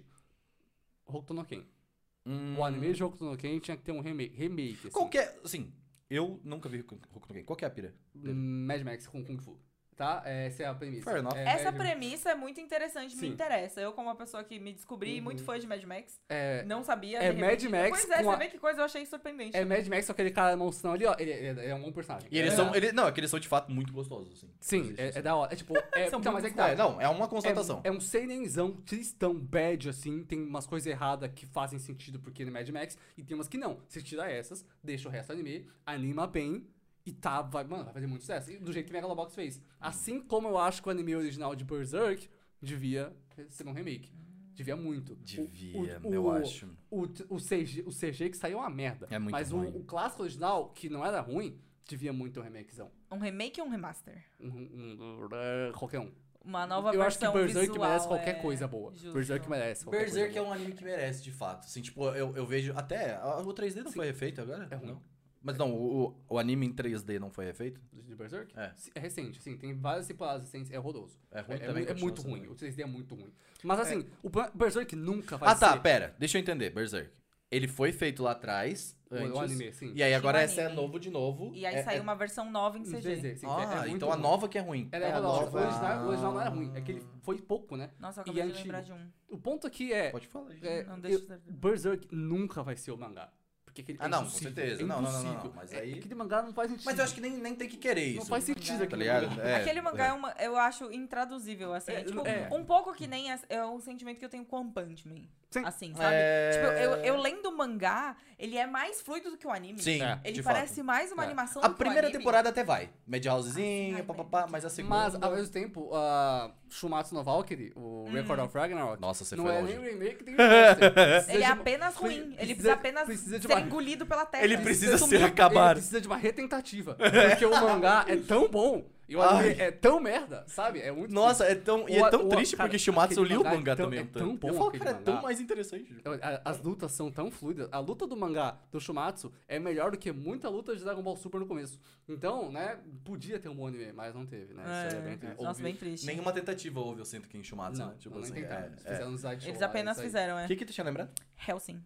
[SPEAKER 2] Hokuto no Ken.
[SPEAKER 1] Hum,
[SPEAKER 2] O anime de Hokuto no Ken tinha que ter um remake. Remake, assim.
[SPEAKER 1] Qual que é. Assim, eu nunca vi Hokuto no Ken. Qual que é a pira?
[SPEAKER 2] Mad Max com Kung Fu. Tá? Essa é a premissa.
[SPEAKER 1] Fair enough.
[SPEAKER 2] É,
[SPEAKER 3] Essa
[SPEAKER 2] Mad-
[SPEAKER 3] premissa é muito interessante,
[SPEAKER 2] Sim.
[SPEAKER 3] me interessa. Eu, como uma pessoa que me descobri
[SPEAKER 2] Uhum.
[SPEAKER 3] muito fã de Mad Max,
[SPEAKER 2] É,
[SPEAKER 3] não sabia.
[SPEAKER 2] é
[SPEAKER 3] de repente-
[SPEAKER 2] Mad Max
[SPEAKER 3] Pois é,
[SPEAKER 2] com
[SPEAKER 3] você
[SPEAKER 2] a-
[SPEAKER 3] vê que coisa eu achei surpreendente.
[SPEAKER 2] é Mad Max, só aquele cara monstrão ali, ó. Ele, ele- ele é um bom personagem.
[SPEAKER 1] E eles
[SPEAKER 2] é,
[SPEAKER 1] são. Ele, não, é que eles são de fato muito gostosos, assim.
[SPEAKER 2] Sim,
[SPEAKER 1] Existe
[SPEAKER 2] é,
[SPEAKER 1] isso.
[SPEAKER 2] é da hora. É tipo. É,
[SPEAKER 3] São
[SPEAKER 2] então, mas é que tá.
[SPEAKER 1] É, não, é uma constatação.
[SPEAKER 2] É, é um seinenzão, tristão, bad, assim. Tem umas coisas erradas que fazem sentido porque ele é Mad Max. E tem umas que não. Você tira essas, deixa o resto anime, anima bem. E tá, vai, mano, vai fazer muito sucesso. E do jeito que Megalobox fez. Assim como eu acho que o anime original de Berserk devia ser um remake. Devia muito.
[SPEAKER 1] Devia,
[SPEAKER 2] O- o-
[SPEAKER 1] eu
[SPEAKER 2] o-
[SPEAKER 1] acho.
[SPEAKER 2] O, o, C G, o C G que saiu é uma merda.
[SPEAKER 1] É muito
[SPEAKER 2] Mas o,
[SPEAKER 1] ruim.
[SPEAKER 2] o clássico original, que não era ruim, devia muito ter um remakezão.
[SPEAKER 3] Um remake ou um remaster?
[SPEAKER 2] Um, um, um, qualquer um.
[SPEAKER 3] Uma nova
[SPEAKER 2] eu acho que
[SPEAKER 3] versão
[SPEAKER 2] Berserk
[SPEAKER 3] visual,
[SPEAKER 2] merece qualquer
[SPEAKER 3] é,
[SPEAKER 2] coisa boa.
[SPEAKER 3] justo.
[SPEAKER 2] Berserk merece qualquer
[SPEAKER 1] Berserk
[SPEAKER 2] coisa
[SPEAKER 1] é um anime que merece, de fato. Assim, tipo, eu, eu vejo. Até. a- O três D não
[SPEAKER 2] Sim.
[SPEAKER 1] foi refeito agora?
[SPEAKER 2] É ruim.
[SPEAKER 1] Não? Mas não, o, o- o anime em três D não foi refeito?
[SPEAKER 2] boa. De Berserk?
[SPEAKER 1] É.
[SPEAKER 2] Sim, é recente, sim. Tem várias temporadas recentes. É horroroso.
[SPEAKER 1] É ruim
[SPEAKER 2] É,
[SPEAKER 1] também.
[SPEAKER 2] é, é
[SPEAKER 1] continua
[SPEAKER 2] muito
[SPEAKER 1] sendo
[SPEAKER 2] ruim. O três D é muito ruim. Mas assim, o Ban- Berserk nunca vai
[SPEAKER 1] Ah, tá,
[SPEAKER 2] ser...
[SPEAKER 1] pera. Deixa eu entender, Berserk. Ele foi feito lá atrás,
[SPEAKER 2] O,
[SPEAKER 1] antes.
[SPEAKER 2] o anime, sim.
[SPEAKER 1] E aí
[SPEAKER 3] Tinha
[SPEAKER 1] agora
[SPEAKER 3] um
[SPEAKER 1] essa é
[SPEAKER 3] anime.
[SPEAKER 1] novo de novo.
[SPEAKER 3] E aí
[SPEAKER 1] é,
[SPEAKER 3] saiu
[SPEAKER 1] é...
[SPEAKER 3] uma versão nova em C
[SPEAKER 2] Em
[SPEAKER 3] G.
[SPEAKER 2] três D, sim. é-
[SPEAKER 1] Ah,
[SPEAKER 2] é muito
[SPEAKER 1] então a
[SPEAKER 2] ruim.
[SPEAKER 1] nova que é ruim.
[SPEAKER 2] Ela é
[SPEAKER 4] É, a
[SPEAKER 2] horrorosa.
[SPEAKER 4] nova-
[SPEAKER 2] O original, o original não era ruim. É que ele foi pouco, né?
[SPEAKER 3] Nossa, eu
[SPEAKER 2] E
[SPEAKER 3] acabei de
[SPEAKER 2] anti-
[SPEAKER 3] lembrar de um.
[SPEAKER 2] O ponto aqui é...
[SPEAKER 1] Pode falar, gente.
[SPEAKER 2] é,
[SPEAKER 3] Não, deixa
[SPEAKER 2] eu-
[SPEAKER 3] eu-
[SPEAKER 2] Berserk nunca vai ser o mangá. Porque aquele
[SPEAKER 1] Ah,
[SPEAKER 2] é
[SPEAKER 1] não, com
[SPEAKER 2] impossível,
[SPEAKER 1] certeza.
[SPEAKER 2] é
[SPEAKER 1] Não, não, não, não,
[SPEAKER 2] impossível.
[SPEAKER 1] não, mas
[SPEAKER 2] É-
[SPEAKER 1] aí-
[SPEAKER 2] Aquele mangá não faz sentido.
[SPEAKER 1] Mas eu acho que nem, nem tem que querer isso.
[SPEAKER 2] Não faz sentido
[SPEAKER 1] Tá
[SPEAKER 2] aquele
[SPEAKER 1] ligado?
[SPEAKER 2] mangá.
[SPEAKER 1] É,
[SPEAKER 3] Aquele mangá
[SPEAKER 1] é.
[SPEAKER 3] é uma, eu acho intraduzível, assim.
[SPEAKER 2] É,
[SPEAKER 3] É, tipo,
[SPEAKER 2] é.
[SPEAKER 3] um pouco que nem é, é o sentimento que eu tenho com One Punch Man.
[SPEAKER 2] Sim.
[SPEAKER 3] Assim, sabe?
[SPEAKER 1] É.
[SPEAKER 3] Tipo, eu, eu lendo o mangá, ele é mais fluido do que o anime.
[SPEAKER 1] Sim,
[SPEAKER 2] É.
[SPEAKER 3] Ele
[SPEAKER 1] de
[SPEAKER 3] parece
[SPEAKER 1] fato.
[SPEAKER 3] mais uma
[SPEAKER 1] É.
[SPEAKER 3] animação
[SPEAKER 1] A
[SPEAKER 3] do que o
[SPEAKER 1] primeira
[SPEAKER 3] anime.
[SPEAKER 1] temporada até vai. Madhousezinha,
[SPEAKER 3] Ai,
[SPEAKER 1] papapá, mas a segunda...
[SPEAKER 2] Mas, ao mesmo tempo, a Shumatsu no Valkyrie, o Record of Ragnarok,
[SPEAKER 1] Nossa, você
[SPEAKER 2] não
[SPEAKER 1] foi
[SPEAKER 2] é
[SPEAKER 1] longe.
[SPEAKER 2] nem o remake nem o remaster. Precisa
[SPEAKER 3] Ele é
[SPEAKER 2] de uma-
[SPEAKER 3] apenas
[SPEAKER 2] pre-
[SPEAKER 3] ruim. Ele
[SPEAKER 2] precisa-
[SPEAKER 3] precisa apenas
[SPEAKER 2] precisa de
[SPEAKER 3] ser
[SPEAKER 2] uma-
[SPEAKER 3] engolido pela terra.
[SPEAKER 1] Ele precisa
[SPEAKER 2] sumir.
[SPEAKER 1] ser acabado.
[SPEAKER 2] Ele precisa de uma retentativa. Porque o mangá é tão bom e o anime
[SPEAKER 1] Ai.
[SPEAKER 2] é tão merda, sabe? É muito
[SPEAKER 1] Nossa, é tão, e
[SPEAKER 2] O-
[SPEAKER 1] é tão
[SPEAKER 2] o-
[SPEAKER 1] triste
[SPEAKER 2] cara,
[SPEAKER 1] porque Shumatsu eu
[SPEAKER 2] aquele
[SPEAKER 1] li o
[SPEAKER 2] mangá é
[SPEAKER 1] mangá
[SPEAKER 2] tão-
[SPEAKER 1] também.
[SPEAKER 2] é
[SPEAKER 1] um
[SPEAKER 2] tão
[SPEAKER 1] tanto.
[SPEAKER 2] bom
[SPEAKER 1] Eu falo,
[SPEAKER 2] aquele
[SPEAKER 1] cara, é tão
[SPEAKER 2] mangá.
[SPEAKER 1] mais interessante.
[SPEAKER 2] A- As lutas são tão fluidas. A luta do mangá do Shumatsu é melhor do que muita luta de Dragon Ball Super no começo. Então, né, podia ter um bom anime, mas não teve, né? Isso aí é bem
[SPEAKER 3] É,
[SPEAKER 2] triste.
[SPEAKER 3] nossa,
[SPEAKER 1] Ouvi-
[SPEAKER 3] bem triste.
[SPEAKER 1] Nenhuma tentativa houve, eu sinto que em Shumatsu,
[SPEAKER 2] Não,
[SPEAKER 1] né? Tipo
[SPEAKER 2] não,
[SPEAKER 1] assim,
[SPEAKER 2] nem tentaram.
[SPEAKER 1] é,
[SPEAKER 2] Eles
[SPEAKER 1] é.
[SPEAKER 2] fizeram um slideshow
[SPEAKER 3] Eles
[SPEAKER 2] lá,
[SPEAKER 3] apenas
[SPEAKER 2] isso aí.
[SPEAKER 3] fizeram, é.
[SPEAKER 1] O que que tu tinha lembrado?
[SPEAKER 3] Hellsing.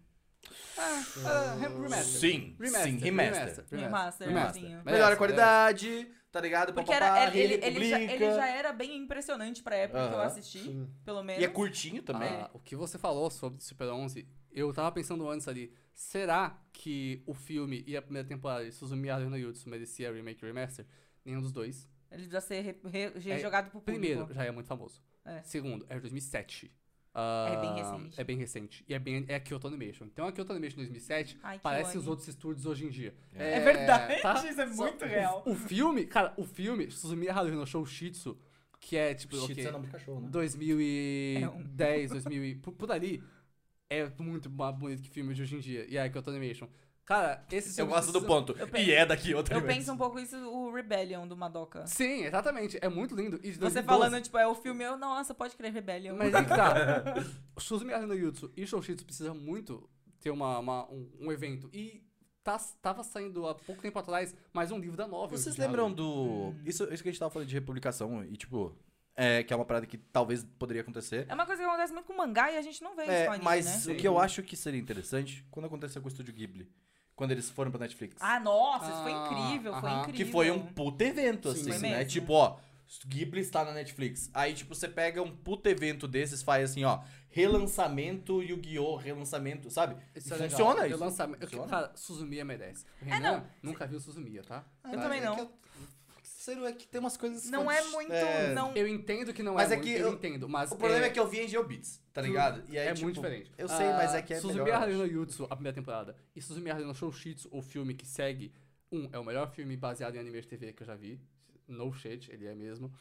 [SPEAKER 2] Ah, ah, remaster.
[SPEAKER 1] Sim,
[SPEAKER 2] Remaster,
[SPEAKER 1] sim, remaster.
[SPEAKER 3] Remaster,
[SPEAKER 2] Remaster.
[SPEAKER 3] sim.
[SPEAKER 2] Merece,
[SPEAKER 1] Melhor a qualidade, tá ligado?
[SPEAKER 3] Porque
[SPEAKER 1] Papapá,
[SPEAKER 3] era, ele,
[SPEAKER 1] ele,
[SPEAKER 3] ele, já,
[SPEAKER 1] publica.
[SPEAKER 3] ele já era bem impressionante pra época que eu
[SPEAKER 1] Aham,
[SPEAKER 3] assisti,
[SPEAKER 4] sim.
[SPEAKER 3] pelo menos.
[SPEAKER 1] E é curtinho também.
[SPEAKER 2] Ah, o que você falou sobre Super onze, eu tava pensando antes ali, será que o filme e a primeira temporada de Suzumiya no Yutsu merecia remake e remaster? Nenhum dos dois.
[SPEAKER 3] Ele precisa ser re, re,
[SPEAKER 2] É,
[SPEAKER 3] jogado pro público.
[SPEAKER 2] Primeiro, já é muito famoso.
[SPEAKER 3] É.
[SPEAKER 2] Segundo, é de dois mil e sete. Ah,
[SPEAKER 3] É bem recente.
[SPEAKER 2] É bem recente. E é, bem, é a Kyoto Animation. Então a Kyoto Animation de dois mil e sete
[SPEAKER 3] Ai, que
[SPEAKER 2] parece
[SPEAKER 3] ódio.
[SPEAKER 2] os outros estúdios hoje em dia.
[SPEAKER 3] É verdade,
[SPEAKER 2] tá?
[SPEAKER 3] isso é
[SPEAKER 2] Só-
[SPEAKER 3] muito
[SPEAKER 2] o-
[SPEAKER 3] real.
[SPEAKER 2] O, filme, cara, o filme Suzumiya Haruhi no Shoushitsu, que é tipo,
[SPEAKER 1] Shih
[SPEAKER 2] o
[SPEAKER 1] Tzu
[SPEAKER 2] quê?
[SPEAKER 1] é nome de cachorro, né?
[SPEAKER 2] dois mil e
[SPEAKER 3] É um.
[SPEAKER 2] dez, dois mil e... Por, por ali, é muito mais bonito que filme de hoje em dia. E aí, Kyoto Animation. Cara, esse
[SPEAKER 1] Eu gosto do ponto.
[SPEAKER 3] Eu
[SPEAKER 1] E
[SPEAKER 3] penso-
[SPEAKER 1] é daqui outra
[SPEAKER 3] Eu
[SPEAKER 1] vez.
[SPEAKER 3] penso um pouco isso, o Rebellion do Madoka.
[SPEAKER 2] Sim, exatamente. É muito lindo. E de
[SPEAKER 3] Você
[SPEAKER 2] dois mil e doze,
[SPEAKER 3] falando, tipo, é o filme, eu, nossa, pode crer, Rebellion.
[SPEAKER 2] Mas aí que tá. Suzumiya no Yutsu e Shoushitsu precisa muito ter uma, uma- um, um evento. E tá, tava saindo há pouco tempo atrás mais um livro da novel.
[SPEAKER 1] Vocês
[SPEAKER 2] de
[SPEAKER 1] lembram
[SPEAKER 2] Haruhi.
[SPEAKER 1] do... Isso, isso que a gente tava falando de republicação e, tipo... É, que é uma parada que talvez poderia acontecer.
[SPEAKER 3] É uma coisa que acontece muito com mangá e a gente não vê isso
[SPEAKER 1] É,
[SPEAKER 3] com anime,
[SPEAKER 1] mas
[SPEAKER 3] né?
[SPEAKER 1] o que eu acho que seria interessante, quando aconteceu com o Estúdio Ghibli, quando eles foram pra Netflix.
[SPEAKER 3] Ah, nossa, isso foi
[SPEAKER 2] Ah,
[SPEAKER 3] incrível, foi
[SPEAKER 2] aham.
[SPEAKER 3] incrível.
[SPEAKER 1] Que foi um puta evento,
[SPEAKER 4] Sim,
[SPEAKER 1] assim,
[SPEAKER 3] foi
[SPEAKER 1] né?
[SPEAKER 3] mesmo.
[SPEAKER 1] Tipo, ó, Ghibli está na Netflix. Aí, tipo, você pega um puta evento desses, faz assim, ó, relançamento Yu-Gi-Oh!, relançamento, sabe?
[SPEAKER 2] Isso é
[SPEAKER 1] Funciona
[SPEAKER 2] legal.
[SPEAKER 1] isso.
[SPEAKER 2] Relançamento-
[SPEAKER 1] Funciona.
[SPEAKER 2] Cara, Suzumiya merece. O Renan
[SPEAKER 3] não.
[SPEAKER 2] nunca viu Suzumiya, tá?
[SPEAKER 3] Eu também não.
[SPEAKER 1] É que eu- Sério, é que tem umas coisas...
[SPEAKER 3] Não é muito.
[SPEAKER 1] É,
[SPEAKER 3] Não...
[SPEAKER 2] Eu entendo que não
[SPEAKER 1] Mas
[SPEAKER 2] é,
[SPEAKER 1] é
[SPEAKER 2] muito,
[SPEAKER 1] que
[SPEAKER 2] eu,
[SPEAKER 1] eu-
[SPEAKER 2] entendo, mas...
[SPEAKER 1] O problema é, que eu vi em Geobits, tá ligado? E aí,
[SPEAKER 2] é
[SPEAKER 1] tipo,
[SPEAKER 2] muito diferente.
[SPEAKER 1] Eu sei, mas é que é
[SPEAKER 2] Suzumiya
[SPEAKER 1] melhor, eu
[SPEAKER 2] Haruhi no
[SPEAKER 1] acho.
[SPEAKER 2] Yutsu, a primeira temporada, e Suzumiya Haruhi no Shoushitsu, o filme que segue, um, é o melhor filme baseado em anime de T V que eu já vi. No shit, ele é mesmo.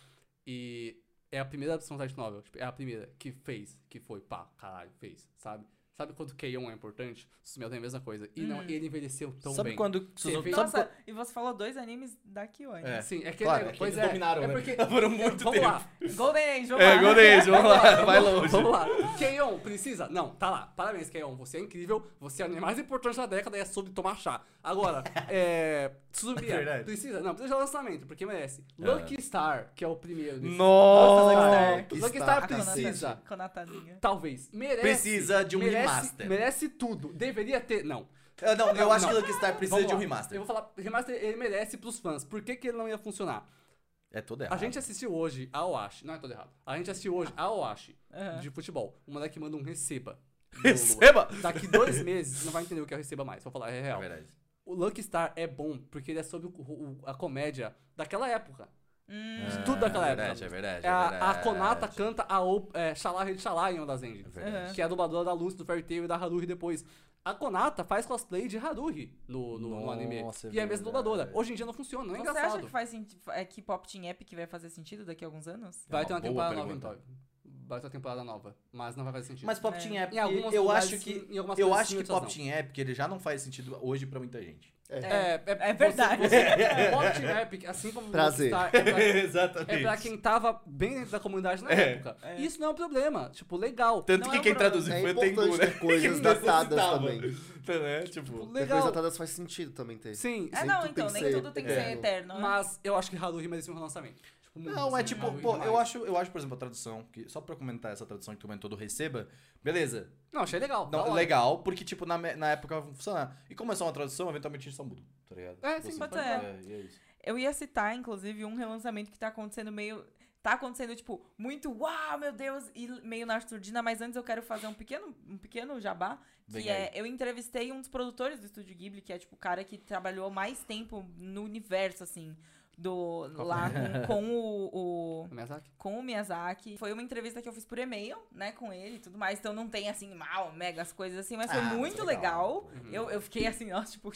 [SPEAKER 2] E é a primeira adaptação da light novel, tipo, é a primeira que fez, que foi, pá, caralho, fez, sabe? Sabe quando Keion é importante? Suzumiya tem a mesma coisa. E não, ele envelheceu tão
[SPEAKER 1] Sabe
[SPEAKER 2] bem.
[SPEAKER 1] quando... Suzu-
[SPEAKER 2] Teve-
[SPEAKER 1] sabe
[SPEAKER 3] Nossa,
[SPEAKER 1] quando-
[SPEAKER 3] e você falou dois animes da Kyoane.
[SPEAKER 1] É.
[SPEAKER 2] Sim, é que,
[SPEAKER 1] Claro,
[SPEAKER 2] é,
[SPEAKER 1] é que
[SPEAKER 2] pois
[SPEAKER 1] eles
[SPEAKER 2] é,
[SPEAKER 1] dominaram,
[SPEAKER 2] é
[SPEAKER 1] né?
[SPEAKER 2] porque...
[SPEAKER 1] Por muito
[SPEAKER 2] vamos
[SPEAKER 1] tempo.
[SPEAKER 2] lá,
[SPEAKER 3] Golden Age, vamos
[SPEAKER 1] É,
[SPEAKER 3] lá.
[SPEAKER 1] Golden Age, vamos lá, vai longe.
[SPEAKER 2] Vamos lá. Keion, precisa? Não, tá lá. Parabéns, Keion. Você é incrível. Você é o anime mais importante da década e é sobre tomar chá. Agora, é. Suzumiya,
[SPEAKER 1] Verdade.
[SPEAKER 2] precisa? Não, precisa de lançamento, porque merece. Lucky Star, que é o primeiro. desse-
[SPEAKER 1] Nossa!
[SPEAKER 2] Lucky
[SPEAKER 4] Lucky
[SPEAKER 2] Star
[SPEAKER 4] Star.
[SPEAKER 2] precisa.
[SPEAKER 3] Com a Natazinha.
[SPEAKER 2] Talvez. Merece.
[SPEAKER 1] Precisa de um
[SPEAKER 2] merece,
[SPEAKER 1] remaster.
[SPEAKER 2] Merece tudo. Deveria ter. Não.
[SPEAKER 1] Eu, não, eu
[SPEAKER 2] Não,
[SPEAKER 1] acho
[SPEAKER 2] não.
[SPEAKER 1] que Lucky Star precisa
[SPEAKER 2] Vamos
[SPEAKER 1] de um
[SPEAKER 2] lá.
[SPEAKER 1] remaster.
[SPEAKER 2] Eu vou falar, remaster ele merece pros fãs. Por que, que ele não ia funcionar?
[SPEAKER 1] É todo errado.
[SPEAKER 2] A gente assistiu hoje a Oashi. Não é todo errado. A gente assistiu hoje a Oashi
[SPEAKER 3] Aham.
[SPEAKER 2] de futebol. O moleque manda um receba. no-
[SPEAKER 1] Receba!
[SPEAKER 2] Daqui dois meses você não vai entender o que é o receba mais. Vou falar, é
[SPEAKER 1] É
[SPEAKER 2] real.
[SPEAKER 1] verdade.
[SPEAKER 2] O Lucky Star é bom porque ele é sobre o- o- a comédia daquela época.
[SPEAKER 3] Hum,
[SPEAKER 2] De tudo daquela
[SPEAKER 1] é
[SPEAKER 2] época.
[SPEAKER 1] verdade, é verdade,
[SPEAKER 2] É
[SPEAKER 1] é
[SPEAKER 2] a, a
[SPEAKER 1] verdade.
[SPEAKER 2] Konata canta a op, é, Xalá Rei de Xalá em uma das endings.
[SPEAKER 1] É verdade.
[SPEAKER 3] Aham.
[SPEAKER 2] Que é a dubladora da Lucy, do Fairy Tail e da Haruhi depois. A Konata faz cosplay de Haruhi no, no, no anime.
[SPEAKER 1] Nossa, é
[SPEAKER 2] E é a mesma
[SPEAKER 1] verdade.
[SPEAKER 2] dubladora. Hoje em dia não funciona, não é
[SPEAKER 3] Você
[SPEAKER 2] engraçado.
[SPEAKER 3] acha que faz sentido? É que Pop Team Epic vai fazer sentido daqui a alguns anos?
[SPEAKER 2] Vai
[SPEAKER 1] É
[SPEAKER 2] ter
[SPEAKER 1] uma
[SPEAKER 2] uma
[SPEAKER 1] boa
[SPEAKER 2] temporada nova,
[SPEAKER 1] pergunta.
[SPEAKER 2] então. Vai ter uma temporada nova. Mas não vai fazer sentido.
[SPEAKER 1] Mas Pop
[SPEAKER 3] É.
[SPEAKER 1] Team Epic,
[SPEAKER 2] Em algumas
[SPEAKER 1] eu
[SPEAKER 2] lugares
[SPEAKER 1] acho que,
[SPEAKER 2] sim, em algumas
[SPEAKER 1] eu
[SPEAKER 2] coisas
[SPEAKER 1] acho
[SPEAKER 2] sim,
[SPEAKER 1] que
[SPEAKER 2] outras
[SPEAKER 1] Pop
[SPEAKER 2] não.
[SPEAKER 1] Team Epic ele já não faz sentido hoje pra muita gente.
[SPEAKER 2] É, é,
[SPEAKER 3] É verdade.
[SPEAKER 2] Você, você, Pop Team Epic, assim como o
[SPEAKER 4] Prazer.
[SPEAKER 2] Lucky Star, é pra,
[SPEAKER 1] Exatamente.
[SPEAKER 2] é pra quem tava bem dentro da comunidade na
[SPEAKER 1] É.
[SPEAKER 2] época. E isso não é um problema. Tipo, legal.
[SPEAKER 1] Tanto
[SPEAKER 3] Não
[SPEAKER 1] que
[SPEAKER 3] é um
[SPEAKER 1] quem
[SPEAKER 3] problema.
[SPEAKER 1] traduziu
[SPEAKER 4] É
[SPEAKER 1] foi o Tengu,
[SPEAKER 4] importante
[SPEAKER 1] né?
[SPEAKER 4] ter coisas
[SPEAKER 1] Que
[SPEAKER 4] datadas
[SPEAKER 1] necessitava.
[SPEAKER 4] também.
[SPEAKER 1] Então, né? Tipo...
[SPEAKER 4] Depois
[SPEAKER 2] Legal.
[SPEAKER 4] datadas faz sentido também ter.
[SPEAKER 2] Sim,
[SPEAKER 3] É,
[SPEAKER 2] sim.
[SPEAKER 3] não,
[SPEAKER 4] tudo
[SPEAKER 3] então,
[SPEAKER 4] tem que
[SPEAKER 3] nem
[SPEAKER 4] ser
[SPEAKER 3] tudo tem que ser
[SPEAKER 4] eterno.
[SPEAKER 3] eterno. né?
[SPEAKER 2] Mas eu acho que Haruhi merecia um relançamento. Tipo, muito,
[SPEAKER 1] Não, é
[SPEAKER 2] assim,
[SPEAKER 1] tipo,
[SPEAKER 2] Haruhi
[SPEAKER 1] pô,
[SPEAKER 2] demais.
[SPEAKER 1] eu acho, eu acho, por exemplo, a tradução, que só pra comentar essa tradução que tu comentou do Receba, beleza,
[SPEAKER 2] Não, achei legal. da
[SPEAKER 1] não,
[SPEAKER 2] hora.
[SPEAKER 1] legal, porque, tipo, na, me- na época vai funcionar. E como é só uma tradução, eventualmente eles só mudam, tá ligado?
[SPEAKER 2] É,
[SPEAKER 1] Tipo
[SPEAKER 2] sim,
[SPEAKER 3] pode
[SPEAKER 1] assim,
[SPEAKER 3] ser.
[SPEAKER 1] e é isso.
[SPEAKER 3] Eu ia citar, inclusive, um relançamento que tá acontecendo meio. Tá acontecendo, tipo, muito uau, meu Deus, e meio na surdina, mas antes eu quero fazer um pequeno, um pequeno jabá, que
[SPEAKER 1] Vem
[SPEAKER 3] é,
[SPEAKER 1] aí.
[SPEAKER 3] eu entrevistei um dos produtores do Estúdio Ghibli, que é, tipo, o cara que trabalhou mais tempo no universo, assim, do, lá com, com o, o
[SPEAKER 2] Miyazaki?
[SPEAKER 3] com o Miyazaki. Foi uma entrevista que eu fiz por e-mail, né, com ele e tudo mais. Então não tem, assim, mal, mega as coisas assim, mas foi
[SPEAKER 1] Ah, mas
[SPEAKER 3] muito
[SPEAKER 1] é
[SPEAKER 3] legal.
[SPEAKER 1] legal.
[SPEAKER 2] Uhum.
[SPEAKER 3] Eu, eu fiquei assim, nossa, tipo,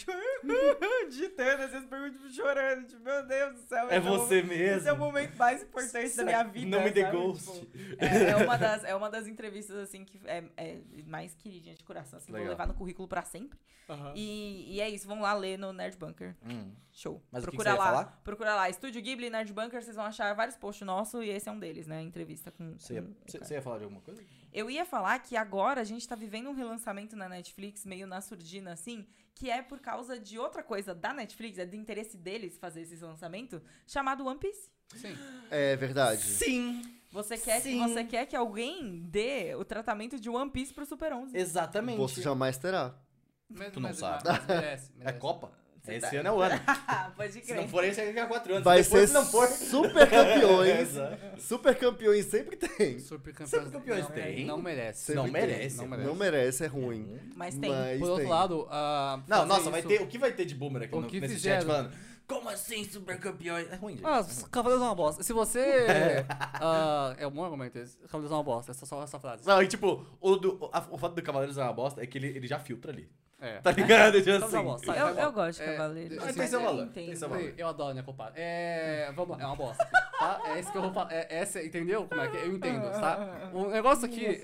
[SPEAKER 3] digitando essas perguntas, tipo, chorando. Tipo, meu Deus do céu.
[SPEAKER 1] É
[SPEAKER 3] esse
[SPEAKER 1] você
[SPEAKER 3] o-
[SPEAKER 1] mesmo.
[SPEAKER 3] Esse é o momento mais importante da minha vida.
[SPEAKER 1] Não me dê
[SPEAKER 3] sabe?
[SPEAKER 1] ghost.
[SPEAKER 3] Tipo, é, é uma das, é uma das entrevistas, assim, que é, é mais queridinha de coração. Assim, vou
[SPEAKER 1] Legal.
[SPEAKER 3] levar no currículo pra sempre.
[SPEAKER 2] Aham.
[SPEAKER 3] E, e é isso, vão lá ler no Nerd Bunker.
[SPEAKER 1] Hum.
[SPEAKER 3] Show.
[SPEAKER 1] Mas o que que
[SPEAKER 3] procura
[SPEAKER 1] você ia
[SPEAKER 3] lá,
[SPEAKER 1] falar?
[SPEAKER 3] procura lá. Estúdio Ghibli, Nerd Bunker, vocês vão achar vários posts nossos e esse é um deles, né? Entrevista com.
[SPEAKER 1] Você ia,
[SPEAKER 3] com o
[SPEAKER 1] você-
[SPEAKER 3] cara.
[SPEAKER 1] você ia falar de alguma coisa?
[SPEAKER 3] Eu ia falar que agora a gente tá vivendo um relançamento na Netflix, meio na surdina, assim, que é por causa de outra coisa da Netflix, é do interesse deles fazer esse lançamento, chamado One Piece.
[SPEAKER 2] Sim.
[SPEAKER 4] É verdade.
[SPEAKER 1] Sim,
[SPEAKER 3] Você quer, que,
[SPEAKER 1] Sim.
[SPEAKER 3] você quer que alguém dê o tratamento de One Piece pro Super onze.
[SPEAKER 1] exatamente.
[SPEAKER 4] Você jamais terá.
[SPEAKER 2] Mas-
[SPEAKER 1] Tu não
[SPEAKER 2] mas-
[SPEAKER 1] sabe.
[SPEAKER 2] mas merece,
[SPEAKER 1] É
[SPEAKER 2] merece.
[SPEAKER 1] Copa?
[SPEAKER 3] Você
[SPEAKER 1] Esse
[SPEAKER 3] tá-
[SPEAKER 1] ano é o ano.
[SPEAKER 3] Pode
[SPEAKER 1] Se
[SPEAKER 3] crer.
[SPEAKER 1] não for esse, é daqui a quatro anos.
[SPEAKER 4] Vai
[SPEAKER 1] Depois,
[SPEAKER 4] ser
[SPEAKER 1] se não for...
[SPEAKER 4] super campeões.
[SPEAKER 1] Exato.
[SPEAKER 4] Super campeões sempre tem.
[SPEAKER 2] Super campeões,
[SPEAKER 1] Super campeões
[SPEAKER 2] não,
[SPEAKER 1] tem?
[SPEAKER 2] Não merece.
[SPEAKER 4] Sempre
[SPEAKER 1] Não
[SPEAKER 4] tem.
[SPEAKER 1] merece.
[SPEAKER 2] Não merece.
[SPEAKER 4] Não merece, é ruim.
[SPEAKER 3] Mas tem.
[SPEAKER 4] Mas
[SPEAKER 2] Por outro
[SPEAKER 4] tem.
[SPEAKER 2] lado, ah,
[SPEAKER 1] Não,
[SPEAKER 2] fazer
[SPEAKER 1] nossa, vai
[SPEAKER 2] isso-
[SPEAKER 1] ter... O que vai ter de boomer aqui
[SPEAKER 2] O
[SPEAKER 1] no,
[SPEAKER 2] que
[SPEAKER 1] nesse
[SPEAKER 2] fizeram?
[SPEAKER 1] chat falando? Como assim, super campeões? É ruim, gente.
[SPEAKER 2] Ah, os Cavaleiros é uma bosta. Se você. ah, é um bom argumento esse. Cavaleiros é uma bosta. Essa só essa frase.
[SPEAKER 1] Não, e tipo, o, do, a- o fato do Cavaleiros é uma bosta é que ele, ele já filtra ali.
[SPEAKER 2] É.
[SPEAKER 1] Tá ligado? Tipo
[SPEAKER 2] Cavaleiros é uma
[SPEAKER 1] assim.
[SPEAKER 2] bosta.
[SPEAKER 3] Eu,
[SPEAKER 2] Vai, vai.
[SPEAKER 3] eu gosto de
[SPEAKER 2] É,
[SPEAKER 3] Cavaleiros.
[SPEAKER 2] mas
[SPEAKER 1] tem
[SPEAKER 3] mas
[SPEAKER 1] seu
[SPEAKER 3] eu
[SPEAKER 1] valor,
[SPEAKER 3] entendo.
[SPEAKER 1] tem seu valor.
[SPEAKER 2] Eu adoro, né, compadre? É. Vamos lá, é uma bosta. Tá? É isso que eu vou falar. É, essa, entendeu como é que é? Eu entendo, tá? O negócio aqui.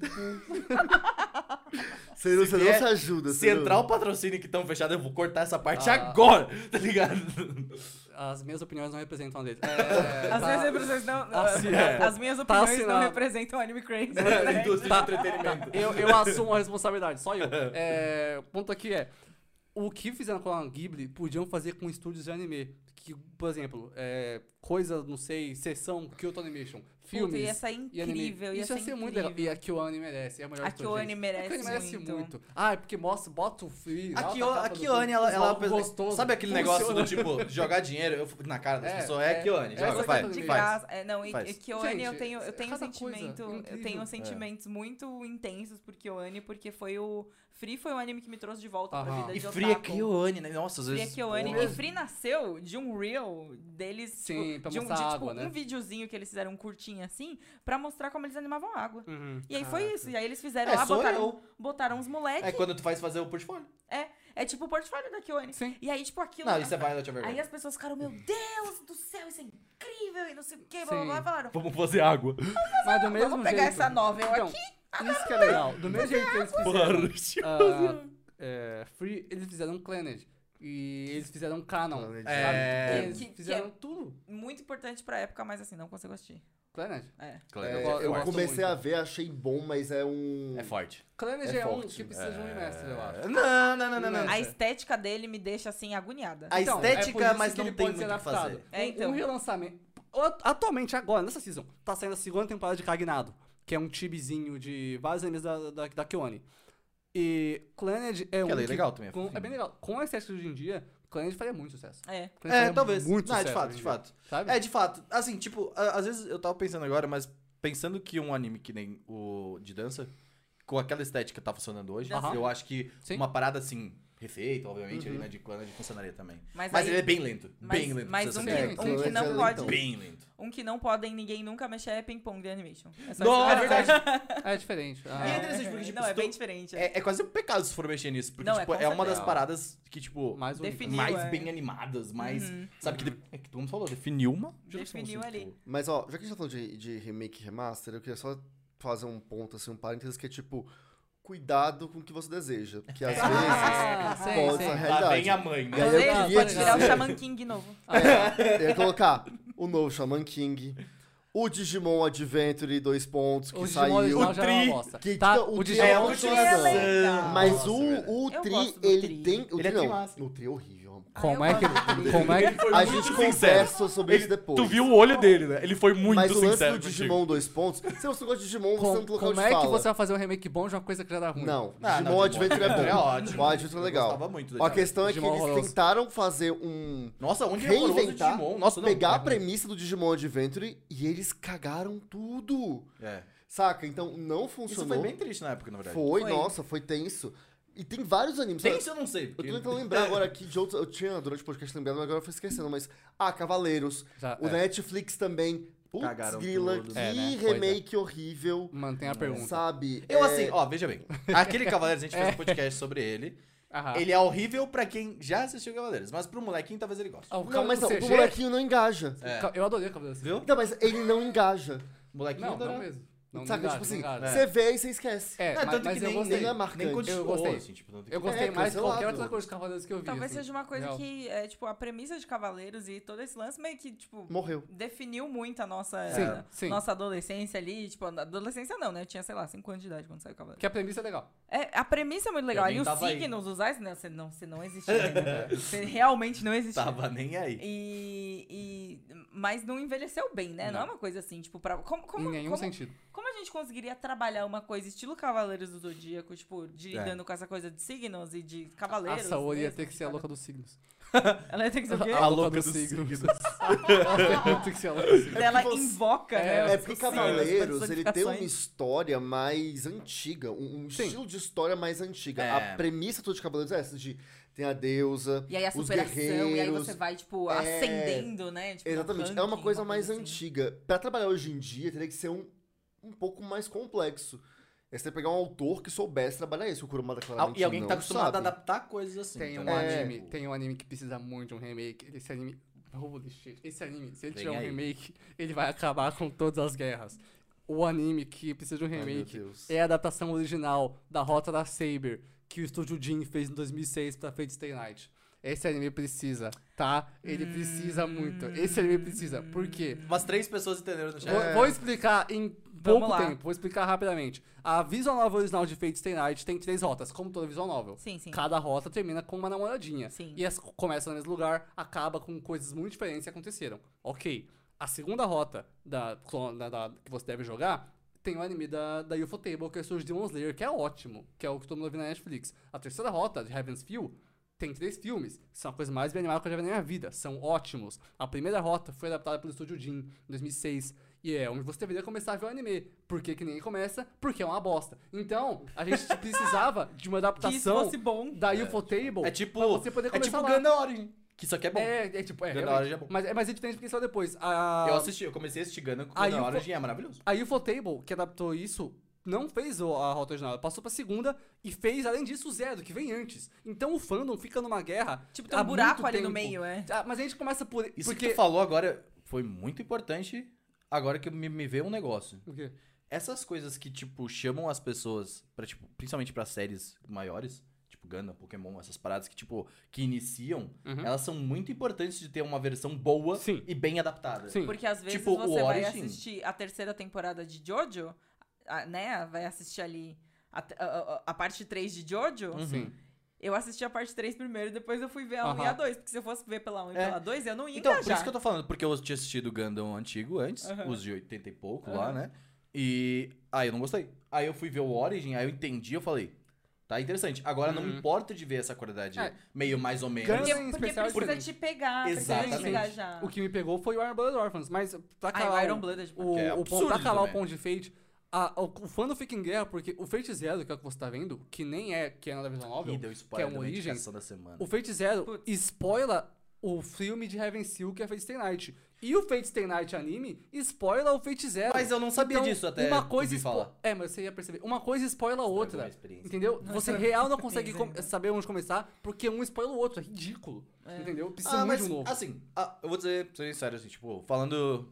[SPEAKER 4] Você, não-
[SPEAKER 1] Se
[SPEAKER 4] você não
[SPEAKER 1] vier-
[SPEAKER 4] se ajuda.
[SPEAKER 1] Se
[SPEAKER 4] você não-
[SPEAKER 1] entrar o patrocínio que estão fechado, eu vou cortar essa parte
[SPEAKER 2] Ah.
[SPEAKER 1] agora, tá ligado?
[SPEAKER 2] As minhas opiniões não representam a deles. É,
[SPEAKER 3] As
[SPEAKER 2] tá-
[SPEAKER 3] minhas opiniões não.
[SPEAKER 2] Assim,
[SPEAKER 3] as- As minhas
[SPEAKER 2] tá
[SPEAKER 3] opiniões não
[SPEAKER 2] assinado.
[SPEAKER 3] representam Anime Crazy.
[SPEAKER 1] É, indústria de entretenimento.
[SPEAKER 2] Eu, eu assumo a responsabilidade, só eu. É, o ponto aqui é. O que fizeram com a Ghibli podiam fazer com estúdios de anime. que, por exemplo, é, coisa, não sei, sessão Kyoto Animation, filmes
[SPEAKER 3] Puta, ia sair
[SPEAKER 2] e anime.
[SPEAKER 3] incrível, ia
[SPEAKER 2] Isso ia
[SPEAKER 3] ser
[SPEAKER 2] ser muito
[SPEAKER 3] incrível.
[SPEAKER 2] legal. E a KyoAni merece, é a melhor
[SPEAKER 3] A
[SPEAKER 2] de todas,
[SPEAKER 3] KyoAni
[SPEAKER 2] gente.
[SPEAKER 3] merece
[SPEAKER 2] A KyoAni merece
[SPEAKER 3] muito.
[SPEAKER 2] muito. Ah, é porque mostra, bota o free.
[SPEAKER 1] A
[SPEAKER 2] alta
[SPEAKER 1] Kyo-
[SPEAKER 2] capa
[SPEAKER 1] a
[SPEAKER 2] do
[SPEAKER 1] Kyoane,
[SPEAKER 2] filme,
[SPEAKER 1] ela, ela
[SPEAKER 2] visual gostoso,
[SPEAKER 1] sabe aquele
[SPEAKER 2] funciona.
[SPEAKER 1] negócio do tipo, jogar dinheiro eu- na cara das
[SPEAKER 2] É,
[SPEAKER 1] pessoas? É a
[SPEAKER 2] é,
[SPEAKER 1] Kyoane,
[SPEAKER 2] é
[SPEAKER 1] joga,
[SPEAKER 2] essa
[SPEAKER 1] faz,
[SPEAKER 2] coisa
[SPEAKER 3] De
[SPEAKER 1] faz.
[SPEAKER 3] graça. É, não, e
[SPEAKER 1] Faz.
[SPEAKER 3] e Kyoane eu
[SPEAKER 2] Gente,
[SPEAKER 3] tenho, eu tenho um
[SPEAKER 2] cada coisa
[SPEAKER 3] sentimento. Eu
[SPEAKER 2] incrível.
[SPEAKER 3] tenho
[SPEAKER 2] É.
[SPEAKER 3] sentimentos muito intensos por Kyoane, porque foi o. Free foi um anime que me trouxe de volta pra
[SPEAKER 2] Aham.
[SPEAKER 3] vida
[SPEAKER 1] E
[SPEAKER 3] de
[SPEAKER 1] Free é
[SPEAKER 3] otaku.
[SPEAKER 1] Kyoane, né? Nossa, às
[SPEAKER 3] Free é
[SPEAKER 1] vezes...
[SPEAKER 3] Kyoane.
[SPEAKER 1] porra.
[SPEAKER 3] E Free nasceu de um reel deles,
[SPEAKER 2] Sim,
[SPEAKER 3] tipo,
[SPEAKER 2] pra
[SPEAKER 3] de um,
[SPEAKER 2] mostrar
[SPEAKER 3] de,
[SPEAKER 2] a
[SPEAKER 3] tipo,
[SPEAKER 2] água, né?
[SPEAKER 3] um videozinho que eles fizeram um curtinho assim, pra mostrar como eles animavam água.
[SPEAKER 2] Uhum.
[SPEAKER 3] E aí foi
[SPEAKER 2] Caraca.
[SPEAKER 3] isso. E aí eles fizeram
[SPEAKER 1] É,
[SPEAKER 3] lá,
[SPEAKER 1] sou
[SPEAKER 3] botaram,
[SPEAKER 1] eu.
[SPEAKER 3] botaram uns moleques.
[SPEAKER 1] É quando tu faz fazer o portfólio.
[SPEAKER 3] É, é tipo o portfólio da Kyoane.
[SPEAKER 2] Sim.
[SPEAKER 3] E aí, tipo, aquilo.
[SPEAKER 1] Não, isso é Violet Evergarden.
[SPEAKER 3] Aí as pessoas ficaram, meu Deus do céu, isso é incrível, e não sei o que, blá blá
[SPEAKER 2] Sim.
[SPEAKER 3] blá, falaram.
[SPEAKER 1] Vamos fazer água.
[SPEAKER 2] Mas do mesmo
[SPEAKER 3] Vamos pegar
[SPEAKER 2] jeito-
[SPEAKER 3] essa novel
[SPEAKER 2] Então,
[SPEAKER 3] aqui.
[SPEAKER 2] Isso que é legal. Do mesmo jeito que eles fizeram
[SPEAKER 1] Porra,
[SPEAKER 2] ah, é, Free, eles fizeram Clannad. E eles fizeram Canon.
[SPEAKER 4] Clannad.
[SPEAKER 2] sabe?
[SPEAKER 1] É.
[SPEAKER 2] Eles
[SPEAKER 3] Que- que
[SPEAKER 2] fizeram
[SPEAKER 3] é-
[SPEAKER 2] tudo.
[SPEAKER 3] Muito importante pra época, mas assim, não consigo assistir.
[SPEAKER 2] Clannad.
[SPEAKER 3] É.
[SPEAKER 4] É,
[SPEAKER 2] Eu
[SPEAKER 4] eu
[SPEAKER 2] go- eu gosto
[SPEAKER 4] comecei
[SPEAKER 2] muito.
[SPEAKER 4] a ver, achei bom, mas é um...
[SPEAKER 1] É forte.
[SPEAKER 2] Clannad
[SPEAKER 4] É
[SPEAKER 2] é, um
[SPEAKER 4] forte.
[SPEAKER 2] que precisa de um remaster, eu acho.
[SPEAKER 1] Não, não, não, não, não.
[SPEAKER 2] Não.
[SPEAKER 3] A estética dele me deixa assim agoniada.
[SPEAKER 1] A
[SPEAKER 2] Então, é
[SPEAKER 1] estética,
[SPEAKER 2] por isso
[SPEAKER 1] mas
[SPEAKER 2] que
[SPEAKER 1] não
[SPEAKER 2] ele
[SPEAKER 1] tem
[SPEAKER 2] pode ser
[SPEAKER 1] muito o que
[SPEAKER 2] adaptado.
[SPEAKER 1] fazer.
[SPEAKER 3] É, então.
[SPEAKER 2] Um relançamento. At- Atualmente, agora, nessa season, tá saindo a segunda temporada de Cagnado, que é um tibizinho de vários animes da, da, da KyoAni. E Clannad é um.
[SPEAKER 1] é legal também, é
[SPEAKER 2] Com, é
[SPEAKER 1] fofinho.
[SPEAKER 2] bem legal. Com a estética de hoje em dia, Clannad faria muito sucesso.
[SPEAKER 3] É.
[SPEAKER 2] Clannad
[SPEAKER 1] É,
[SPEAKER 2] faria
[SPEAKER 1] talvez.
[SPEAKER 2] Muito
[SPEAKER 1] Não, é de
[SPEAKER 2] sucesso
[SPEAKER 1] fato,
[SPEAKER 2] hoje
[SPEAKER 1] de
[SPEAKER 2] em dia,
[SPEAKER 1] fato.
[SPEAKER 2] Sabe?
[SPEAKER 1] É, de fato. Assim, tipo, a- às vezes eu tava pensando agora, mas pensando que um anime que nem o de dança, com aquela estética que tá funcionando hoje,
[SPEAKER 2] Aham.
[SPEAKER 1] eu acho que
[SPEAKER 2] Sim.
[SPEAKER 1] uma parada assim, refeita, obviamente,
[SPEAKER 4] Uhum.
[SPEAKER 1] ali, né, de Clannad funcionaria também.
[SPEAKER 3] Mas,
[SPEAKER 1] Mas
[SPEAKER 3] aí-
[SPEAKER 1] ele é bem lento.
[SPEAKER 3] mas-
[SPEAKER 1] bem lento.
[SPEAKER 3] mas
[SPEAKER 1] pra
[SPEAKER 3] um
[SPEAKER 1] ser
[SPEAKER 3] que,
[SPEAKER 1] sincero.
[SPEAKER 4] Clannad
[SPEAKER 3] um que
[SPEAKER 4] é
[SPEAKER 3] não
[SPEAKER 4] lentão.
[SPEAKER 3] pode.
[SPEAKER 1] Bem lento.
[SPEAKER 3] Um que não podem ninguém nunca mexer é Ping Pong The Animation. É só
[SPEAKER 1] Não,
[SPEAKER 3] isso
[SPEAKER 1] é
[SPEAKER 3] que eu
[SPEAKER 1] verdade.
[SPEAKER 3] quero
[SPEAKER 2] É diferente. Ah,
[SPEAKER 1] E é interessante porque, tipo,
[SPEAKER 3] Não,
[SPEAKER 1] se
[SPEAKER 3] é
[SPEAKER 1] tu-
[SPEAKER 3] bem diferente. é.
[SPEAKER 1] É, é quase um pecado se for mexer nisso, porque,
[SPEAKER 3] Não, é
[SPEAKER 1] tipo,
[SPEAKER 3] com
[SPEAKER 1] é, uma das
[SPEAKER 2] certeza.
[SPEAKER 1] paradas que, tipo,
[SPEAKER 2] mais um.
[SPEAKER 3] Definiu,
[SPEAKER 1] mais
[SPEAKER 3] é.
[SPEAKER 1] bem animadas, mais...
[SPEAKER 3] Uhum.
[SPEAKER 1] Sabe, que, de- é que todo mundo falou, definiu uma geração,
[SPEAKER 3] Definiu
[SPEAKER 1] assim,
[SPEAKER 3] ali.
[SPEAKER 1] tipo,
[SPEAKER 4] Mas, ó, já que a gente tá falando de, de remake e remaster, eu queria só fazer um ponto, assim, um parênteses, que é tipo, cuidado com o que você deseja. Porque às
[SPEAKER 2] Ah,
[SPEAKER 4] vezes
[SPEAKER 2] sim,
[SPEAKER 4] pode
[SPEAKER 2] sim.
[SPEAKER 4] ser a
[SPEAKER 1] Lá
[SPEAKER 4] realidade.
[SPEAKER 1] vem a mãe,
[SPEAKER 4] E
[SPEAKER 1] né?
[SPEAKER 4] aí eu
[SPEAKER 3] Talvez
[SPEAKER 4] queria
[SPEAKER 3] pode virar o
[SPEAKER 4] dizer-
[SPEAKER 3] Shaman King novo.
[SPEAKER 4] É, eu ia colocar o novo Shaman King, o Digimon Adventure dois pontos, que
[SPEAKER 2] O
[SPEAKER 4] saiu.
[SPEAKER 2] Digimon original
[SPEAKER 1] O
[SPEAKER 2] já é uma
[SPEAKER 1] Tri,
[SPEAKER 2] bosta.
[SPEAKER 4] que-
[SPEAKER 2] Tá?
[SPEAKER 4] o
[SPEAKER 2] O
[SPEAKER 4] Tri
[SPEAKER 2] Digimon
[SPEAKER 1] é
[SPEAKER 4] é
[SPEAKER 1] uma
[SPEAKER 4] uma
[SPEAKER 1] continuação.
[SPEAKER 3] legal.
[SPEAKER 4] Mas
[SPEAKER 1] Nossa,
[SPEAKER 4] o,
[SPEAKER 1] velho.
[SPEAKER 4] o
[SPEAKER 3] Eu
[SPEAKER 4] Tri,
[SPEAKER 3] gosto do
[SPEAKER 4] ele
[SPEAKER 3] Tri.
[SPEAKER 4] tem. O
[SPEAKER 1] Ele é
[SPEAKER 4] Tri não.
[SPEAKER 1] trimassa.
[SPEAKER 4] O Tri é horrível.
[SPEAKER 2] Como
[SPEAKER 3] Ah,
[SPEAKER 2] é
[SPEAKER 3] eu
[SPEAKER 2] que.
[SPEAKER 3] gosto do Tri.
[SPEAKER 2] Como é que.
[SPEAKER 4] A gente conversa sobre isso depois.
[SPEAKER 1] Tu viu o olho dele, né? Ele foi muito
[SPEAKER 4] Mas o lance
[SPEAKER 1] sincero
[SPEAKER 4] do
[SPEAKER 1] contigo.
[SPEAKER 4] Digimon dois pontos, se você não gosta de Digimon, você
[SPEAKER 2] Com-
[SPEAKER 4] não tem local
[SPEAKER 2] como
[SPEAKER 4] de
[SPEAKER 2] é
[SPEAKER 4] fala.
[SPEAKER 2] que você vai fazer um remake bom de uma coisa que já dá ruim?
[SPEAKER 4] Não,
[SPEAKER 1] Ah,
[SPEAKER 4] Digimon
[SPEAKER 1] não,
[SPEAKER 4] Adventure é bom.
[SPEAKER 1] é ótimo.
[SPEAKER 4] O Adventure é
[SPEAKER 1] Eu
[SPEAKER 4] legal.
[SPEAKER 1] gostava muito do
[SPEAKER 4] A
[SPEAKER 1] Digimon.
[SPEAKER 4] questão é que
[SPEAKER 2] Digimon
[SPEAKER 4] eles
[SPEAKER 2] horroroso.
[SPEAKER 4] tentaram fazer um...
[SPEAKER 1] Nossa, onde é horroroso o
[SPEAKER 4] Reinventar,
[SPEAKER 1] Digimon? Nossa, não.
[SPEAKER 4] pegar
[SPEAKER 1] é
[SPEAKER 4] a
[SPEAKER 1] ruim.
[SPEAKER 4] premissa do Digimon Adventure e eles cagaram tudo.
[SPEAKER 1] É.
[SPEAKER 4] Saca? Então não
[SPEAKER 1] Isso
[SPEAKER 4] funcionou.
[SPEAKER 1] foi bem triste na época, na verdade.
[SPEAKER 4] Foi,
[SPEAKER 3] Foi.
[SPEAKER 4] nossa, foi tenso. E tem vários animes.
[SPEAKER 1] Tem
[SPEAKER 4] sabe?
[SPEAKER 1] isso eu não sei.
[SPEAKER 4] Eu
[SPEAKER 1] Porque...
[SPEAKER 4] tô tentando lembrar agora aqui de outros. Eu tinha durante o podcast lembrado, mas agora eu fui esquecendo. Mas. Ah, Cavaleiros.
[SPEAKER 2] Já,
[SPEAKER 4] O
[SPEAKER 2] é.
[SPEAKER 4] Netflix também. Putz,
[SPEAKER 1] Cagaram
[SPEAKER 4] grila,
[SPEAKER 1] tudo.
[SPEAKER 4] que
[SPEAKER 2] É, né?
[SPEAKER 4] remake horrível.
[SPEAKER 2] Mantém a pergunta.
[SPEAKER 4] Sabe?
[SPEAKER 1] Eu
[SPEAKER 4] É,
[SPEAKER 1] assim, ó, veja bem. Aquele Cavaleiros, a gente fez um podcast sobre ele.
[SPEAKER 2] Aham.
[SPEAKER 1] Ele é horrível pra quem já assistiu Cavaleiros, mas pro molequinho talvez ele goste.
[SPEAKER 2] Ah, o
[SPEAKER 4] Não,
[SPEAKER 2] cara
[SPEAKER 4] mas
[SPEAKER 2] do
[SPEAKER 4] não,
[SPEAKER 2] C
[SPEAKER 4] o
[SPEAKER 2] G?
[SPEAKER 4] molequinho não engaja.
[SPEAKER 1] É.
[SPEAKER 2] Eu adorei o cabelo assim.
[SPEAKER 1] Viu?
[SPEAKER 4] Não, mas ele não engaja.
[SPEAKER 1] Molequinho
[SPEAKER 2] Não,
[SPEAKER 1] adorava.
[SPEAKER 2] não mesmo. Não,
[SPEAKER 4] Saca?
[SPEAKER 2] não
[SPEAKER 4] tipo
[SPEAKER 2] engaja,
[SPEAKER 4] assim,
[SPEAKER 2] não engaja.
[SPEAKER 4] você vê e você esquece.
[SPEAKER 2] É,
[SPEAKER 1] Não,
[SPEAKER 2] mas,
[SPEAKER 1] tanto
[SPEAKER 2] mas
[SPEAKER 1] que
[SPEAKER 2] eu
[SPEAKER 1] nem,
[SPEAKER 2] gostei.
[SPEAKER 4] nem é marcante.
[SPEAKER 1] nem continuou,
[SPEAKER 2] Eu gostei.
[SPEAKER 1] assim, tipo, não tem
[SPEAKER 2] Eu
[SPEAKER 1] que-
[SPEAKER 2] gostei
[SPEAKER 4] É,
[SPEAKER 2] mais de qualquer
[SPEAKER 4] cancelado.
[SPEAKER 2] outra coisa de Cavaleiros que eu vi.
[SPEAKER 3] Talvez
[SPEAKER 2] assim.
[SPEAKER 3] seja uma coisa
[SPEAKER 2] Real.
[SPEAKER 3] que, é, tipo, a premissa de Cavaleiros e todo esse lance meio que, tipo,
[SPEAKER 4] Morreu.
[SPEAKER 3] definiu muito a nossa,
[SPEAKER 2] Sim,
[SPEAKER 3] a
[SPEAKER 2] sim.
[SPEAKER 3] nossa adolescência ali. Tipo, a adolescência não, né? Eu tinha, sei lá, cinco anos de idade quando saiu Cavaleiros.
[SPEAKER 2] Que a premissa é legal.
[SPEAKER 3] É, a premissa é muito legal.
[SPEAKER 1] Eu
[SPEAKER 3] Ali
[SPEAKER 1] nem
[SPEAKER 3] os
[SPEAKER 1] tava aí.
[SPEAKER 3] signos, os ais, não, você não, você não existia ainda. Você realmente não existia.
[SPEAKER 1] Tava nem aí.
[SPEAKER 3] E, e- mas não envelheceu bem, né? Não,
[SPEAKER 1] Não.
[SPEAKER 3] é uma coisa assim, tipo, pra, como, como,
[SPEAKER 2] em nenhum
[SPEAKER 3] como,
[SPEAKER 2] sentido.
[SPEAKER 3] como a gente conseguiria trabalhar uma coisa estilo Cavaleiros do Zodíaco, tipo, de,
[SPEAKER 1] É.
[SPEAKER 3] lidando com essa coisa de signos e de
[SPEAKER 2] A
[SPEAKER 3] cavaleiros?
[SPEAKER 2] Saori ia
[SPEAKER 3] mesmo,
[SPEAKER 2] ter que
[SPEAKER 3] de
[SPEAKER 2] ser a
[SPEAKER 3] cada-
[SPEAKER 2] louca dos signos.
[SPEAKER 3] Ela ia ter que ser o quê?
[SPEAKER 2] A louca
[SPEAKER 1] louca
[SPEAKER 2] dos
[SPEAKER 1] dos
[SPEAKER 2] signos.
[SPEAKER 1] signos.
[SPEAKER 2] Ela ia ter que ser a louca dos signos.
[SPEAKER 3] Ela
[SPEAKER 4] porque você-
[SPEAKER 3] invoca,
[SPEAKER 2] É,
[SPEAKER 3] né?
[SPEAKER 4] É
[SPEAKER 3] os-
[SPEAKER 4] porque
[SPEAKER 3] os signos,
[SPEAKER 4] Cavaleiros,
[SPEAKER 3] as
[SPEAKER 4] ele tem uma
[SPEAKER 3] personificações.
[SPEAKER 4] história mais antiga, um, um
[SPEAKER 2] Sim.
[SPEAKER 4] estilo de história mais antiga.
[SPEAKER 1] É.
[SPEAKER 4] A premissa toda de Cavaleiros é essa, de tem a deusa,
[SPEAKER 3] E aí a
[SPEAKER 4] os
[SPEAKER 3] superação,
[SPEAKER 4] guerreiros.
[SPEAKER 3] e aí você vai, tipo,
[SPEAKER 4] É,
[SPEAKER 3] ascendendo, né? Tipo, no
[SPEAKER 4] Exatamente, é uma
[SPEAKER 3] ranking,
[SPEAKER 4] coisa mais
[SPEAKER 3] assim.
[SPEAKER 4] antiga. Pra trabalhar hoje em dia, teria que ser um, um pouco mais complexo. É você pegar um autor que soubesse trabalhar isso, o Kurumada
[SPEAKER 1] Ah,
[SPEAKER 4] claramente
[SPEAKER 1] E alguém que tá
[SPEAKER 4] não
[SPEAKER 1] acostumado
[SPEAKER 4] sabe.
[SPEAKER 1] a adaptar coisas assim.
[SPEAKER 2] Tem um
[SPEAKER 1] também.
[SPEAKER 4] É.
[SPEAKER 2] anime, tem um anime que precisa muito de um remake. Esse anime. Holy shit. Esse anime, se ele
[SPEAKER 1] Vem
[SPEAKER 2] tiver um
[SPEAKER 1] aí.
[SPEAKER 2] remake, ele vai acabar com todas as guerras. O anime que precisa de um
[SPEAKER 4] Ai, meu
[SPEAKER 2] remake
[SPEAKER 4] Deus.
[SPEAKER 2] é a adaptação original da Rota da Saber, que o estúdio Jin fez em dois mil e seis pra Fate Stay Night. Esse anime precisa, tá? Ele precisa muito. Esse anime precisa. Por quê?
[SPEAKER 1] Umas três pessoas entenderam no chat.
[SPEAKER 2] Vou, vou explicar em
[SPEAKER 3] Vamos
[SPEAKER 2] pouco
[SPEAKER 3] lá.
[SPEAKER 2] tempo. Vou explicar rapidamente. A visual novel original de Fate Stay Night tem três rotas, como toda visual novel.
[SPEAKER 3] Sim, sim.
[SPEAKER 2] Cada rota termina com uma namoradinha.
[SPEAKER 3] Sim.
[SPEAKER 2] E as, começa no mesmo lugar, acaba com coisas muito diferentes que aconteceram. Ok. A segunda rota da, da, da- que você deve jogar tem o anime da, da Ufotable, que é Surge Demon Slayer, que é ótimo, que é o que todo mundo vê na Netflix. A terceira rota, de Heaven's Feel, tem três filmes, que são a coisa mais bem animada que eu já vi na minha vida. São ótimos. A primeira rota foi adaptada pelo estúdio Jin, em dois mil e seis. E é onde você deveria começar a ver o anime. Por que que ninguém começa? Porque é uma bosta. Então, a gente precisava de uma
[SPEAKER 3] Que isso
[SPEAKER 2] adaptação
[SPEAKER 3] fosse bom.
[SPEAKER 2] da Ufotable
[SPEAKER 1] É tipo,
[SPEAKER 2] pra você poder
[SPEAKER 1] é
[SPEAKER 2] começar
[SPEAKER 1] tipo
[SPEAKER 2] lá.
[SPEAKER 1] Gundam Origin, que isso aqui é bom.
[SPEAKER 2] É, é tipo, é,
[SPEAKER 1] Gundam
[SPEAKER 2] realmente.
[SPEAKER 1] Origin é bom.
[SPEAKER 2] Mas, é, mas é diferente porque só depois. A,
[SPEAKER 1] Eu assisti, eu comecei a assistir Gundam com
[SPEAKER 2] Aí
[SPEAKER 1] Gundam
[SPEAKER 2] o fo-
[SPEAKER 1] Origin, é maravilhoso.
[SPEAKER 2] A Ufotable, que adaptou isso, não fez o- a rota original. Ela passou pra segunda e fez, além disso, o Zero, que vem antes. Então o fandom fica numa guerra.
[SPEAKER 3] Tipo, tem um
[SPEAKER 2] há
[SPEAKER 3] buraco
[SPEAKER 2] muito
[SPEAKER 3] ali no
[SPEAKER 2] tempo.
[SPEAKER 3] meio, é.
[SPEAKER 2] Ah, mas a gente começa por.
[SPEAKER 1] Isso
[SPEAKER 2] porque...
[SPEAKER 1] que tu falou agora foi muito importante, agora que me, me veio um negócio.
[SPEAKER 2] O quê?
[SPEAKER 1] Essas coisas que, tipo, chamam as pessoas, pra, tipo, principalmente pra séries maiores, tipo Gundam, Pokémon, essas paradas que, tipo, que iniciam,
[SPEAKER 2] Uhum.
[SPEAKER 1] elas são muito importantes de ter uma versão boa
[SPEAKER 2] Sim.
[SPEAKER 1] e bem adaptada.
[SPEAKER 2] Sim.
[SPEAKER 3] Porque às vezes
[SPEAKER 1] Tipo, o
[SPEAKER 3] você vai
[SPEAKER 1] Origin.
[SPEAKER 3] assistir a terceira temporada de Jojo, a- né? Vai assistir ali a, a, a- a parte três de Jojo.
[SPEAKER 1] Uhum.
[SPEAKER 2] Sim.
[SPEAKER 3] Eu assisti a parte três primeiro e depois eu fui ver a um e
[SPEAKER 2] Aham.
[SPEAKER 3] a dois. Porque se eu fosse ver pela um e
[SPEAKER 1] É.
[SPEAKER 3] pela dois, eu não ia
[SPEAKER 1] Então, por
[SPEAKER 3] engajar.
[SPEAKER 1] isso que eu tô falando, porque eu tinha assistido o Gundam antigo antes,
[SPEAKER 3] Aham.
[SPEAKER 1] os de oitenta e pouco lá,
[SPEAKER 3] Aham.
[SPEAKER 1] né? E aí eu não gostei. Aí eu fui ver o Origin, aí eu entendi, eu falei, tá interessante. Agora não me
[SPEAKER 2] Uhum.
[SPEAKER 1] importa de ver essa qualidade
[SPEAKER 2] É.
[SPEAKER 1] meio mais ou menos.
[SPEAKER 2] Gundam
[SPEAKER 3] Porque,
[SPEAKER 2] em
[SPEAKER 3] porque
[SPEAKER 2] especial é
[SPEAKER 3] precisa
[SPEAKER 2] diferente.
[SPEAKER 3] te pegar, precisa
[SPEAKER 1] Exatamente.
[SPEAKER 3] te engajar.
[SPEAKER 2] O que me pegou foi o Iron Blooded Orphans, mas pra
[SPEAKER 3] Ah,
[SPEAKER 2] calar
[SPEAKER 3] o Iron
[SPEAKER 2] o-
[SPEAKER 3] Blooded.
[SPEAKER 2] o,
[SPEAKER 1] Que é
[SPEAKER 2] o ponto,
[SPEAKER 1] absurdo
[SPEAKER 2] pra calar o
[SPEAKER 1] também.
[SPEAKER 2] ponto de Fate, a, o, o fã fica em guerra porque o Fate Zero, que é o que você tá vendo, que nem é que é na visual novel,
[SPEAKER 1] Ih, deu
[SPEAKER 2] que
[SPEAKER 1] spoiler
[SPEAKER 2] é um
[SPEAKER 1] da
[SPEAKER 2] Origins,
[SPEAKER 1] indicação da semana.
[SPEAKER 2] o Fate Zero
[SPEAKER 3] Putz.
[SPEAKER 2] spoila o filme de Heaven Seal, que é Fate Stay Night. E o Fate Stay Night anime spoila o Fate Zero.
[SPEAKER 1] Mas eu não sabia
[SPEAKER 2] Então,
[SPEAKER 1] disso até
[SPEAKER 2] uma
[SPEAKER 1] tu
[SPEAKER 2] coisa
[SPEAKER 1] me
[SPEAKER 2] expo-
[SPEAKER 1] falar.
[SPEAKER 2] É, mas você ia perceber. Uma coisa spoila a
[SPEAKER 1] Estragou
[SPEAKER 2] outra.
[SPEAKER 1] a experiência.
[SPEAKER 2] Entendeu? Você real não consegue com-
[SPEAKER 3] Ainda.
[SPEAKER 2] saber onde começar, porque um spoila o outro. É ridículo.
[SPEAKER 3] É.
[SPEAKER 2] Entendeu? Precisa
[SPEAKER 1] Ah,
[SPEAKER 2] muito
[SPEAKER 1] mas,
[SPEAKER 2] de um novo.
[SPEAKER 1] assim, ah, eu vou dizer, ser sincero, assim, tipo, falando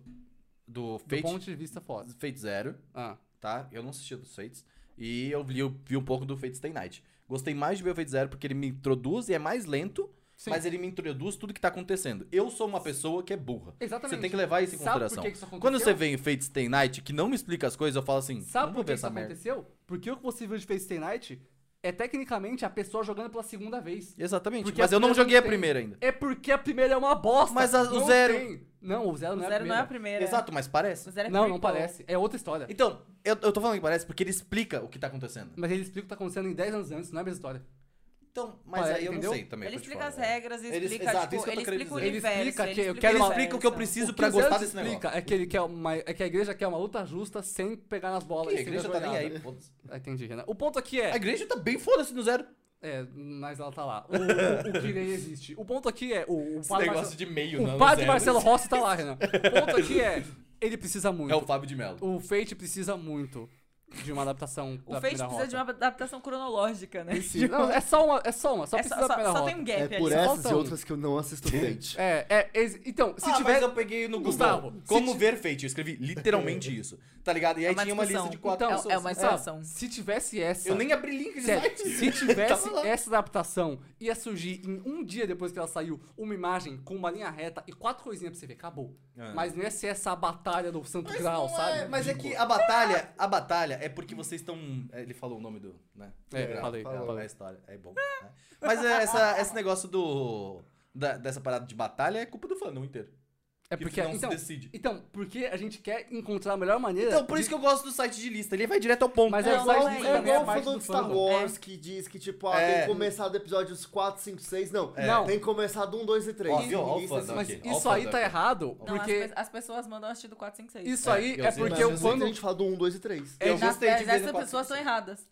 [SPEAKER 1] do
[SPEAKER 2] Do
[SPEAKER 1] Fate,
[SPEAKER 2] ponto de vista foda.
[SPEAKER 1] Fate Zero,
[SPEAKER 2] Ah.
[SPEAKER 1] tá? Eu não assisti dos Fates. E eu vi, eu vi um pouco do Fate Stay Night. Gostei mais de ver o Fate Zero porque ele me introduz e é mais lento,
[SPEAKER 2] Sim.
[SPEAKER 1] mas ele me introduz tudo que tá acontecendo. Eu sou uma pessoa que é burra.
[SPEAKER 2] Exatamente.
[SPEAKER 1] Você tem que levar isso em
[SPEAKER 2] Sabe
[SPEAKER 1] consideração.
[SPEAKER 2] por que que isso aconteceu?
[SPEAKER 1] Quando você vem em Fate Stay Night, que não me explica as coisas, eu falo assim,
[SPEAKER 2] Sabe
[SPEAKER 1] não
[SPEAKER 2] por
[SPEAKER 1] vou
[SPEAKER 2] que
[SPEAKER 1] ver
[SPEAKER 2] isso
[SPEAKER 1] essa merda.
[SPEAKER 2] aconteceu? Porque o que você viu de Fate Stay Night é tecnicamente a pessoa jogando pela segunda vez.
[SPEAKER 1] Exatamente,
[SPEAKER 2] Porque
[SPEAKER 1] mas
[SPEAKER 2] a
[SPEAKER 1] eu não
[SPEAKER 2] primeira
[SPEAKER 1] joguei a
[SPEAKER 2] tem.
[SPEAKER 1] primeira ainda.
[SPEAKER 2] É porque a primeira é uma bosta.
[SPEAKER 1] Mas a- o
[SPEAKER 2] Não
[SPEAKER 1] zero-
[SPEAKER 2] tem. Não, o zero
[SPEAKER 3] O
[SPEAKER 2] não é a
[SPEAKER 3] zero não é a
[SPEAKER 2] primeira.
[SPEAKER 3] primeira.
[SPEAKER 1] Exato, mas parece.
[SPEAKER 3] O zero é
[SPEAKER 2] Não, não
[SPEAKER 3] prequel.
[SPEAKER 2] parece. É outra história.
[SPEAKER 1] Então, eu, eu tô falando que parece porque ele explica o que tá acontecendo.
[SPEAKER 2] Mas ele explica o que tá acontecendo em dez anos antes, não é a mesma história.
[SPEAKER 1] Então, mas
[SPEAKER 2] Parece,
[SPEAKER 1] aí eu
[SPEAKER 2] entendeu?
[SPEAKER 1] não sei também.
[SPEAKER 3] Ele
[SPEAKER 1] tô te
[SPEAKER 3] explica as
[SPEAKER 1] falando, é.
[SPEAKER 3] regras e
[SPEAKER 1] Ele-
[SPEAKER 3] explica,
[SPEAKER 1] exato,
[SPEAKER 3] tipo,
[SPEAKER 1] isso que eu
[SPEAKER 3] ele
[SPEAKER 1] tô querendo
[SPEAKER 3] explica o
[SPEAKER 1] dizer.
[SPEAKER 2] Ele
[SPEAKER 3] universo.
[SPEAKER 2] explica que- eu
[SPEAKER 3] explica
[SPEAKER 2] quero-
[SPEAKER 3] o
[SPEAKER 1] Ele
[SPEAKER 2] Ele
[SPEAKER 1] explica o que eu
[SPEAKER 3] universo.
[SPEAKER 1] preciso
[SPEAKER 2] O que
[SPEAKER 1] pra
[SPEAKER 2] o Zero
[SPEAKER 1] gostar
[SPEAKER 2] te
[SPEAKER 1] desse
[SPEAKER 2] explica
[SPEAKER 1] negócio.
[SPEAKER 2] é que ele quer uma, é que a igreja quer uma luta justa sem pegar nas bolas.
[SPEAKER 1] Que a
[SPEAKER 2] e sem
[SPEAKER 1] igreja
[SPEAKER 2] dar
[SPEAKER 1] tá nem
[SPEAKER 2] joelhada.
[SPEAKER 1] aí, foda-se.
[SPEAKER 2] Ah, entendi, Renan. O ponto aqui é...
[SPEAKER 1] A igreja tá bem foda-se no zero.
[SPEAKER 2] É, mas ela tá lá. O, o, o que nem existe. O ponto aqui é... O, o
[SPEAKER 1] Esse
[SPEAKER 2] padre
[SPEAKER 1] negócio
[SPEAKER 2] Marcelo,
[SPEAKER 1] de meio,
[SPEAKER 2] o
[SPEAKER 1] não.
[SPEAKER 2] padre
[SPEAKER 1] zero.
[SPEAKER 2] Marcelo Rossi tá lá, Renan. O ponto aqui é... Ele precisa muito.
[SPEAKER 1] É o Fábio de Mello.
[SPEAKER 2] O Fate precisa muito de uma adaptação
[SPEAKER 3] O
[SPEAKER 2] da
[SPEAKER 3] Fate
[SPEAKER 2] primeira
[SPEAKER 3] precisa de
[SPEAKER 2] rota.
[SPEAKER 3] uma adaptação cronológica, né?
[SPEAKER 2] Sim, não, é só uma, é só uma, só
[SPEAKER 3] É
[SPEAKER 2] precisa
[SPEAKER 3] só,
[SPEAKER 2] da
[SPEAKER 3] só,
[SPEAKER 2] primeira
[SPEAKER 3] só
[SPEAKER 2] rota.
[SPEAKER 3] tem um gap
[SPEAKER 4] É por
[SPEAKER 3] ali.
[SPEAKER 2] só
[SPEAKER 4] essas
[SPEAKER 2] falta
[SPEAKER 4] e
[SPEAKER 2] um.
[SPEAKER 4] outras que eu não assisto Fate.
[SPEAKER 2] É, é, ex- então, se
[SPEAKER 1] ah,
[SPEAKER 2] tiver...
[SPEAKER 1] mas eu peguei no Google.
[SPEAKER 2] Gustavo,
[SPEAKER 1] Como
[SPEAKER 2] se
[SPEAKER 1] ver Fate. Eu escrevi literalmente isso. Tá ligado? E aí
[SPEAKER 3] É uma
[SPEAKER 1] tinha uma lista
[SPEAKER 3] discussão.
[SPEAKER 1] de quatro
[SPEAKER 2] Então,
[SPEAKER 1] pessoas.
[SPEAKER 3] é uma
[SPEAKER 2] Ah,
[SPEAKER 3] discussão.
[SPEAKER 2] se tivesse essa...
[SPEAKER 1] Eu nem abri link de
[SPEAKER 2] Sério,
[SPEAKER 1] site.
[SPEAKER 2] se tivesse
[SPEAKER 1] Tava lá.
[SPEAKER 2] essa adaptação, ia surgir em um dia depois que ela saiu uma imagem com uma linha reta e quatro coisinhas pra você ver, acabou.
[SPEAKER 1] Ah.
[SPEAKER 2] Mas não ia ser essa a batalha do Santo
[SPEAKER 1] Mas
[SPEAKER 2] Grau,
[SPEAKER 1] não
[SPEAKER 2] sabe?
[SPEAKER 1] é, mas é
[SPEAKER 2] Ridículo.
[SPEAKER 1] que a batalha, a batalha é porque vocês estão. Ele falou o nome do. Né?
[SPEAKER 2] É,
[SPEAKER 1] Legal,
[SPEAKER 2] falei,
[SPEAKER 1] legal,
[SPEAKER 2] falei.
[SPEAKER 1] É a história. É bom. Né? Mas é essa, esse negócio do. da- dessa parada de batalha é culpa do fandom inteiro.
[SPEAKER 2] É
[SPEAKER 1] que
[SPEAKER 2] porque,
[SPEAKER 1] não se
[SPEAKER 2] então,
[SPEAKER 1] decide.
[SPEAKER 2] então, porque a gente quer encontrar a melhor maneira...
[SPEAKER 1] Então, por
[SPEAKER 2] de-
[SPEAKER 1] isso que eu gosto do site de lista. Ele vai direto ao ponto.
[SPEAKER 2] Mas
[SPEAKER 4] É
[SPEAKER 2] é,
[SPEAKER 4] igual,
[SPEAKER 2] site
[SPEAKER 4] é
[SPEAKER 2] também
[SPEAKER 4] igual
[SPEAKER 2] é
[SPEAKER 4] o
[SPEAKER 2] parte
[SPEAKER 4] fandom
[SPEAKER 2] do
[SPEAKER 4] de Star
[SPEAKER 2] fandom.
[SPEAKER 4] Wars que diz que, tipo, ah,
[SPEAKER 1] É.
[SPEAKER 4] tem que começar do episódios quatro, cinco, seis. Não,
[SPEAKER 2] Não.
[SPEAKER 4] tem que começar do um, dois e três.
[SPEAKER 1] Ó, viu? Ó, o
[SPEAKER 4] Ninguém
[SPEAKER 1] fandom
[SPEAKER 4] se-
[SPEAKER 2] Mas
[SPEAKER 1] Ok,
[SPEAKER 2] isso
[SPEAKER 1] ó o
[SPEAKER 2] aí
[SPEAKER 1] fandom
[SPEAKER 2] tá
[SPEAKER 1] aqui.
[SPEAKER 2] errado,
[SPEAKER 3] Não,
[SPEAKER 2] porque
[SPEAKER 3] as, pe- as pessoas mandam assistir do quatro, cinco, seis.
[SPEAKER 2] isso
[SPEAKER 1] É,
[SPEAKER 2] aí
[SPEAKER 1] eu
[SPEAKER 2] é
[SPEAKER 1] sei,
[SPEAKER 2] porque
[SPEAKER 1] mas
[SPEAKER 2] o
[SPEAKER 1] eu
[SPEAKER 4] Mas
[SPEAKER 1] sei
[SPEAKER 4] a
[SPEAKER 2] fandom...
[SPEAKER 4] gente fala do um, dois e três.
[SPEAKER 1] Eu
[SPEAKER 3] Nas-
[SPEAKER 1] gostei de ver
[SPEAKER 3] Essas
[SPEAKER 1] no quatro,
[SPEAKER 3] pessoas são
[SPEAKER 1] cinco,
[SPEAKER 3] erradas.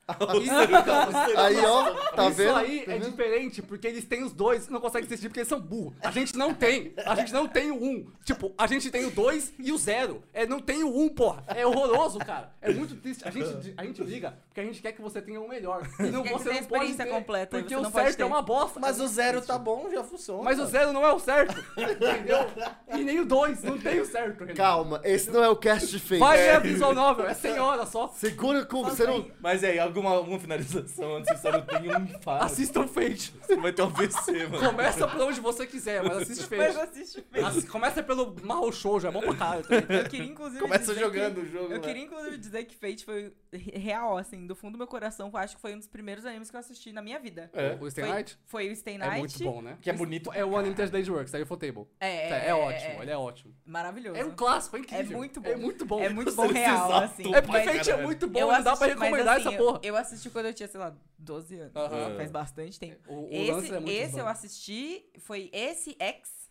[SPEAKER 4] Aí, ó, tá
[SPEAKER 2] isso
[SPEAKER 4] vendo?
[SPEAKER 2] aí é diferente, porque eles têm os dois e não conseguem assistir porque eles são burros. A gente não tem. A gente não tem o um. Tipo, a gente tem o dois e o zero. É, não tem o um, porra. É horroroso, cara. É muito triste. A gente, a gente liga porque a gente quer que você tenha o melhor. E não,
[SPEAKER 3] Quer que
[SPEAKER 2] você
[SPEAKER 3] tenha
[SPEAKER 2] não pode
[SPEAKER 3] experiência
[SPEAKER 2] ter,
[SPEAKER 3] completa, e
[SPEAKER 2] porque
[SPEAKER 3] você
[SPEAKER 2] o
[SPEAKER 3] não pode
[SPEAKER 2] certo
[SPEAKER 3] ter.
[SPEAKER 2] é uma bosta.
[SPEAKER 1] Mas
[SPEAKER 2] É
[SPEAKER 1] o
[SPEAKER 2] muito
[SPEAKER 1] zero
[SPEAKER 2] triste.
[SPEAKER 1] tá bom, já funciona.
[SPEAKER 2] Mas o zero não é o certo. Entendeu? E nem o dois. Não tem o certo, Renan.
[SPEAKER 4] Calma, esse não é o cast de Fate.
[SPEAKER 2] Vai
[SPEAKER 4] É.
[SPEAKER 2] ler a visual novel. É cem horas só.
[SPEAKER 4] Segura com você não...
[SPEAKER 1] Mas aí, alguma, alguma finalização antes você não tem um infarto.
[SPEAKER 2] Assistam Fate.
[SPEAKER 1] Você vai ter um A V C, mano.
[SPEAKER 2] Começa por onde você quiser, mas assiste
[SPEAKER 3] Mas
[SPEAKER 2] Fate.
[SPEAKER 3] assiste Fate.
[SPEAKER 2] Assi- Começa pelo pelo Mahou Shoujo, é bom pra caralho também.
[SPEAKER 3] Eu queria, inclusive,
[SPEAKER 1] Começa
[SPEAKER 3] dizer
[SPEAKER 1] jogando
[SPEAKER 3] que,
[SPEAKER 1] o jogo,
[SPEAKER 3] Eu
[SPEAKER 1] né?
[SPEAKER 3] queria, inclusive, dizer que Fate foi real, assim, do fundo do meu coração. Eu acho que foi um dos primeiros animes que eu assisti na minha vida.
[SPEAKER 1] É.
[SPEAKER 2] O Stay
[SPEAKER 3] Foi,
[SPEAKER 2] Night
[SPEAKER 3] foi o Stay
[SPEAKER 2] é
[SPEAKER 3] Night.
[SPEAKER 2] muito bom, né?
[SPEAKER 1] Que é bonito.
[SPEAKER 2] É o Anime thirty Days Works, da Ufotable.
[SPEAKER 3] É,
[SPEAKER 2] É,
[SPEAKER 3] é,
[SPEAKER 2] é ótimo,
[SPEAKER 3] é,
[SPEAKER 2] ele é ótimo.
[SPEAKER 3] Maravilhoso.
[SPEAKER 2] É um clássico, é incrível.
[SPEAKER 3] É muito bom.
[SPEAKER 2] É muito bom.
[SPEAKER 3] É muito
[SPEAKER 1] Você
[SPEAKER 3] bom real,
[SPEAKER 1] exato.
[SPEAKER 3] assim.
[SPEAKER 2] É porque
[SPEAKER 1] Mas-
[SPEAKER 2] Fate é muito bom,
[SPEAKER 3] eu
[SPEAKER 2] não dá pra
[SPEAKER 3] assisti- mas,
[SPEAKER 2] recomendar
[SPEAKER 3] assim,
[SPEAKER 2] essa porra.
[SPEAKER 3] Eu, eu assisti quando eu tinha, sei lá, doze anos.
[SPEAKER 2] Aham.
[SPEAKER 3] Faz bastante tempo.
[SPEAKER 2] O, o
[SPEAKER 3] Esse,
[SPEAKER 2] lance é muito
[SPEAKER 3] esse
[SPEAKER 2] bom.
[SPEAKER 3] eu assisti, foi esse X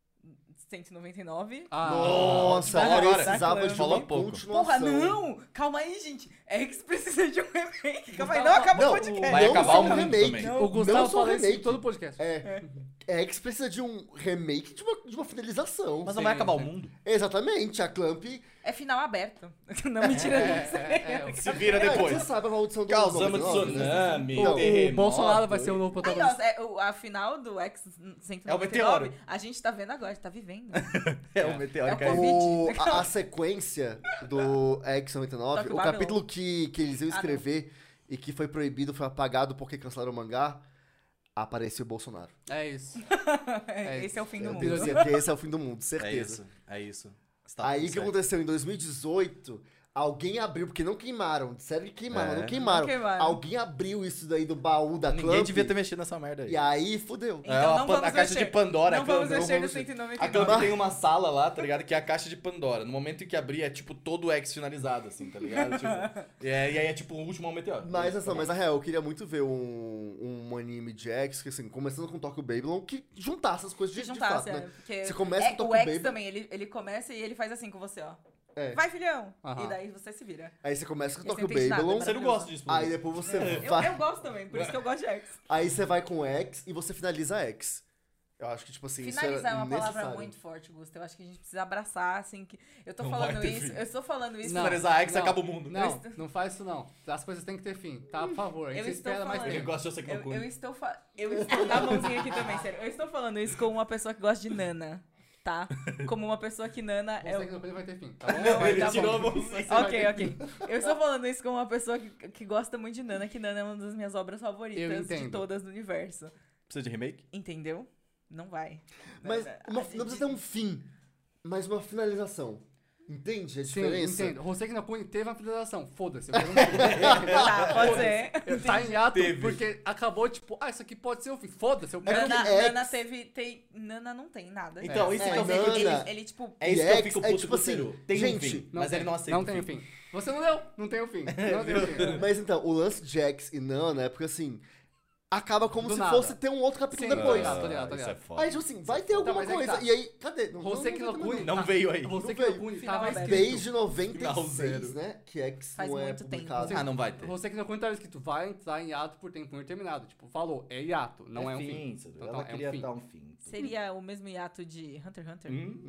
[SPEAKER 3] cento e noventa e nove.
[SPEAKER 2] Ah,
[SPEAKER 4] Nossa,
[SPEAKER 3] da-
[SPEAKER 4] agora
[SPEAKER 3] da
[SPEAKER 4] precisava
[SPEAKER 3] Clã.
[SPEAKER 4] de
[SPEAKER 1] Falou
[SPEAKER 4] uma
[SPEAKER 1] pouco.
[SPEAKER 4] continuação.
[SPEAKER 3] Porra, não! Calma aí, gente. X precisa de um remake. Calma aí,
[SPEAKER 2] Gustavo-
[SPEAKER 3] não acaba
[SPEAKER 4] Não,
[SPEAKER 3] o podcast.
[SPEAKER 1] Vai
[SPEAKER 4] não
[SPEAKER 1] acabar
[SPEAKER 4] só
[SPEAKER 1] o
[SPEAKER 4] um
[SPEAKER 1] mundo
[SPEAKER 4] remake.
[SPEAKER 1] também.
[SPEAKER 3] Não,
[SPEAKER 2] O Gustavo
[SPEAKER 4] não só
[SPEAKER 2] fala isso em
[SPEAKER 4] remake.
[SPEAKER 2] todo podcast.
[SPEAKER 4] É, X precisa de um remake de uma, de uma finalização.
[SPEAKER 1] Mas não vai
[SPEAKER 2] Sim,
[SPEAKER 1] acabar o
[SPEAKER 2] sim.
[SPEAKER 1] mundo?
[SPEAKER 4] Exatamente, a Clamp...
[SPEAKER 3] É final aberto. Não, mentira.
[SPEAKER 2] É,
[SPEAKER 3] não.
[SPEAKER 2] é, é.
[SPEAKER 1] Se vira
[SPEAKER 4] É,
[SPEAKER 1] depois.
[SPEAKER 4] você sabe a maldição do
[SPEAKER 1] Causamos
[SPEAKER 4] noventa e nove, né?
[SPEAKER 1] tsunami,
[SPEAKER 2] O, o
[SPEAKER 1] terremoto.
[SPEAKER 2] Bolsonaro vai ser o novo
[SPEAKER 3] Ai,
[SPEAKER 2] protagonista.
[SPEAKER 3] nossa, é, o- a final do X cento e noventa e nove,
[SPEAKER 1] É o meteoro.
[SPEAKER 3] a gente tá vendo agora, a gente tá vivendo.
[SPEAKER 1] É o meteoro
[SPEAKER 3] É o
[SPEAKER 1] caiu.
[SPEAKER 3] Covid.
[SPEAKER 4] O, a, a sequência do X noventa e nove,
[SPEAKER 3] Toque
[SPEAKER 4] o
[SPEAKER 3] Babylon.
[SPEAKER 4] capítulo que, que eles iam
[SPEAKER 3] Ah, não.
[SPEAKER 4] escrever e que foi proibido, foi apagado porque cancelaram o mangá, apareceu o Bolsonaro.
[SPEAKER 2] É isso.
[SPEAKER 3] Esse é o fim do
[SPEAKER 4] Eu
[SPEAKER 3] mundo.
[SPEAKER 4] tenho certeza que esse é o fim do mundo,
[SPEAKER 1] É
[SPEAKER 4] certeza.
[SPEAKER 1] isso, é isso. Está
[SPEAKER 4] Aí o
[SPEAKER 1] tudo
[SPEAKER 4] que
[SPEAKER 1] certo.
[SPEAKER 4] aconteceu em dois mil e dezoito, alguém abriu, porque não queimaram, disseram que queimaram,
[SPEAKER 1] É.
[SPEAKER 4] mas não queimaram.
[SPEAKER 3] Não queimaram.
[SPEAKER 4] Alguém abriu isso daí do baú da
[SPEAKER 1] Ninguém
[SPEAKER 4] Clamp,
[SPEAKER 1] devia ter mexido nessa merda aí.
[SPEAKER 4] e aí fudeu.
[SPEAKER 3] Então
[SPEAKER 1] É, a
[SPEAKER 3] não
[SPEAKER 1] pan-
[SPEAKER 3] vamos
[SPEAKER 1] a caixa
[SPEAKER 3] mexer.
[SPEAKER 1] de Pandora.
[SPEAKER 3] Não
[SPEAKER 1] aquela-
[SPEAKER 3] vamos mexer no
[SPEAKER 4] vamos-
[SPEAKER 3] cento e noventa
[SPEAKER 1] A
[SPEAKER 3] e
[SPEAKER 1] Clamp
[SPEAKER 3] nove.
[SPEAKER 1] tem uma sala lá, tá ligado? Que é a caixa de Pandora. No momento em que abrir, é tipo todo o X finalizado, assim, tá ligado? Tipo, e, é- e aí é tipo o último meteoro.
[SPEAKER 4] Mas, assim, mas a real, eu queria muito ver um, um anime de X, que assim, começando com Tokyo Babylon, que juntasse as coisas de,
[SPEAKER 3] Se
[SPEAKER 4] de
[SPEAKER 3] juntasse,
[SPEAKER 4] fato,
[SPEAKER 3] é,
[SPEAKER 4] né?
[SPEAKER 3] porque
[SPEAKER 4] Você começa
[SPEAKER 3] é,
[SPEAKER 4] com Tokyo
[SPEAKER 3] o X
[SPEAKER 4] Babylon-
[SPEAKER 3] também, ele, ele começa e ele faz assim com você, ó.
[SPEAKER 4] É.
[SPEAKER 3] Vai, filhão!
[SPEAKER 2] Aham.
[SPEAKER 3] E daí você se vira.
[SPEAKER 4] Aí você começa com
[SPEAKER 3] Esse não
[SPEAKER 4] Tokyo
[SPEAKER 3] entende nada,
[SPEAKER 4] Babylon,
[SPEAKER 3] mas-
[SPEAKER 1] Você não gosta disso,
[SPEAKER 4] aí depois você
[SPEAKER 3] Eu,
[SPEAKER 4] vai...
[SPEAKER 3] eu gosto também, por isso que eu gosto de X.
[SPEAKER 4] Aí você vai com X e você finaliza X. Eu acho que, tipo assim,
[SPEAKER 3] Finalizar
[SPEAKER 4] isso
[SPEAKER 3] é
[SPEAKER 4] é
[SPEAKER 3] uma palavra
[SPEAKER 4] necessário.
[SPEAKER 3] muito forte, Gusto. Eu acho que a gente precisa abraçar, assim, que... Eu tô
[SPEAKER 1] Não
[SPEAKER 3] falando
[SPEAKER 1] vai ter
[SPEAKER 3] isso,
[SPEAKER 1] fim.
[SPEAKER 3] eu estou falando isso...
[SPEAKER 1] Não. finalizar X, acaba o mundo.
[SPEAKER 2] Não, não faz isso não. As coisas têm que ter fim, tá? Por favor. A
[SPEAKER 3] Eu
[SPEAKER 2] gente
[SPEAKER 3] estou
[SPEAKER 2] espera mais
[SPEAKER 3] falando.
[SPEAKER 1] Ele
[SPEAKER 2] tempo.
[SPEAKER 1] gosta de você que não
[SPEAKER 3] Eu, eu
[SPEAKER 1] cune.
[SPEAKER 3] estou fa... Eu estou... Dá a mãozinha aqui também, sério. Eu estou falando isso como uma pessoa que gosta de Nana, tá? Como uma pessoa que Nana é...
[SPEAKER 2] Você
[SPEAKER 3] o-
[SPEAKER 2] que não vai ter fim, tá bom?
[SPEAKER 3] Não,
[SPEAKER 1] Ele
[SPEAKER 3] tá
[SPEAKER 1] tirou
[SPEAKER 3] bom.
[SPEAKER 1] a mãozinha.
[SPEAKER 3] Ok, ok. Eu estou falando isso como uma pessoa que, que gosta muito de Nana, que Nana é uma das minhas obras
[SPEAKER 2] Eu
[SPEAKER 3] favoritas de
[SPEAKER 2] entendo.
[SPEAKER 3] todas do universo.
[SPEAKER 1] Precisa de remake?
[SPEAKER 3] Entendeu? Não vai.
[SPEAKER 4] Mas
[SPEAKER 3] Não,
[SPEAKER 4] uma-
[SPEAKER 3] a gente-
[SPEAKER 4] não precisa ter um fim, mas uma finalização. Entende a
[SPEAKER 2] Sim,
[SPEAKER 4] diferença?
[SPEAKER 2] entendo. Você que não Kuni teve uma finalização. Foda-se, eu quero um fim.
[SPEAKER 3] Tá, pode ser.
[SPEAKER 2] Eu- Tá em ato,
[SPEAKER 1] Teve.
[SPEAKER 2] porque acabou, tipo, ah, isso aqui pode ser o fim. Foda-se, eu quero um
[SPEAKER 3] Nana,
[SPEAKER 2] fim.
[SPEAKER 4] X.
[SPEAKER 3] Nana teve. Tem, Nana não tem nada.
[SPEAKER 1] Então,
[SPEAKER 3] É,
[SPEAKER 1] isso
[SPEAKER 3] mas
[SPEAKER 1] que eu
[SPEAKER 3] ele,
[SPEAKER 4] fico-
[SPEAKER 3] ele,
[SPEAKER 4] Nana-
[SPEAKER 3] ele, tipo.
[SPEAKER 1] É isso que eu
[SPEAKER 4] X
[SPEAKER 1] fico
[SPEAKER 4] é
[SPEAKER 1] puto
[SPEAKER 4] tipo
[SPEAKER 1] com o
[SPEAKER 4] assim,
[SPEAKER 1] Seru. Tem
[SPEAKER 4] gente,
[SPEAKER 1] um fim,
[SPEAKER 2] Não
[SPEAKER 1] mas
[SPEAKER 2] tem,
[SPEAKER 1] ele não aceita
[SPEAKER 2] Não
[SPEAKER 1] o
[SPEAKER 2] tem o
[SPEAKER 1] fim.
[SPEAKER 2] fim. Você não deu, não tem o fim. Não tem o fim.
[SPEAKER 4] Mas então, o lance de X e Nana é porque assim, acaba como
[SPEAKER 2] Do
[SPEAKER 4] se
[SPEAKER 2] nada.
[SPEAKER 4] fosse ter um outro capítulo
[SPEAKER 2] Sim,
[SPEAKER 4] depois.
[SPEAKER 2] tô ligado, tô
[SPEAKER 1] Isso
[SPEAKER 2] ligado.
[SPEAKER 1] é foda.
[SPEAKER 4] Aí, tipo assim, vai ter alguma
[SPEAKER 2] mas é que
[SPEAKER 4] coisa.
[SPEAKER 2] tá.
[SPEAKER 4] E aí, cadê? Não,
[SPEAKER 2] Você
[SPEAKER 4] não
[SPEAKER 2] que
[SPEAKER 4] vai
[SPEAKER 2] não
[SPEAKER 4] ter
[SPEAKER 2] Kuni.
[SPEAKER 4] mais
[SPEAKER 1] Não
[SPEAKER 2] tá-
[SPEAKER 1] veio aí.
[SPEAKER 2] Você
[SPEAKER 4] Não
[SPEAKER 2] que não
[SPEAKER 4] veio.
[SPEAKER 2] Kuni,
[SPEAKER 3] Final
[SPEAKER 2] tava
[SPEAKER 3] aberto.
[SPEAKER 2] escrito.
[SPEAKER 4] Desde noventa
[SPEAKER 1] Final
[SPEAKER 4] e
[SPEAKER 1] zero.
[SPEAKER 4] seis, né? Que X
[SPEAKER 3] Faz
[SPEAKER 4] não é
[SPEAKER 3] muito
[SPEAKER 4] publicado.
[SPEAKER 3] tempo.
[SPEAKER 1] Ah, não vai ter.
[SPEAKER 2] Você que não Kuni tava escrito, vai entrar em hiato por tempo indeterminado. Tipo, falou, é hiato, não é, um fim.
[SPEAKER 1] Seru.
[SPEAKER 2] Então,
[SPEAKER 1] Ela
[SPEAKER 2] é um
[SPEAKER 1] queria
[SPEAKER 2] fim.
[SPEAKER 1] dar um fim.
[SPEAKER 3] Seria o mesmo hiato de Hunter x Hunter?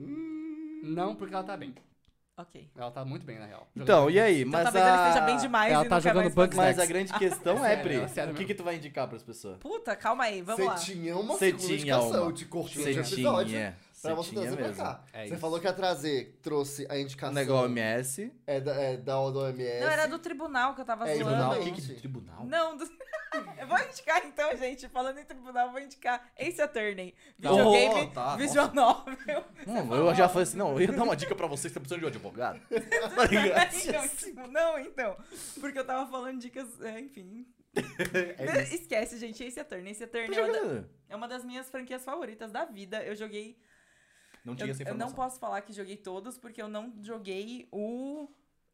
[SPEAKER 1] Hum?
[SPEAKER 2] Não, porque ela tá bem.
[SPEAKER 3] Ok.
[SPEAKER 2] Ela tá muito bem, na real.
[SPEAKER 1] Então, e aí?
[SPEAKER 3] Então
[SPEAKER 1] Mas
[SPEAKER 3] talvez ele
[SPEAKER 1] a...
[SPEAKER 3] esteja bem demais
[SPEAKER 2] Ela
[SPEAKER 3] e
[SPEAKER 2] tá
[SPEAKER 3] não quer
[SPEAKER 2] jogando
[SPEAKER 3] mais
[SPEAKER 2] Bugs
[SPEAKER 3] fazer.
[SPEAKER 1] Mas a grande questão é,
[SPEAKER 2] sério,
[SPEAKER 1] Pri,
[SPEAKER 2] é sério
[SPEAKER 1] o que
[SPEAKER 2] mesmo.
[SPEAKER 1] que tu vai indicar pras pessoas?
[SPEAKER 3] Puta, calma aí, vamos lá.
[SPEAKER 4] Você tinha uma
[SPEAKER 1] Você
[SPEAKER 4] segunda
[SPEAKER 1] tinha
[SPEAKER 4] indicação,
[SPEAKER 1] uma.
[SPEAKER 4] eu te cortei
[SPEAKER 1] Você
[SPEAKER 4] no episódio
[SPEAKER 1] tinha.
[SPEAKER 4] pra
[SPEAKER 1] Você
[SPEAKER 4] você
[SPEAKER 1] tinha
[SPEAKER 4] trazer pra
[SPEAKER 1] mesmo.
[SPEAKER 4] cá.
[SPEAKER 2] É
[SPEAKER 4] Você
[SPEAKER 2] isso.
[SPEAKER 4] falou que ia trazer, trouxe a indicação.
[SPEAKER 1] Negócio O M S.
[SPEAKER 4] É da, é da O M S.
[SPEAKER 3] Não, era do tribunal que eu tava
[SPEAKER 4] É,
[SPEAKER 3] zoando.
[SPEAKER 1] Tribunal. O
[SPEAKER 4] exatamente.
[SPEAKER 1] que que de tribunal?
[SPEAKER 3] Não, do... eu vou indicar então, gente. Falando em tribunal, eu vou indicar Ace Attorney.
[SPEAKER 1] Tá.
[SPEAKER 3] Videogame,
[SPEAKER 1] Oh, tá,
[SPEAKER 3] visual novel.
[SPEAKER 1] Não, eu já falei assim, não, eu ia dar uma dica pra vocês que estão precisando de um advogado. Tá ligado?
[SPEAKER 3] então, tipo, não, então. Porque eu tava falando dicas, é, enfim.
[SPEAKER 4] É isso.
[SPEAKER 3] Esquece, gente. Ace Attorney. Ace Attorney
[SPEAKER 1] Tô
[SPEAKER 3] é uma, da-
[SPEAKER 1] jogando.
[SPEAKER 3] é uma das minhas franquias favoritas da vida. Eu joguei.
[SPEAKER 1] Não tinha
[SPEAKER 3] Eu,
[SPEAKER 1] essa
[SPEAKER 3] eu não
[SPEAKER 1] informação.
[SPEAKER 3] posso falar que joguei todos, porque eu não joguei o.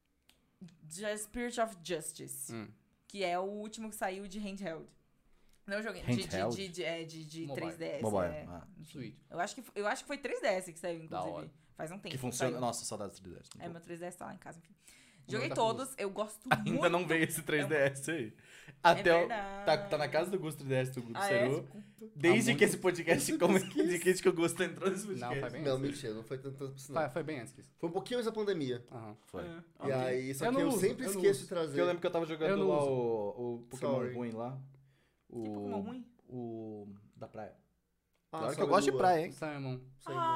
[SPEAKER 3] Ju- Spirit of Justice.
[SPEAKER 2] Hum.
[SPEAKER 3] Que é o último que saiu de handheld. Não joguei. De, de,
[SPEAKER 1] Handheld?
[SPEAKER 3] de, de, é, de, de
[SPEAKER 2] Mobile.
[SPEAKER 3] três D S.
[SPEAKER 1] Mobile,
[SPEAKER 3] é.
[SPEAKER 1] ah.
[SPEAKER 3] Enfim.
[SPEAKER 2] Switch.
[SPEAKER 3] Eu acho, que, eu acho que foi três D S que saiu,
[SPEAKER 2] Da hora.
[SPEAKER 3] inclusive. Faz um tempo.
[SPEAKER 1] Que funciona.
[SPEAKER 3] saiu.
[SPEAKER 1] Nossa, saudades do três D S.
[SPEAKER 3] É, meu três D S tá lá em casa, enfim.
[SPEAKER 2] O
[SPEAKER 3] Joguei
[SPEAKER 2] meu tá com
[SPEAKER 3] todos, eu gosto
[SPEAKER 1] Ainda
[SPEAKER 3] muito.
[SPEAKER 1] não veio esse três D S aí.
[SPEAKER 3] É
[SPEAKER 1] Até o,
[SPEAKER 3] verdade.
[SPEAKER 1] tá, tá na casa do Gusto três D S do, do
[SPEAKER 3] Ah, é?
[SPEAKER 1] Seru. Desde
[SPEAKER 2] Há
[SPEAKER 1] que
[SPEAKER 2] muito-
[SPEAKER 1] esse podcast como desde que o Gusto entrou nesse podcast.
[SPEAKER 2] Não, faz bem
[SPEAKER 4] Não,
[SPEAKER 2] antes.
[SPEAKER 4] mentira, não foi tanto tanto assim,
[SPEAKER 2] Foi,
[SPEAKER 4] não.
[SPEAKER 2] foi bem antes que isso.
[SPEAKER 4] Foi um pouquinho antes da pandemia.
[SPEAKER 2] Aham.
[SPEAKER 1] Foi.
[SPEAKER 3] É.
[SPEAKER 4] E aí, só
[SPEAKER 2] Eu
[SPEAKER 4] que
[SPEAKER 2] não
[SPEAKER 4] eu
[SPEAKER 2] uso,
[SPEAKER 4] sempre
[SPEAKER 2] eu não
[SPEAKER 4] esqueço
[SPEAKER 2] uso.
[SPEAKER 4] de trazer.
[SPEAKER 1] Porque eu lembro que eu tava
[SPEAKER 2] Eu
[SPEAKER 1] jogando
[SPEAKER 2] não
[SPEAKER 1] lá
[SPEAKER 2] uso.
[SPEAKER 1] o, o Pokémon
[SPEAKER 4] Sorry.
[SPEAKER 1] ruim lá. O,
[SPEAKER 3] Que Pokémon ruim?
[SPEAKER 1] O da praia.
[SPEAKER 4] Ah,
[SPEAKER 1] Claro que
[SPEAKER 4] só
[SPEAKER 1] eu gosto de
[SPEAKER 4] Lua.
[SPEAKER 1] praia, hein?
[SPEAKER 2] Simon.
[SPEAKER 4] Sei,
[SPEAKER 3] Ah,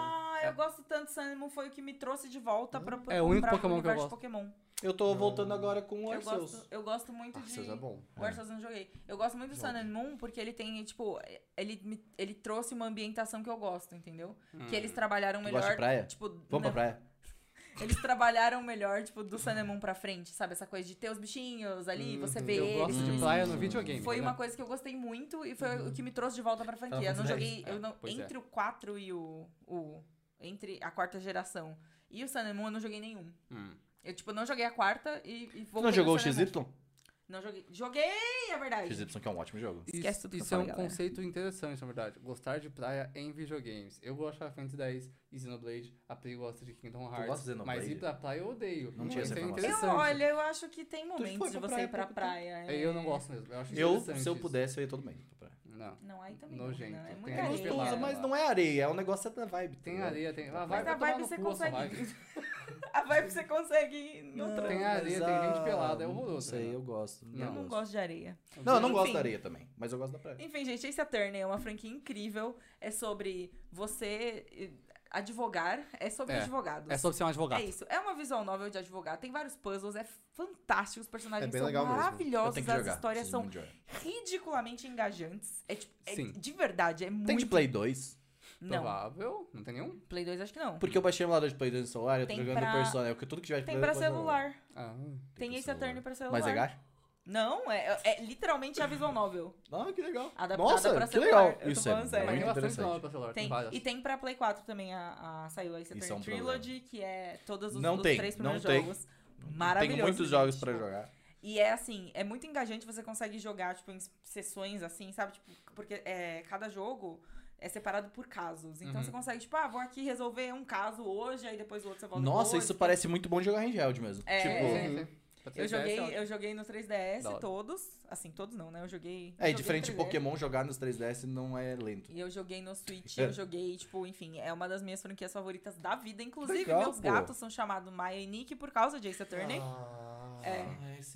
[SPEAKER 3] Ah, eu gosto tanto. Sun and Moon foi o que me trouxe de volta pra, pra
[SPEAKER 2] É o único
[SPEAKER 3] comprar
[SPEAKER 2] Pokémon
[SPEAKER 3] o
[SPEAKER 2] que eu
[SPEAKER 3] universo
[SPEAKER 2] gosto.
[SPEAKER 3] Pokémon.
[SPEAKER 1] Eu tô voltando agora com o
[SPEAKER 3] Eu
[SPEAKER 1] Arceus.
[SPEAKER 3] gosto, eu gosto muito
[SPEAKER 4] Arceus
[SPEAKER 3] de...
[SPEAKER 4] é bom.
[SPEAKER 3] O Arceus eu não joguei. Eu gosto muito do Sun and Moon porque ele tem, tipo... Ele, me- ele trouxe uma ambientação que eu gosto, entendeu? Que eles trabalharam
[SPEAKER 1] Tu
[SPEAKER 3] melhor...
[SPEAKER 1] gosta de praia?
[SPEAKER 3] Tipo,
[SPEAKER 1] Vamos pra
[SPEAKER 3] não,
[SPEAKER 1] praia.
[SPEAKER 3] Eles trabalharam melhor, tipo, do Sun and Moon pra frente, sabe? Essa coisa de ter os bichinhos ali, você vê
[SPEAKER 2] Eu
[SPEAKER 3] eles.
[SPEAKER 2] gosto de
[SPEAKER 3] tudo
[SPEAKER 2] praia
[SPEAKER 3] isso.
[SPEAKER 2] no videogame.
[SPEAKER 3] Foi
[SPEAKER 2] né?
[SPEAKER 3] uma coisa que eu gostei muito e foi o que me trouxe de volta pra franquia. Eu não
[SPEAKER 1] Final
[SPEAKER 3] joguei...
[SPEAKER 2] Fantasy
[SPEAKER 3] Eu não,
[SPEAKER 2] dez. É, pois é.
[SPEAKER 3] entre o quatro e o, o... Entre a quarta geração e o Sun and Moon, eu não joguei nenhum.
[SPEAKER 2] Hum.
[SPEAKER 3] Eu, tipo, não joguei a quarta e, e
[SPEAKER 1] Tu
[SPEAKER 3] voltei
[SPEAKER 1] não jogou o
[SPEAKER 3] no Sun and Moon.
[SPEAKER 1] X Y?
[SPEAKER 3] Não joguei. Joguei, é verdade.
[SPEAKER 1] X Y que é um ótimo jogo.
[SPEAKER 3] Esquece
[SPEAKER 2] Isso,
[SPEAKER 3] tudo que eu
[SPEAKER 2] isso é um
[SPEAKER 3] falei, galera.
[SPEAKER 2] conceito interessante, na verdade. Gostar de praia em videogames. Eu gosto de Final Fantasy dez e Xenoblade. A Pri gosta de Kingdom Hearts.
[SPEAKER 1] gosta de Xenoblade?
[SPEAKER 2] Mas ir pra praia eu odeio.
[SPEAKER 1] Não tinha
[SPEAKER 2] Isso
[SPEAKER 1] essa
[SPEAKER 2] é
[SPEAKER 1] informação.
[SPEAKER 3] Eu,
[SPEAKER 2] interessante.
[SPEAKER 3] olha, eu acho que tem
[SPEAKER 1] foi
[SPEAKER 3] momentos de
[SPEAKER 1] pra
[SPEAKER 3] você
[SPEAKER 1] praia
[SPEAKER 3] ir pra
[SPEAKER 1] há pouco
[SPEAKER 3] praia.
[SPEAKER 2] Eu não gosto mesmo. Eu acho
[SPEAKER 1] Eu,
[SPEAKER 2] interessante
[SPEAKER 1] se eu
[SPEAKER 2] isso.
[SPEAKER 1] pudesse, eu ia todo mês pra praia.
[SPEAKER 2] Não.
[SPEAKER 3] Não, aí também
[SPEAKER 2] Nojento.
[SPEAKER 3] não, né? É
[SPEAKER 2] Tem
[SPEAKER 3] muita
[SPEAKER 2] areia
[SPEAKER 3] areia.
[SPEAKER 2] pelada.
[SPEAKER 1] Gostoso, mas não é areia, é um negócio da vibe. tá
[SPEAKER 2] Tem
[SPEAKER 1] ligado?
[SPEAKER 2] areia, tem. A
[SPEAKER 3] Mas
[SPEAKER 2] vibe
[SPEAKER 3] a
[SPEAKER 2] vai tomar
[SPEAKER 3] vibe
[SPEAKER 2] no
[SPEAKER 3] você
[SPEAKER 2] cu, essa
[SPEAKER 3] consegue...
[SPEAKER 2] vibe.
[SPEAKER 3] A vibe você consegue ir em outra...
[SPEAKER 2] Tem
[SPEAKER 1] Mas,
[SPEAKER 2] areia, tem
[SPEAKER 1] ah,
[SPEAKER 2] gente pelada, é horroroso,
[SPEAKER 1] Não sei,
[SPEAKER 2] né?
[SPEAKER 1] eu gosto.
[SPEAKER 3] Eu não gosto de areia.
[SPEAKER 1] Não, eu não gosto
[SPEAKER 3] Enfim.
[SPEAKER 1] da areia também, mas eu gosto da praia.
[SPEAKER 3] Enfim, gente, Ace Attorney é uma franquia incrível. É sobre você eh, advogar. É sobre
[SPEAKER 2] É,
[SPEAKER 3] advogados.
[SPEAKER 2] É sobre ser um advogado.
[SPEAKER 3] É isso. É uma visual novel de advogado. Tem vários puzzles. É fantástico. Os personagens
[SPEAKER 4] É bem
[SPEAKER 3] são
[SPEAKER 4] legal mesmo.
[SPEAKER 1] Eu
[SPEAKER 3] maravilhosos.
[SPEAKER 1] tenho que
[SPEAKER 3] As
[SPEAKER 1] jogar.
[SPEAKER 3] histórias
[SPEAKER 1] preciso
[SPEAKER 3] são
[SPEAKER 1] muito jogar.
[SPEAKER 3] ridiculamente engajantes. É tipo, é
[SPEAKER 2] Sim.
[SPEAKER 3] de verdade, é muito...
[SPEAKER 1] Tem de Play dois?
[SPEAKER 3] Não,
[SPEAKER 2] Provável. Não tem nenhum?
[SPEAKER 3] Play dois acho que não.
[SPEAKER 1] Porque eu baixei o emulador de Play dois no celular, eu tô
[SPEAKER 3] Tem
[SPEAKER 1] jogando
[SPEAKER 3] pra-
[SPEAKER 1] no Persona. É o que tudo que tiver de
[SPEAKER 3] Tem
[SPEAKER 1] Play
[SPEAKER 3] pra
[SPEAKER 1] dois eu vou jogar.
[SPEAKER 3] celular.
[SPEAKER 2] Ah.
[SPEAKER 3] Tem
[SPEAKER 1] pra
[SPEAKER 3] Ace
[SPEAKER 1] celular.
[SPEAKER 3] Attorney pra celular.
[SPEAKER 1] Mas é gacha?
[SPEAKER 3] Não, é, é literalmente a visual novel.
[SPEAKER 1] Ah, que legal.
[SPEAKER 3] Adaptada
[SPEAKER 1] Nossa,
[SPEAKER 3] pra
[SPEAKER 1] que
[SPEAKER 3] celular.
[SPEAKER 1] legal.
[SPEAKER 3] Eu tô
[SPEAKER 1] Isso é
[SPEAKER 3] falando sério.
[SPEAKER 2] Mas tem
[SPEAKER 1] muito
[SPEAKER 2] bastante
[SPEAKER 1] interessante.
[SPEAKER 2] nova pra celular. Tem,
[SPEAKER 3] Tem.
[SPEAKER 2] várias.
[SPEAKER 3] E tem pra Play quatro também a, a saiu a Ace
[SPEAKER 1] Isso é um
[SPEAKER 3] Attorney Trilogy, que é todos os,
[SPEAKER 1] Não
[SPEAKER 3] os
[SPEAKER 1] tem,
[SPEAKER 3] três
[SPEAKER 1] não
[SPEAKER 3] primeiros
[SPEAKER 1] tem.
[SPEAKER 3] jogos. Maravilhoso.
[SPEAKER 1] Tenho muitos
[SPEAKER 3] gente,
[SPEAKER 1] jogos pra
[SPEAKER 3] tipo,
[SPEAKER 1] jogar.
[SPEAKER 3] E é assim, é muito engajante, você consegue jogar, tipo, em sessões assim, sabe? Tipo, porque é, cada jogo é separado por casos. Então
[SPEAKER 2] Uhum.
[SPEAKER 3] você consegue, tipo, ah, vou aqui resolver um caso hoje, aí depois o outro você volta
[SPEAKER 1] Nossa,
[SPEAKER 3] depois.
[SPEAKER 1] isso parece muito bom de jogar handheld mesmo.
[SPEAKER 3] É,
[SPEAKER 1] tipo,
[SPEAKER 3] é.
[SPEAKER 2] Sim, sim. Pra
[SPEAKER 3] Eu
[SPEAKER 2] três D S,
[SPEAKER 3] joguei,
[SPEAKER 2] eu acho.
[SPEAKER 3] eu joguei no três D S
[SPEAKER 2] Da hora.
[SPEAKER 3] todos. Assim, todos não, né? Eu joguei.
[SPEAKER 1] é, e
[SPEAKER 3] joguei
[SPEAKER 1] diferente de
[SPEAKER 3] no três D S.
[SPEAKER 1] Pokémon, jogar nos três D S não é lento.
[SPEAKER 3] E eu joguei no Switch,
[SPEAKER 1] É.
[SPEAKER 3] eu joguei, tipo, enfim, é uma das minhas franquias favoritas da vida. Inclusive,
[SPEAKER 1] Legal,
[SPEAKER 3] meus
[SPEAKER 1] pô.
[SPEAKER 3] gatos são chamados Maya e Nick por causa de Ace Attorney.
[SPEAKER 4] Ah.
[SPEAKER 3] É.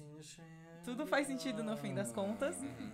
[SPEAKER 3] Tudo faz sentido no fim das contas.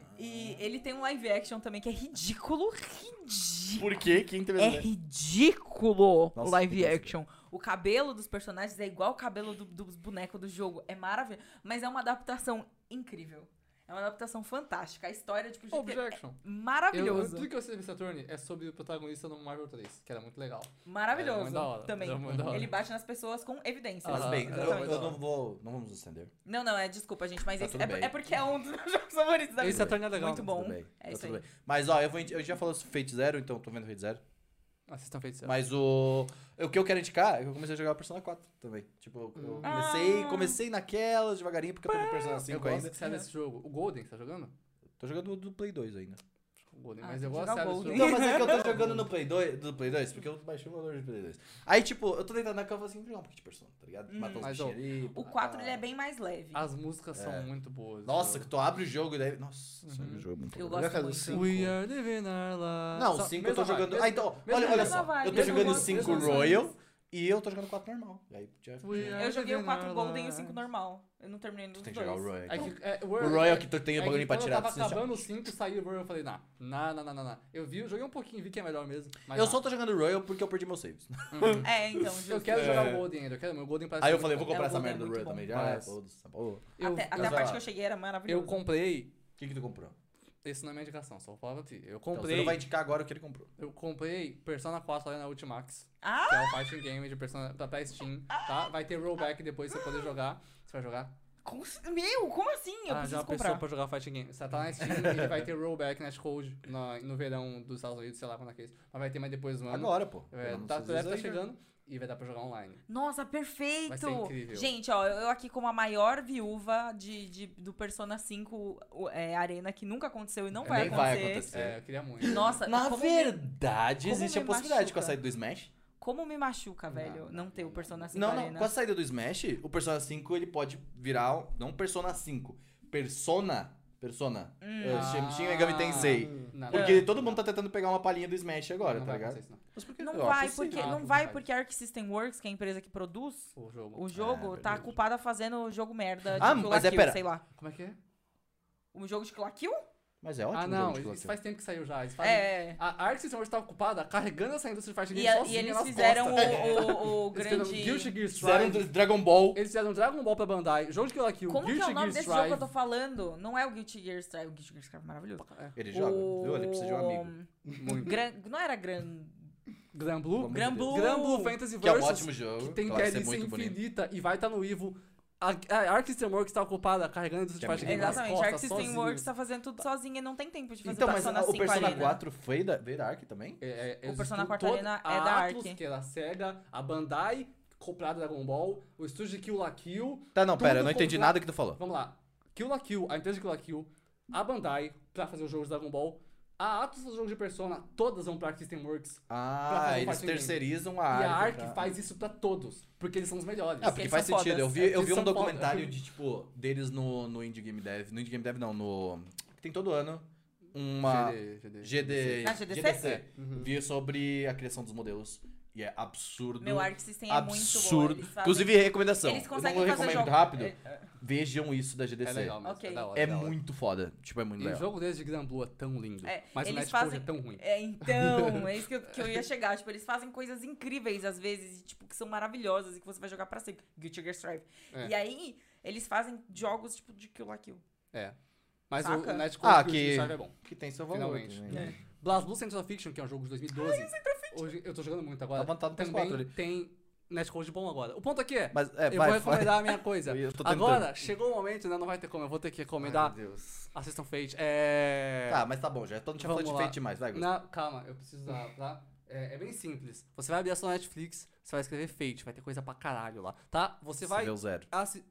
[SPEAKER 3] E ele tem um live action também que é ridículo. Ridículo.
[SPEAKER 1] Por quê? Quem teve
[SPEAKER 3] É
[SPEAKER 1] essa ideia?
[SPEAKER 3] ridículo
[SPEAKER 1] Nossa,
[SPEAKER 3] o live
[SPEAKER 1] que
[SPEAKER 3] action. O cabelo dos personagens é igual o cabelo do- dos bonecos do jogo. É maravilhoso. Mas é uma adaptação incrível. É uma adaptação fantástica. A história, tipo, gente, é
[SPEAKER 2] Objection. Eu, eu,
[SPEAKER 3] maravilhoso.
[SPEAKER 2] tudo que eu sei desse Saturn é sobre o protagonista no Marvel três, que era muito legal.
[SPEAKER 3] Maravilhoso
[SPEAKER 2] É muito da hora.
[SPEAKER 3] também.
[SPEAKER 2] É muito da hora.
[SPEAKER 3] Ele bate nas pessoas com evidências.
[SPEAKER 1] Mas
[SPEAKER 2] Ah,
[SPEAKER 1] bem, eu,
[SPEAKER 2] exatamente.
[SPEAKER 1] eu não vou. Não vamos nos estender.
[SPEAKER 3] Não, não, é desculpa, gente, mas
[SPEAKER 1] Tá
[SPEAKER 3] esse,
[SPEAKER 1] tudo
[SPEAKER 3] é,
[SPEAKER 1] bem.
[SPEAKER 3] é porque é um dos meus jogos favoritos da
[SPEAKER 2] Esse
[SPEAKER 3] vida.
[SPEAKER 2] Saturn é legal.
[SPEAKER 3] Muito bom.
[SPEAKER 1] Tudo bem.
[SPEAKER 3] É
[SPEAKER 1] tá
[SPEAKER 3] isso
[SPEAKER 1] tudo
[SPEAKER 3] aí.
[SPEAKER 1] bem. Mas ó, eu, vou, indi- eu já falei Fate Zero, então eu tô vendo Fate Zero.
[SPEAKER 2] Assistam Fate Zero.
[SPEAKER 1] Mas o. O que eu quero indicar é que eu comecei a jogar o Persona quatro também. Tipo, eu eu comecei,
[SPEAKER 3] Ah.
[SPEAKER 1] comecei naquelas devagarinho, porque eu tô com o Persona
[SPEAKER 2] eu
[SPEAKER 1] cinco
[SPEAKER 2] gosto
[SPEAKER 1] ainda.
[SPEAKER 2] que sai desse jogo. O Golden, você tá jogando?
[SPEAKER 1] Tô jogando o do Play dois ainda.
[SPEAKER 2] O Golden,
[SPEAKER 3] Ah,
[SPEAKER 2] mas
[SPEAKER 3] tem
[SPEAKER 2] eu
[SPEAKER 3] que
[SPEAKER 2] gosto
[SPEAKER 3] jogar
[SPEAKER 2] sério
[SPEAKER 3] o
[SPEAKER 2] desse
[SPEAKER 3] Golden.
[SPEAKER 2] jogo.
[SPEAKER 1] Então, mas é que eu tô jogando no Play dois, do Play dois, porque eu baixei o valor do Play dois. Aí, tipo, eu tô deitado na cama e falo assim, vou jogar um pouquinho de Persona, tá ligado?
[SPEAKER 3] Hum.
[SPEAKER 1] Matar uns
[SPEAKER 2] Mas, ó,
[SPEAKER 1] bichinhos ali.
[SPEAKER 3] O
[SPEAKER 1] pá,
[SPEAKER 3] quatro
[SPEAKER 1] pá.
[SPEAKER 3] ele é bem mais leve.
[SPEAKER 2] As músicas
[SPEAKER 1] É.
[SPEAKER 2] são muito boas.
[SPEAKER 1] Nossa,
[SPEAKER 2] do-
[SPEAKER 1] que tu abre o jogo e daí. Nossa,
[SPEAKER 2] Uhum.
[SPEAKER 1] o jogo é muito
[SPEAKER 3] Eu
[SPEAKER 1] bom.
[SPEAKER 3] gosto
[SPEAKER 4] Joga
[SPEAKER 3] muito.
[SPEAKER 4] cinco.
[SPEAKER 2] We are living our lives.
[SPEAKER 1] Não, o
[SPEAKER 2] Só-
[SPEAKER 1] cinco eu tô
[SPEAKER 2] mesma
[SPEAKER 1] jogando.
[SPEAKER 2] vibe,
[SPEAKER 1] Ah, então,
[SPEAKER 2] mesma
[SPEAKER 1] olha, olha
[SPEAKER 2] vibe.
[SPEAKER 1] só.
[SPEAKER 3] vibe,
[SPEAKER 1] Eu tô
[SPEAKER 3] mesmo
[SPEAKER 1] jogando o
[SPEAKER 3] gosto,
[SPEAKER 1] cinco
[SPEAKER 3] mesmo
[SPEAKER 1] Royal
[SPEAKER 3] gosto.
[SPEAKER 1] e eu tô jogando o quatro normal. E aí já.
[SPEAKER 2] We are
[SPEAKER 3] Eu joguei o
[SPEAKER 2] living
[SPEAKER 3] quatro
[SPEAKER 2] our
[SPEAKER 3] Golden e o cinco
[SPEAKER 2] lives.
[SPEAKER 3] normal. Eu não terminei nos
[SPEAKER 1] Tu tem que
[SPEAKER 3] dois.
[SPEAKER 1] jogar o Royal.
[SPEAKER 2] É
[SPEAKER 1] Então.
[SPEAKER 2] que, é,
[SPEAKER 1] O Royal que tu tem o
[SPEAKER 2] é
[SPEAKER 1] bagulho
[SPEAKER 2] que
[SPEAKER 1] pra
[SPEAKER 2] quando
[SPEAKER 1] tirar.
[SPEAKER 2] eu tava
[SPEAKER 1] você já-
[SPEAKER 2] acabando o cinco, saiu o Royal, eu falei, nah, nah, nah, nah, nah, nah. Eu vi, eu joguei um pouquinho, vi que é melhor mesmo. Mas
[SPEAKER 1] Eu
[SPEAKER 2] nah.
[SPEAKER 1] só tô jogando Royal porque eu perdi meus saves.
[SPEAKER 2] Uhum.
[SPEAKER 3] É, então, justo.
[SPEAKER 2] Eu quero
[SPEAKER 1] É.
[SPEAKER 2] jogar o Golden ainda, eu quero, meu Golden parece
[SPEAKER 1] Aí eu
[SPEAKER 2] muito
[SPEAKER 1] falei,
[SPEAKER 2] bom.
[SPEAKER 1] vou comprar
[SPEAKER 3] É, o
[SPEAKER 1] essa
[SPEAKER 3] Golden
[SPEAKER 1] merda
[SPEAKER 3] é
[SPEAKER 1] do
[SPEAKER 3] muito
[SPEAKER 1] Royal
[SPEAKER 3] bom.
[SPEAKER 1] também já.
[SPEAKER 2] Parece.
[SPEAKER 1] Foda-se, essa porra.
[SPEAKER 2] Eu,
[SPEAKER 3] Até, até
[SPEAKER 1] mas
[SPEAKER 3] a parte
[SPEAKER 1] ó,
[SPEAKER 3] que eu cheguei era
[SPEAKER 2] eu
[SPEAKER 3] maravilhosa.
[SPEAKER 2] comprei,
[SPEAKER 1] O que que tu comprou?
[SPEAKER 2] esse não é minha indicação, só vou falar pra ti. Eu
[SPEAKER 1] Então, você
[SPEAKER 2] comprei,
[SPEAKER 1] não vai indicar agora o que ele comprou.
[SPEAKER 2] eu comprei Persona quatro lá na Ultimax,
[SPEAKER 3] Ah!
[SPEAKER 2] que é o fighting game de Persona pra, pra Steam, tá? Vai ter rollback depois pra você poder jogar. Você vai jogar?
[SPEAKER 3] Com- Meu, como assim? Eu
[SPEAKER 2] ah, já
[SPEAKER 3] preciso
[SPEAKER 2] uma pessoa
[SPEAKER 3] comprar.
[SPEAKER 2] pra jogar fighting game. Você tá na Steam, ele vai ter rollback netcode no, no verão dos Estados Unidos, sei lá quando é que é isso. Mas vai ter mais depois do ano.
[SPEAKER 1] Agora, pô.
[SPEAKER 2] É,
[SPEAKER 1] Pelo
[SPEAKER 2] tá,
[SPEAKER 1] menos
[SPEAKER 2] deve tá
[SPEAKER 1] aí, já-
[SPEAKER 2] chegando e vai dar pra jogar online.
[SPEAKER 3] Nossa, perfeito!
[SPEAKER 2] Vai ser incrível.
[SPEAKER 3] Gente, ó, eu aqui como a maior viúva de, de- do Persona cinco o- é, Arena, que nunca aconteceu e não vai
[SPEAKER 1] Nem vai
[SPEAKER 3] acontecer.
[SPEAKER 1] acontecer.
[SPEAKER 2] É, eu queria muito.
[SPEAKER 3] Nossa,
[SPEAKER 1] Na
[SPEAKER 3] como, me,
[SPEAKER 1] verdade,
[SPEAKER 3] como
[SPEAKER 1] existe a
[SPEAKER 3] me
[SPEAKER 1] possibilidade com a
[SPEAKER 3] machuca.
[SPEAKER 1] saída do Smash.
[SPEAKER 3] como me machuca, velho,
[SPEAKER 2] Não,
[SPEAKER 3] não, ter o Persona cinco
[SPEAKER 1] Não, não.
[SPEAKER 3] Arena.
[SPEAKER 1] Com a saída do Smash, o Persona cinco ele pode virar. um- Não Persona cinco. Persona. Persona.
[SPEAKER 3] Hum.
[SPEAKER 1] Uh, Shin Shin Megami Tensei.
[SPEAKER 2] Não,
[SPEAKER 1] Porque
[SPEAKER 2] não.
[SPEAKER 1] todo mundo tá tentando pegar uma palhinha do Smash agora,
[SPEAKER 2] não
[SPEAKER 1] tá
[SPEAKER 2] vai
[SPEAKER 1] ligado?
[SPEAKER 2] acontecer isso, não.
[SPEAKER 1] Mas por que
[SPEAKER 3] Não
[SPEAKER 1] eu
[SPEAKER 3] vai,
[SPEAKER 1] acho
[SPEAKER 3] porque,
[SPEAKER 2] sim. Ah,
[SPEAKER 3] não
[SPEAKER 2] tudo
[SPEAKER 3] vai
[SPEAKER 2] vai.
[SPEAKER 3] porque a Arc System Works, que é a empresa que produz
[SPEAKER 2] O jogo.
[SPEAKER 3] o jogo,
[SPEAKER 1] É,
[SPEAKER 3] tá
[SPEAKER 1] verdade.
[SPEAKER 3] ocupada fazendo o jogo merda de
[SPEAKER 1] Ah,
[SPEAKER 3] Kill
[SPEAKER 1] mas
[SPEAKER 3] la
[SPEAKER 1] é,
[SPEAKER 3] Kill,
[SPEAKER 1] pera.
[SPEAKER 3] sei lá.
[SPEAKER 2] Como é que é?
[SPEAKER 3] O jogo de Kill la Kill?
[SPEAKER 1] Mas é ótimo
[SPEAKER 2] Ah,
[SPEAKER 1] o
[SPEAKER 2] não,
[SPEAKER 1] jogo de
[SPEAKER 2] isso
[SPEAKER 1] Kill la
[SPEAKER 2] faz tempo que saiu já. Eles fazem...
[SPEAKER 3] É.
[SPEAKER 2] A Arc System Works tá ocupada carregando essa indústria de fighting
[SPEAKER 3] E,
[SPEAKER 2] game
[SPEAKER 3] a-
[SPEAKER 2] sozinha
[SPEAKER 3] e eles
[SPEAKER 2] nas
[SPEAKER 3] fizeram
[SPEAKER 2] costas.
[SPEAKER 3] o, o, o
[SPEAKER 2] Eles fizeram
[SPEAKER 3] grande...
[SPEAKER 2] Guilty Gear
[SPEAKER 1] Fizeram
[SPEAKER 2] Strive.
[SPEAKER 1] do Dragon Ball.
[SPEAKER 2] Eles fizeram Dragon Ball pra Bandai, jogo de Kill la Kill,
[SPEAKER 3] Como
[SPEAKER 2] Guilty
[SPEAKER 3] que é o nome
[SPEAKER 2] Gear
[SPEAKER 3] desse
[SPEAKER 2] Strive.
[SPEAKER 3] jogo que eu tô falando? Não é o Guilty Gear Strive. O Guilty Gear Strive é maravilhoso.
[SPEAKER 2] É.
[SPEAKER 1] Ele joga, viu? Ele precisa de um amigo.
[SPEAKER 2] Muito.
[SPEAKER 3] Gran... Não era Gran...
[SPEAKER 2] Gran Blue?
[SPEAKER 1] Vamos
[SPEAKER 3] Gran
[SPEAKER 1] de Deus.
[SPEAKER 3] Blue.
[SPEAKER 2] Gran Blue Fantasy
[SPEAKER 1] Que é um
[SPEAKER 2] Versus,
[SPEAKER 1] ótimo jogo.
[SPEAKER 2] que tem
[SPEAKER 1] que vai ser
[SPEAKER 2] D L C
[SPEAKER 1] muito bonito.
[SPEAKER 2] infinita e vai estar no Evo. A, a Arc System Works tá ocupada carregando a indústria de
[SPEAKER 1] Que é
[SPEAKER 2] fighting game nas
[SPEAKER 3] Exatamente.
[SPEAKER 2] costas
[SPEAKER 3] Arc System
[SPEAKER 2] sozinhos.
[SPEAKER 3] Works tá fazendo tudo sozinha e não tem tempo de fazer
[SPEAKER 1] Então,
[SPEAKER 3] o
[SPEAKER 1] mas
[SPEAKER 3] Persona
[SPEAKER 1] o
[SPEAKER 3] cinco
[SPEAKER 1] Persona
[SPEAKER 3] Arena.
[SPEAKER 1] quatro foi da, veio da Ark também?
[SPEAKER 2] É, é,
[SPEAKER 3] O Persona
[SPEAKER 2] existiu
[SPEAKER 3] quatro
[SPEAKER 2] toda-
[SPEAKER 3] Arena é
[SPEAKER 2] a
[SPEAKER 3] da
[SPEAKER 2] Atlus,
[SPEAKER 3] Ark.
[SPEAKER 2] que era a SEGA, a Bandai, comprada Dragon Ball, o estúdio de Kill la Kill.
[SPEAKER 1] Tá, não, pera,
[SPEAKER 2] Tudo
[SPEAKER 1] eu não entendi
[SPEAKER 2] compra-
[SPEAKER 1] nada que tu falou.
[SPEAKER 2] Vamos lá. Kill la Kill, a empresa de Kill la Kill, a Bandai, pra fazer os jogos de Dragon Ball, a Atlus faz os jogos de Persona, todas vão pra Arc System Works. Pra
[SPEAKER 1] Ah,
[SPEAKER 2] fazer um
[SPEAKER 1] eles
[SPEAKER 2] fighting game.
[SPEAKER 1] terceirizam a
[SPEAKER 2] E
[SPEAKER 1] Ark.
[SPEAKER 2] a Ark
[SPEAKER 1] pra-
[SPEAKER 2] faz isso pra todos, porque eles são os melhores.
[SPEAKER 1] Ah, porque
[SPEAKER 3] eles
[SPEAKER 1] faz
[SPEAKER 3] são
[SPEAKER 1] sentido. Eu
[SPEAKER 3] fodas.
[SPEAKER 1] vi,
[SPEAKER 2] É,
[SPEAKER 1] eu
[SPEAKER 2] eles
[SPEAKER 1] vi um
[SPEAKER 2] são
[SPEAKER 1] documentário
[SPEAKER 2] fodas.
[SPEAKER 1] de, tipo, deles no, no Indie Game Dev. No Indie Game Dev, não, no... que tem todo ano uma...
[SPEAKER 2] G D, G D.
[SPEAKER 1] G D...
[SPEAKER 3] Ah, G D C?
[SPEAKER 1] G D C.
[SPEAKER 2] É.
[SPEAKER 1] Vi sobre a criação dos modelos. E é absurdo.
[SPEAKER 3] Meu Arc System é muito bom.
[SPEAKER 1] absurdo.
[SPEAKER 3] Eles fazem-
[SPEAKER 1] Inclusive, recomendação.
[SPEAKER 3] Eles
[SPEAKER 1] Eu
[SPEAKER 3] conseguem
[SPEAKER 1] não
[SPEAKER 3] fazer
[SPEAKER 1] recomendo
[SPEAKER 3] jogo...
[SPEAKER 1] rápido.
[SPEAKER 3] É, é.
[SPEAKER 1] Vejam isso da G D C.
[SPEAKER 2] É legal mesmo,
[SPEAKER 3] Ok.
[SPEAKER 2] é da hora.
[SPEAKER 1] É
[SPEAKER 2] da hora.
[SPEAKER 1] muito foda. Tipo, é muito
[SPEAKER 2] E o
[SPEAKER 1] legal.
[SPEAKER 2] jogo deles de Gran Blue é tão lindo,
[SPEAKER 3] É,
[SPEAKER 2] mas o
[SPEAKER 3] eles
[SPEAKER 2] Netcode
[SPEAKER 3] fazem-
[SPEAKER 2] é tão ruim.
[SPEAKER 3] É, então, é isso que eu, que eu ia chegar. Tipo, eles fazem coisas incríveis às vezes, e, tipo, que são maravilhosas e que você vai jogar pra sempre. Guilty Gear Strive.
[SPEAKER 2] É.
[SPEAKER 3] E aí, eles fazem jogos, tipo, de Kill la Kill.
[SPEAKER 2] É. Mas o,
[SPEAKER 3] Saca?
[SPEAKER 2] o Netcode
[SPEAKER 1] Ah,
[SPEAKER 2] do
[SPEAKER 1] que-
[SPEAKER 2] Strive é bom.
[SPEAKER 1] Que tem seu valor.
[SPEAKER 2] Finalmente.
[SPEAKER 1] também, né?
[SPEAKER 2] BlazBlue Central Fiction, que é um jogo de dois mil e doze. Hoje eu tô jogando muito agora.
[SPEAKER 1] Tá vantado no P S
[SPEAKER 2] Também
[SPEAKER 1] quatro ali.
[SPEAKER 2] tem Netcode bom agora. O ponto aqui é,
[SPEAKER 1] Mas, é,
[SPEAKER 2] eu
[SPEAKER 1] vai,
[SPEAKER 2] vou recomendar
[SPEAKER 1] vai.
[SPEAKER 2] a minha coisa.
[SPEAKER 1] Eu tô tentando.
[SPEAKER 2] Agora, chegou o momento, né? Não vai ter como, eu vou ter que
[SPEAKER 4] Ai,
[SPEAKER 2] recomendar.
[SPEAKER 4] meu Deus.
[SPEAKER 2] Assistam Fate. É...
[SPEAKER 1] Tá, mas tá bom, já tô no
[SPEAKER 2] Vamos
[SPEAKER 1] falando de
[SPEAKER 2] lá.
[SPEAKER 1] Fate demais, vai, Gusto.
[SPEAKER 2] Na, calma, eu preciso dar, tá? É, é bem simples. Você vai abrir a sua Netflix, você vai escrever Fate, vai ter coisa pra caralho lá, tá? Você vai...
[SPEAKER 1] Vê o zero.
[SPEAKER 2] assi-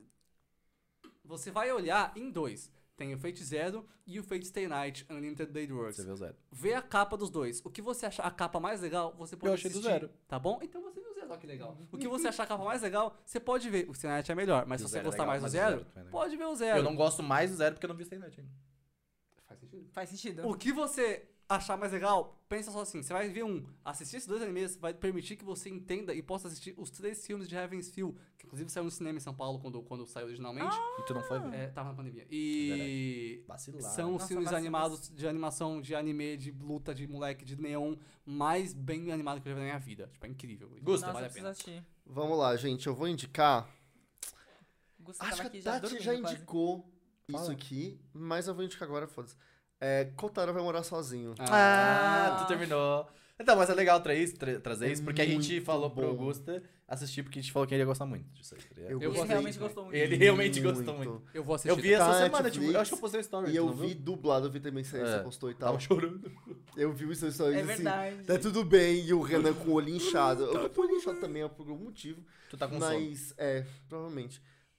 [SPEAKER 2] Você vai olhar em dois. Tem o Fate Zero e o Fate Stay Night Unlimited Blade Works.
[SPEAKER 1] Você vê o zero.
[SPEAKER 2] Vê a capa dos dois. O que você achar a capa mais legal, você pode
[SPEAKER 1] Eu achei do
[SPEAKER 2] assistir.
[SPEAKER 1] zero.
[SPEAKER 2] Tá bom? Então você viu o zero, olha que legal. O que você achar a capa mais legal, você pode ver. O Stay Night é melhor, mas
[SPEAKER 1] E o
[SPEAKER 2] se você
[SPEAKER 1] zero é
[SPEAKER 2] gostar
[SPEAKER 1] legal,
[SPEAKER 2] mais do
[SPEAKER 1] mas o
[SPEAKER 2] zero,
[SPEAKER 1] zero também é legal.
[SPEAKER 2] pode ver o zero.
[SPEAKER 1] Eu não gosto mais do zero porque eu não vi Stay Night ainda.
[SPEAKER 2] Faz sentido.
[SPEAKER 3] Faz sentido.
[SPEAKER 2] O que você achar mais legal, pensa só assim, você vai ver um, assistir esses dois animes vai permitir que você entenda e possa assistir os três filmes de Heaven's Feel, que inclusive saiu no cinema em São Paulo quando, quando saiu originalmente.
[SPEAKER 1] E tu não foi ver.
[SPEAKER 2] É, tava na pandemia. E
[SPEAKER 1] Vacilar.
[SPEAKER 2] são os
[SPEAKER 3] Nossa,
[SPEAKER 2] filmes
[SPEAKER 3] vacilo.
[SPEAKER 2] animados de animação, de anime, de luta, de moleque, de neon, mais bem animado que eu já vi na minha vida. Tipo, é incrível.
[SPEAKER 1] Gusta,
[SPEAKER 3] Nossa,
[SPEAKER 2] vale
[SPEAKER 3] eu
[SPEAKER 2] a
[SPEAKER 3] preciso
[SPEAKER 2] pena.
[SPEAKER 3] assistir.
[SPEAKER 4] Vamos lá, gente. Eu vou indicar.
[SPEAKER 3] Gustavo
[SPEAKER 4] Acho
[SPEAKER 3] tava
[SPEAKER 4] que
[SPEAKER 3] aqui
[SPEAKER 4] a
[SPEAKER 3] já
[SPEAKER 4] Tati
[SPEAKER 3] dormindo
[SPEAKER 4] já
[SPEAKER 3] quase.
[SPEAKER 4] indicou isso
[SPEAKER 1] Fala.
[SPEAKER 4] aqui, mas eu vou indicar agora, foda-se. É, Kotaro vai morar sozinho.
[SPEAKER 1] Ah,
[SPEAKER 3] Ah.
[SPEAKER 1] tu terminou. Então, mas é legal tra isso, tra trazer
[SPEAKER 4] É
[SPEAKER 1] isso, porque a gente
[SPEAKER 4] muito
[SPEAKER 1] falou pro
[SPEAKER 4] bom.
[SPEAKER 1] Augusta assistir, porque a gente falou que ele ia gostar muito disso aí. tá ligado?
[SPEAKER 4] Eu
[SPEAKER 2] Eu
[SPEAKER 3] Ele
[SPEAKER 2] gostei.
[SPEAKER 3] realmente gostou muito.
[SPEAKER 1] Ele realmente gostou muito.
[SPEAKER 2] Eu vou assistir.
[SPEAKER 1] Eu vi essa
[SPEAKER 4] Tá,
[SPEAKER 1] semana,
[SPEAKER 4] Netflix,
[SPEAKER 1] tipo, eu acho que eu postei um story.
[SPEAKER 4] E
[SPEAKER 1] tu
[SPEAKER 4] eu
[SPEAKER 1] não
[SPEAKER 4] vi
[SPEAKER 1] viu?
[SPEAKER 4] dublado, eu vi também que você
[SPEAKER 1] É.
[SPEAKER 4] postou e tal.
[SPEAKER 1] Tava chorando.
[SPEAKER 4] Eu vi os seus stories
[SPEAKER 3] É
[SPEAKER 4] assim.
[SPEAKER 3] verdade.
[SPEAKER 4] Tá tudo bem, e o Renan com o olho inchado. Eu tô com o olho inchado também, é por algum motivo.
[SPEAKER 1] Tu tá com sono.
[SPEAKER 4] Mas, é, provavelmente.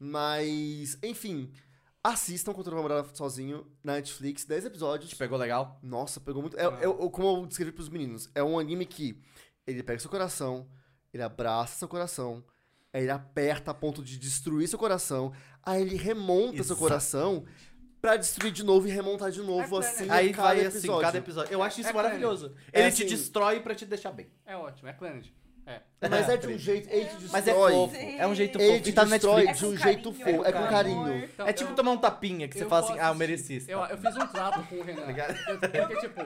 [SPEAKER 4] Mas, enfim, assistam Kotaro vai morar sozinho na Netflix, dez episódios.
[SPEAKER 1] Te pegou legal?
[SPEAKER 4] Nossa, pegou muito. É,
[SPEAKER 2] Ah.
[SPEAKER 4] é o- como eu descrevi pros meninos, é um anime que ele pega seu coração, ele abraça seu coração, aí ele aperta a ponto de destruir seu coração, aí ele remonta seu
[SPEAKER 1] Exato.
[SPEAKER 4] coração pra destruir de novo e remontar de novo,
[SPEAKER 2] É,
[SPEAKER 4] assim,
[SPEAKER 2] é,
[SPEAKER 4] a
[SPEAKER 1] Aí
[SPEAKER 4] cada
[SPEAKER 1] vai
[SPEAKER 4] episódio.
[SPEAKER 1] assim, cada episódio. Eu acho isso
[SPEAKER 2] É
[SPEAKER 1] maravilhoso.
[SPEAKER 4] É
[SPEAKER 1] Ele
[SPEAKER 4] assim-
[SPEAKER 1] te destrói pra te deixar bem.
[SPEAKER 2] É ótimo, é Planet. É.
[SPEAKER 4] Mas é de um jeito, ele te destrói.
[SPEAKER 1] Mas é fofo. É um jeito
[SPEAKER 4] Ele
[SPEAKER 1] fofo.
[SPEAKER 4] te
[SPEAKER 1] E tá no
[SPEAKER 4] destrói
[SPEAKER 1] Netflix.
[SPEAKER 4] de um
[SPEAKER 3] com
[SPEAKER 4] jeito
[SPEAKER 3] carinho,
[SPEAKER 4] fofo, é com carinho.
[SPEAKER 2] Então,
[SPEAKER 1] É tipo
[SPEAKER 2] eu-
[SPEAKER 1] tomar um tapinha, que você
[SPEAKER 2] eu
[SPEAKER 1] fala
[SPEAKER 2] vou
[SPEAKER 1] assim, ah, eu
[SPEAKER 2] assistir.
[SPEAKER 1] mereci isso.
[SPEAKER 2] Eu, eu fiz um trato com o Renan.
[SPEAKER 1] Ligado?
[SPEAKER 2] Eu- Porque, tipo,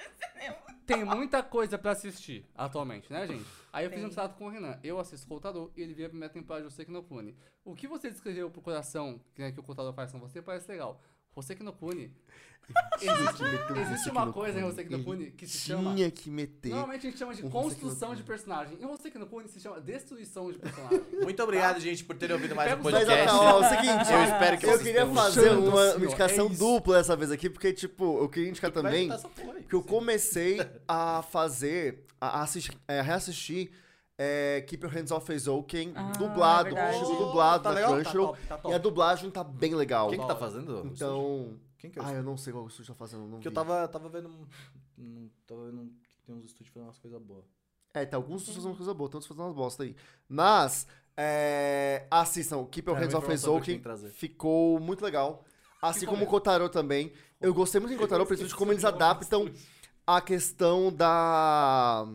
[SPEAKER 2] tem muita coisa pra assistir atualmente, né, gente? Aí eu fiz um
[SPEAKER 3] Tem.
[SPEAKER 2] trato com o Renan. Eu assisto o Contador e ele via a primeira temporada de Você que no Pune. O que você descreveu pro coração, que, né, que o Contador faz com você, parece legal. Você que no Pune. Existe,
[SPEAKER 4] meteu
[SPEAKER 2] existe
[SPEAKER 4] Hoseki
[SPEAKER 2] uma
[SPEAKER 4] no
[SPEAKER 2] coisa em
[SPEAKER 4] Pune.
[SPEAKER 2] Você que no
[SPEAKER 4] Ele
[SPEAKER 2] Pune que se chama.
[SPEAKER 4] Tinha que meter.
[SPEAKER 2] Normalmente a gente chama de
[SPEAKER 4] um Hoseki no
[SPEAKER 2] construção
[SPEAKER 4] Pune.
[SPEAKER 2] de personagem. Em Você que no Pune se chama destruição de personagem.
[SPEAKER 1] Muito obrigado, gente, por terem ouvido mais um
[SPEAKER 2] Pega os
[SPEAKER 4] Mas
[SPEAKER 1] podcast.
[SPEAKER 4] ó, ó, é o seguinte,
[SPEAKER 1] Eu espero que
[SPEAKER 4] eu
[SPEAKER 1] vocês
[SPEAKER 4] queria
[SPEAKER 1] tenham
[SPEAKER 4] fazer
[SPEAKER 2] gostado,
[SPEAKER 4] uma
[SPEAKER 2] senhor.
[SPEAKER 4] indicação
[SPEAKER 2] É isso.
[SPEAKER 4] dupla dessa vez aqui, porque, tipo, eu queria indicar
[SPEAKER 1] Vai
[SPEAKER 4] também
[SPEAKER 1] editar essa porra aí.
[SPEAKER 4] que eu comecei a fazer, a, assistir, é, reassistir é, Keep Your Hands Off Eizouken,
[SPEAKER 3] Ah,
[SPEAKER 4] dublado,
[SPEAKER 3] é verdade.
[SPEAKER 4] chegou dublado
[SPEAKER 1] Tá
[SPEAKER 4] na
[SPEAKER 1] legal? Tá
[SPEAKER 4] Crunchyroll,
[SPEAKER 1] top, tá
[SPEAKER 4] e a
[SPEAKER 1] top.
[SPEAKER 4] dublagem tá bem legal.
[SPEAKER 1] Quem que tá fazendo? o estúdio?
[SPEAKER 4] Então,
[SPEAKER 1] Quem que é o
[SPEAKER 4] ah,
[SPEAKER 1] estúdio?
[SPEAKER 4] eu não sei qual o estúdio tá fazendo, não
[SPEAKER 1] Porque eu
[SPEAKER 4] vi.
[SPEAKER 1] tava, tava vendo. um- um- Tava vendo um- que tem uns estúdios fazendo umas coisas boas.
[SPEAKER 4] É, tá, alguns estúdios fazendo uma coisa boa, tem outros fazendo umas bosta aí. Mas, é, assistam, Keep Your
[SPEAKER 1] É, uma
[SPEAKER 4] Hands Off
[SPEAKER 1] informação que eu tinha
[SPEAKER 4] Eizouken,
[SPEAKER 1] que trazer.
[SPEAKER 4] ficou muito legal. Assim
[SPEAKER 2] Ficou
[SPEAKER 4] como o
[SPEAKER 2] mesmo.
[SPEAKER 4] Kotaro também. Eu gostei muito em Kotaro, principalmente de como eles adaptam a questão da...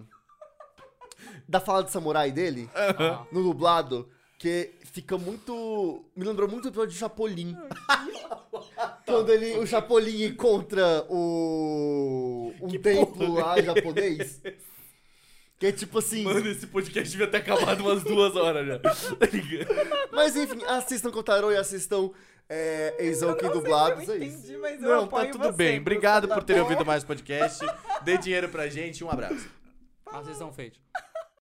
[SPEAKER 4] da fala de samurai dele,
[SPEAKER 2] Ah.
[SPEAKER 4] no dublado, que fica muito... me lembrou muito do episódio de Chapolin. Quando ele, o Chapolin encontra o... um templo lá japonês. Que é tipo assim...
[SPEAKER 1] Mano, esse podcast devia ter acabado umas duas horas já. Tá ligado?
[SPEAKER 4] Mas enfim, assistam Kotaro e assistam é, Eizouken
[SPEAKER 3] Eu não sei
[SPEAKER 4] dublados,
[SPEAKER 3] se eu
[SPEAKER 4] é isso.
[SPEAKER 3] entendi, mas eu
[SPEAKER 1] Não, tá
[SPEAKER 3] apoio
[SPEAKER 1] tudo
[SPEAKER 3] você,
[SPEAKER 1] bem. Obrigado
[SPEAKER 3] Bruno,
[SPEAKER 1] por terem
[SPEAKER 3] tá bom?
[SPEAKER 1] ouvido mais podcast. Dê dinheiro pra gente. Um abraço.
[SPEAKER 2] Assistam Fate.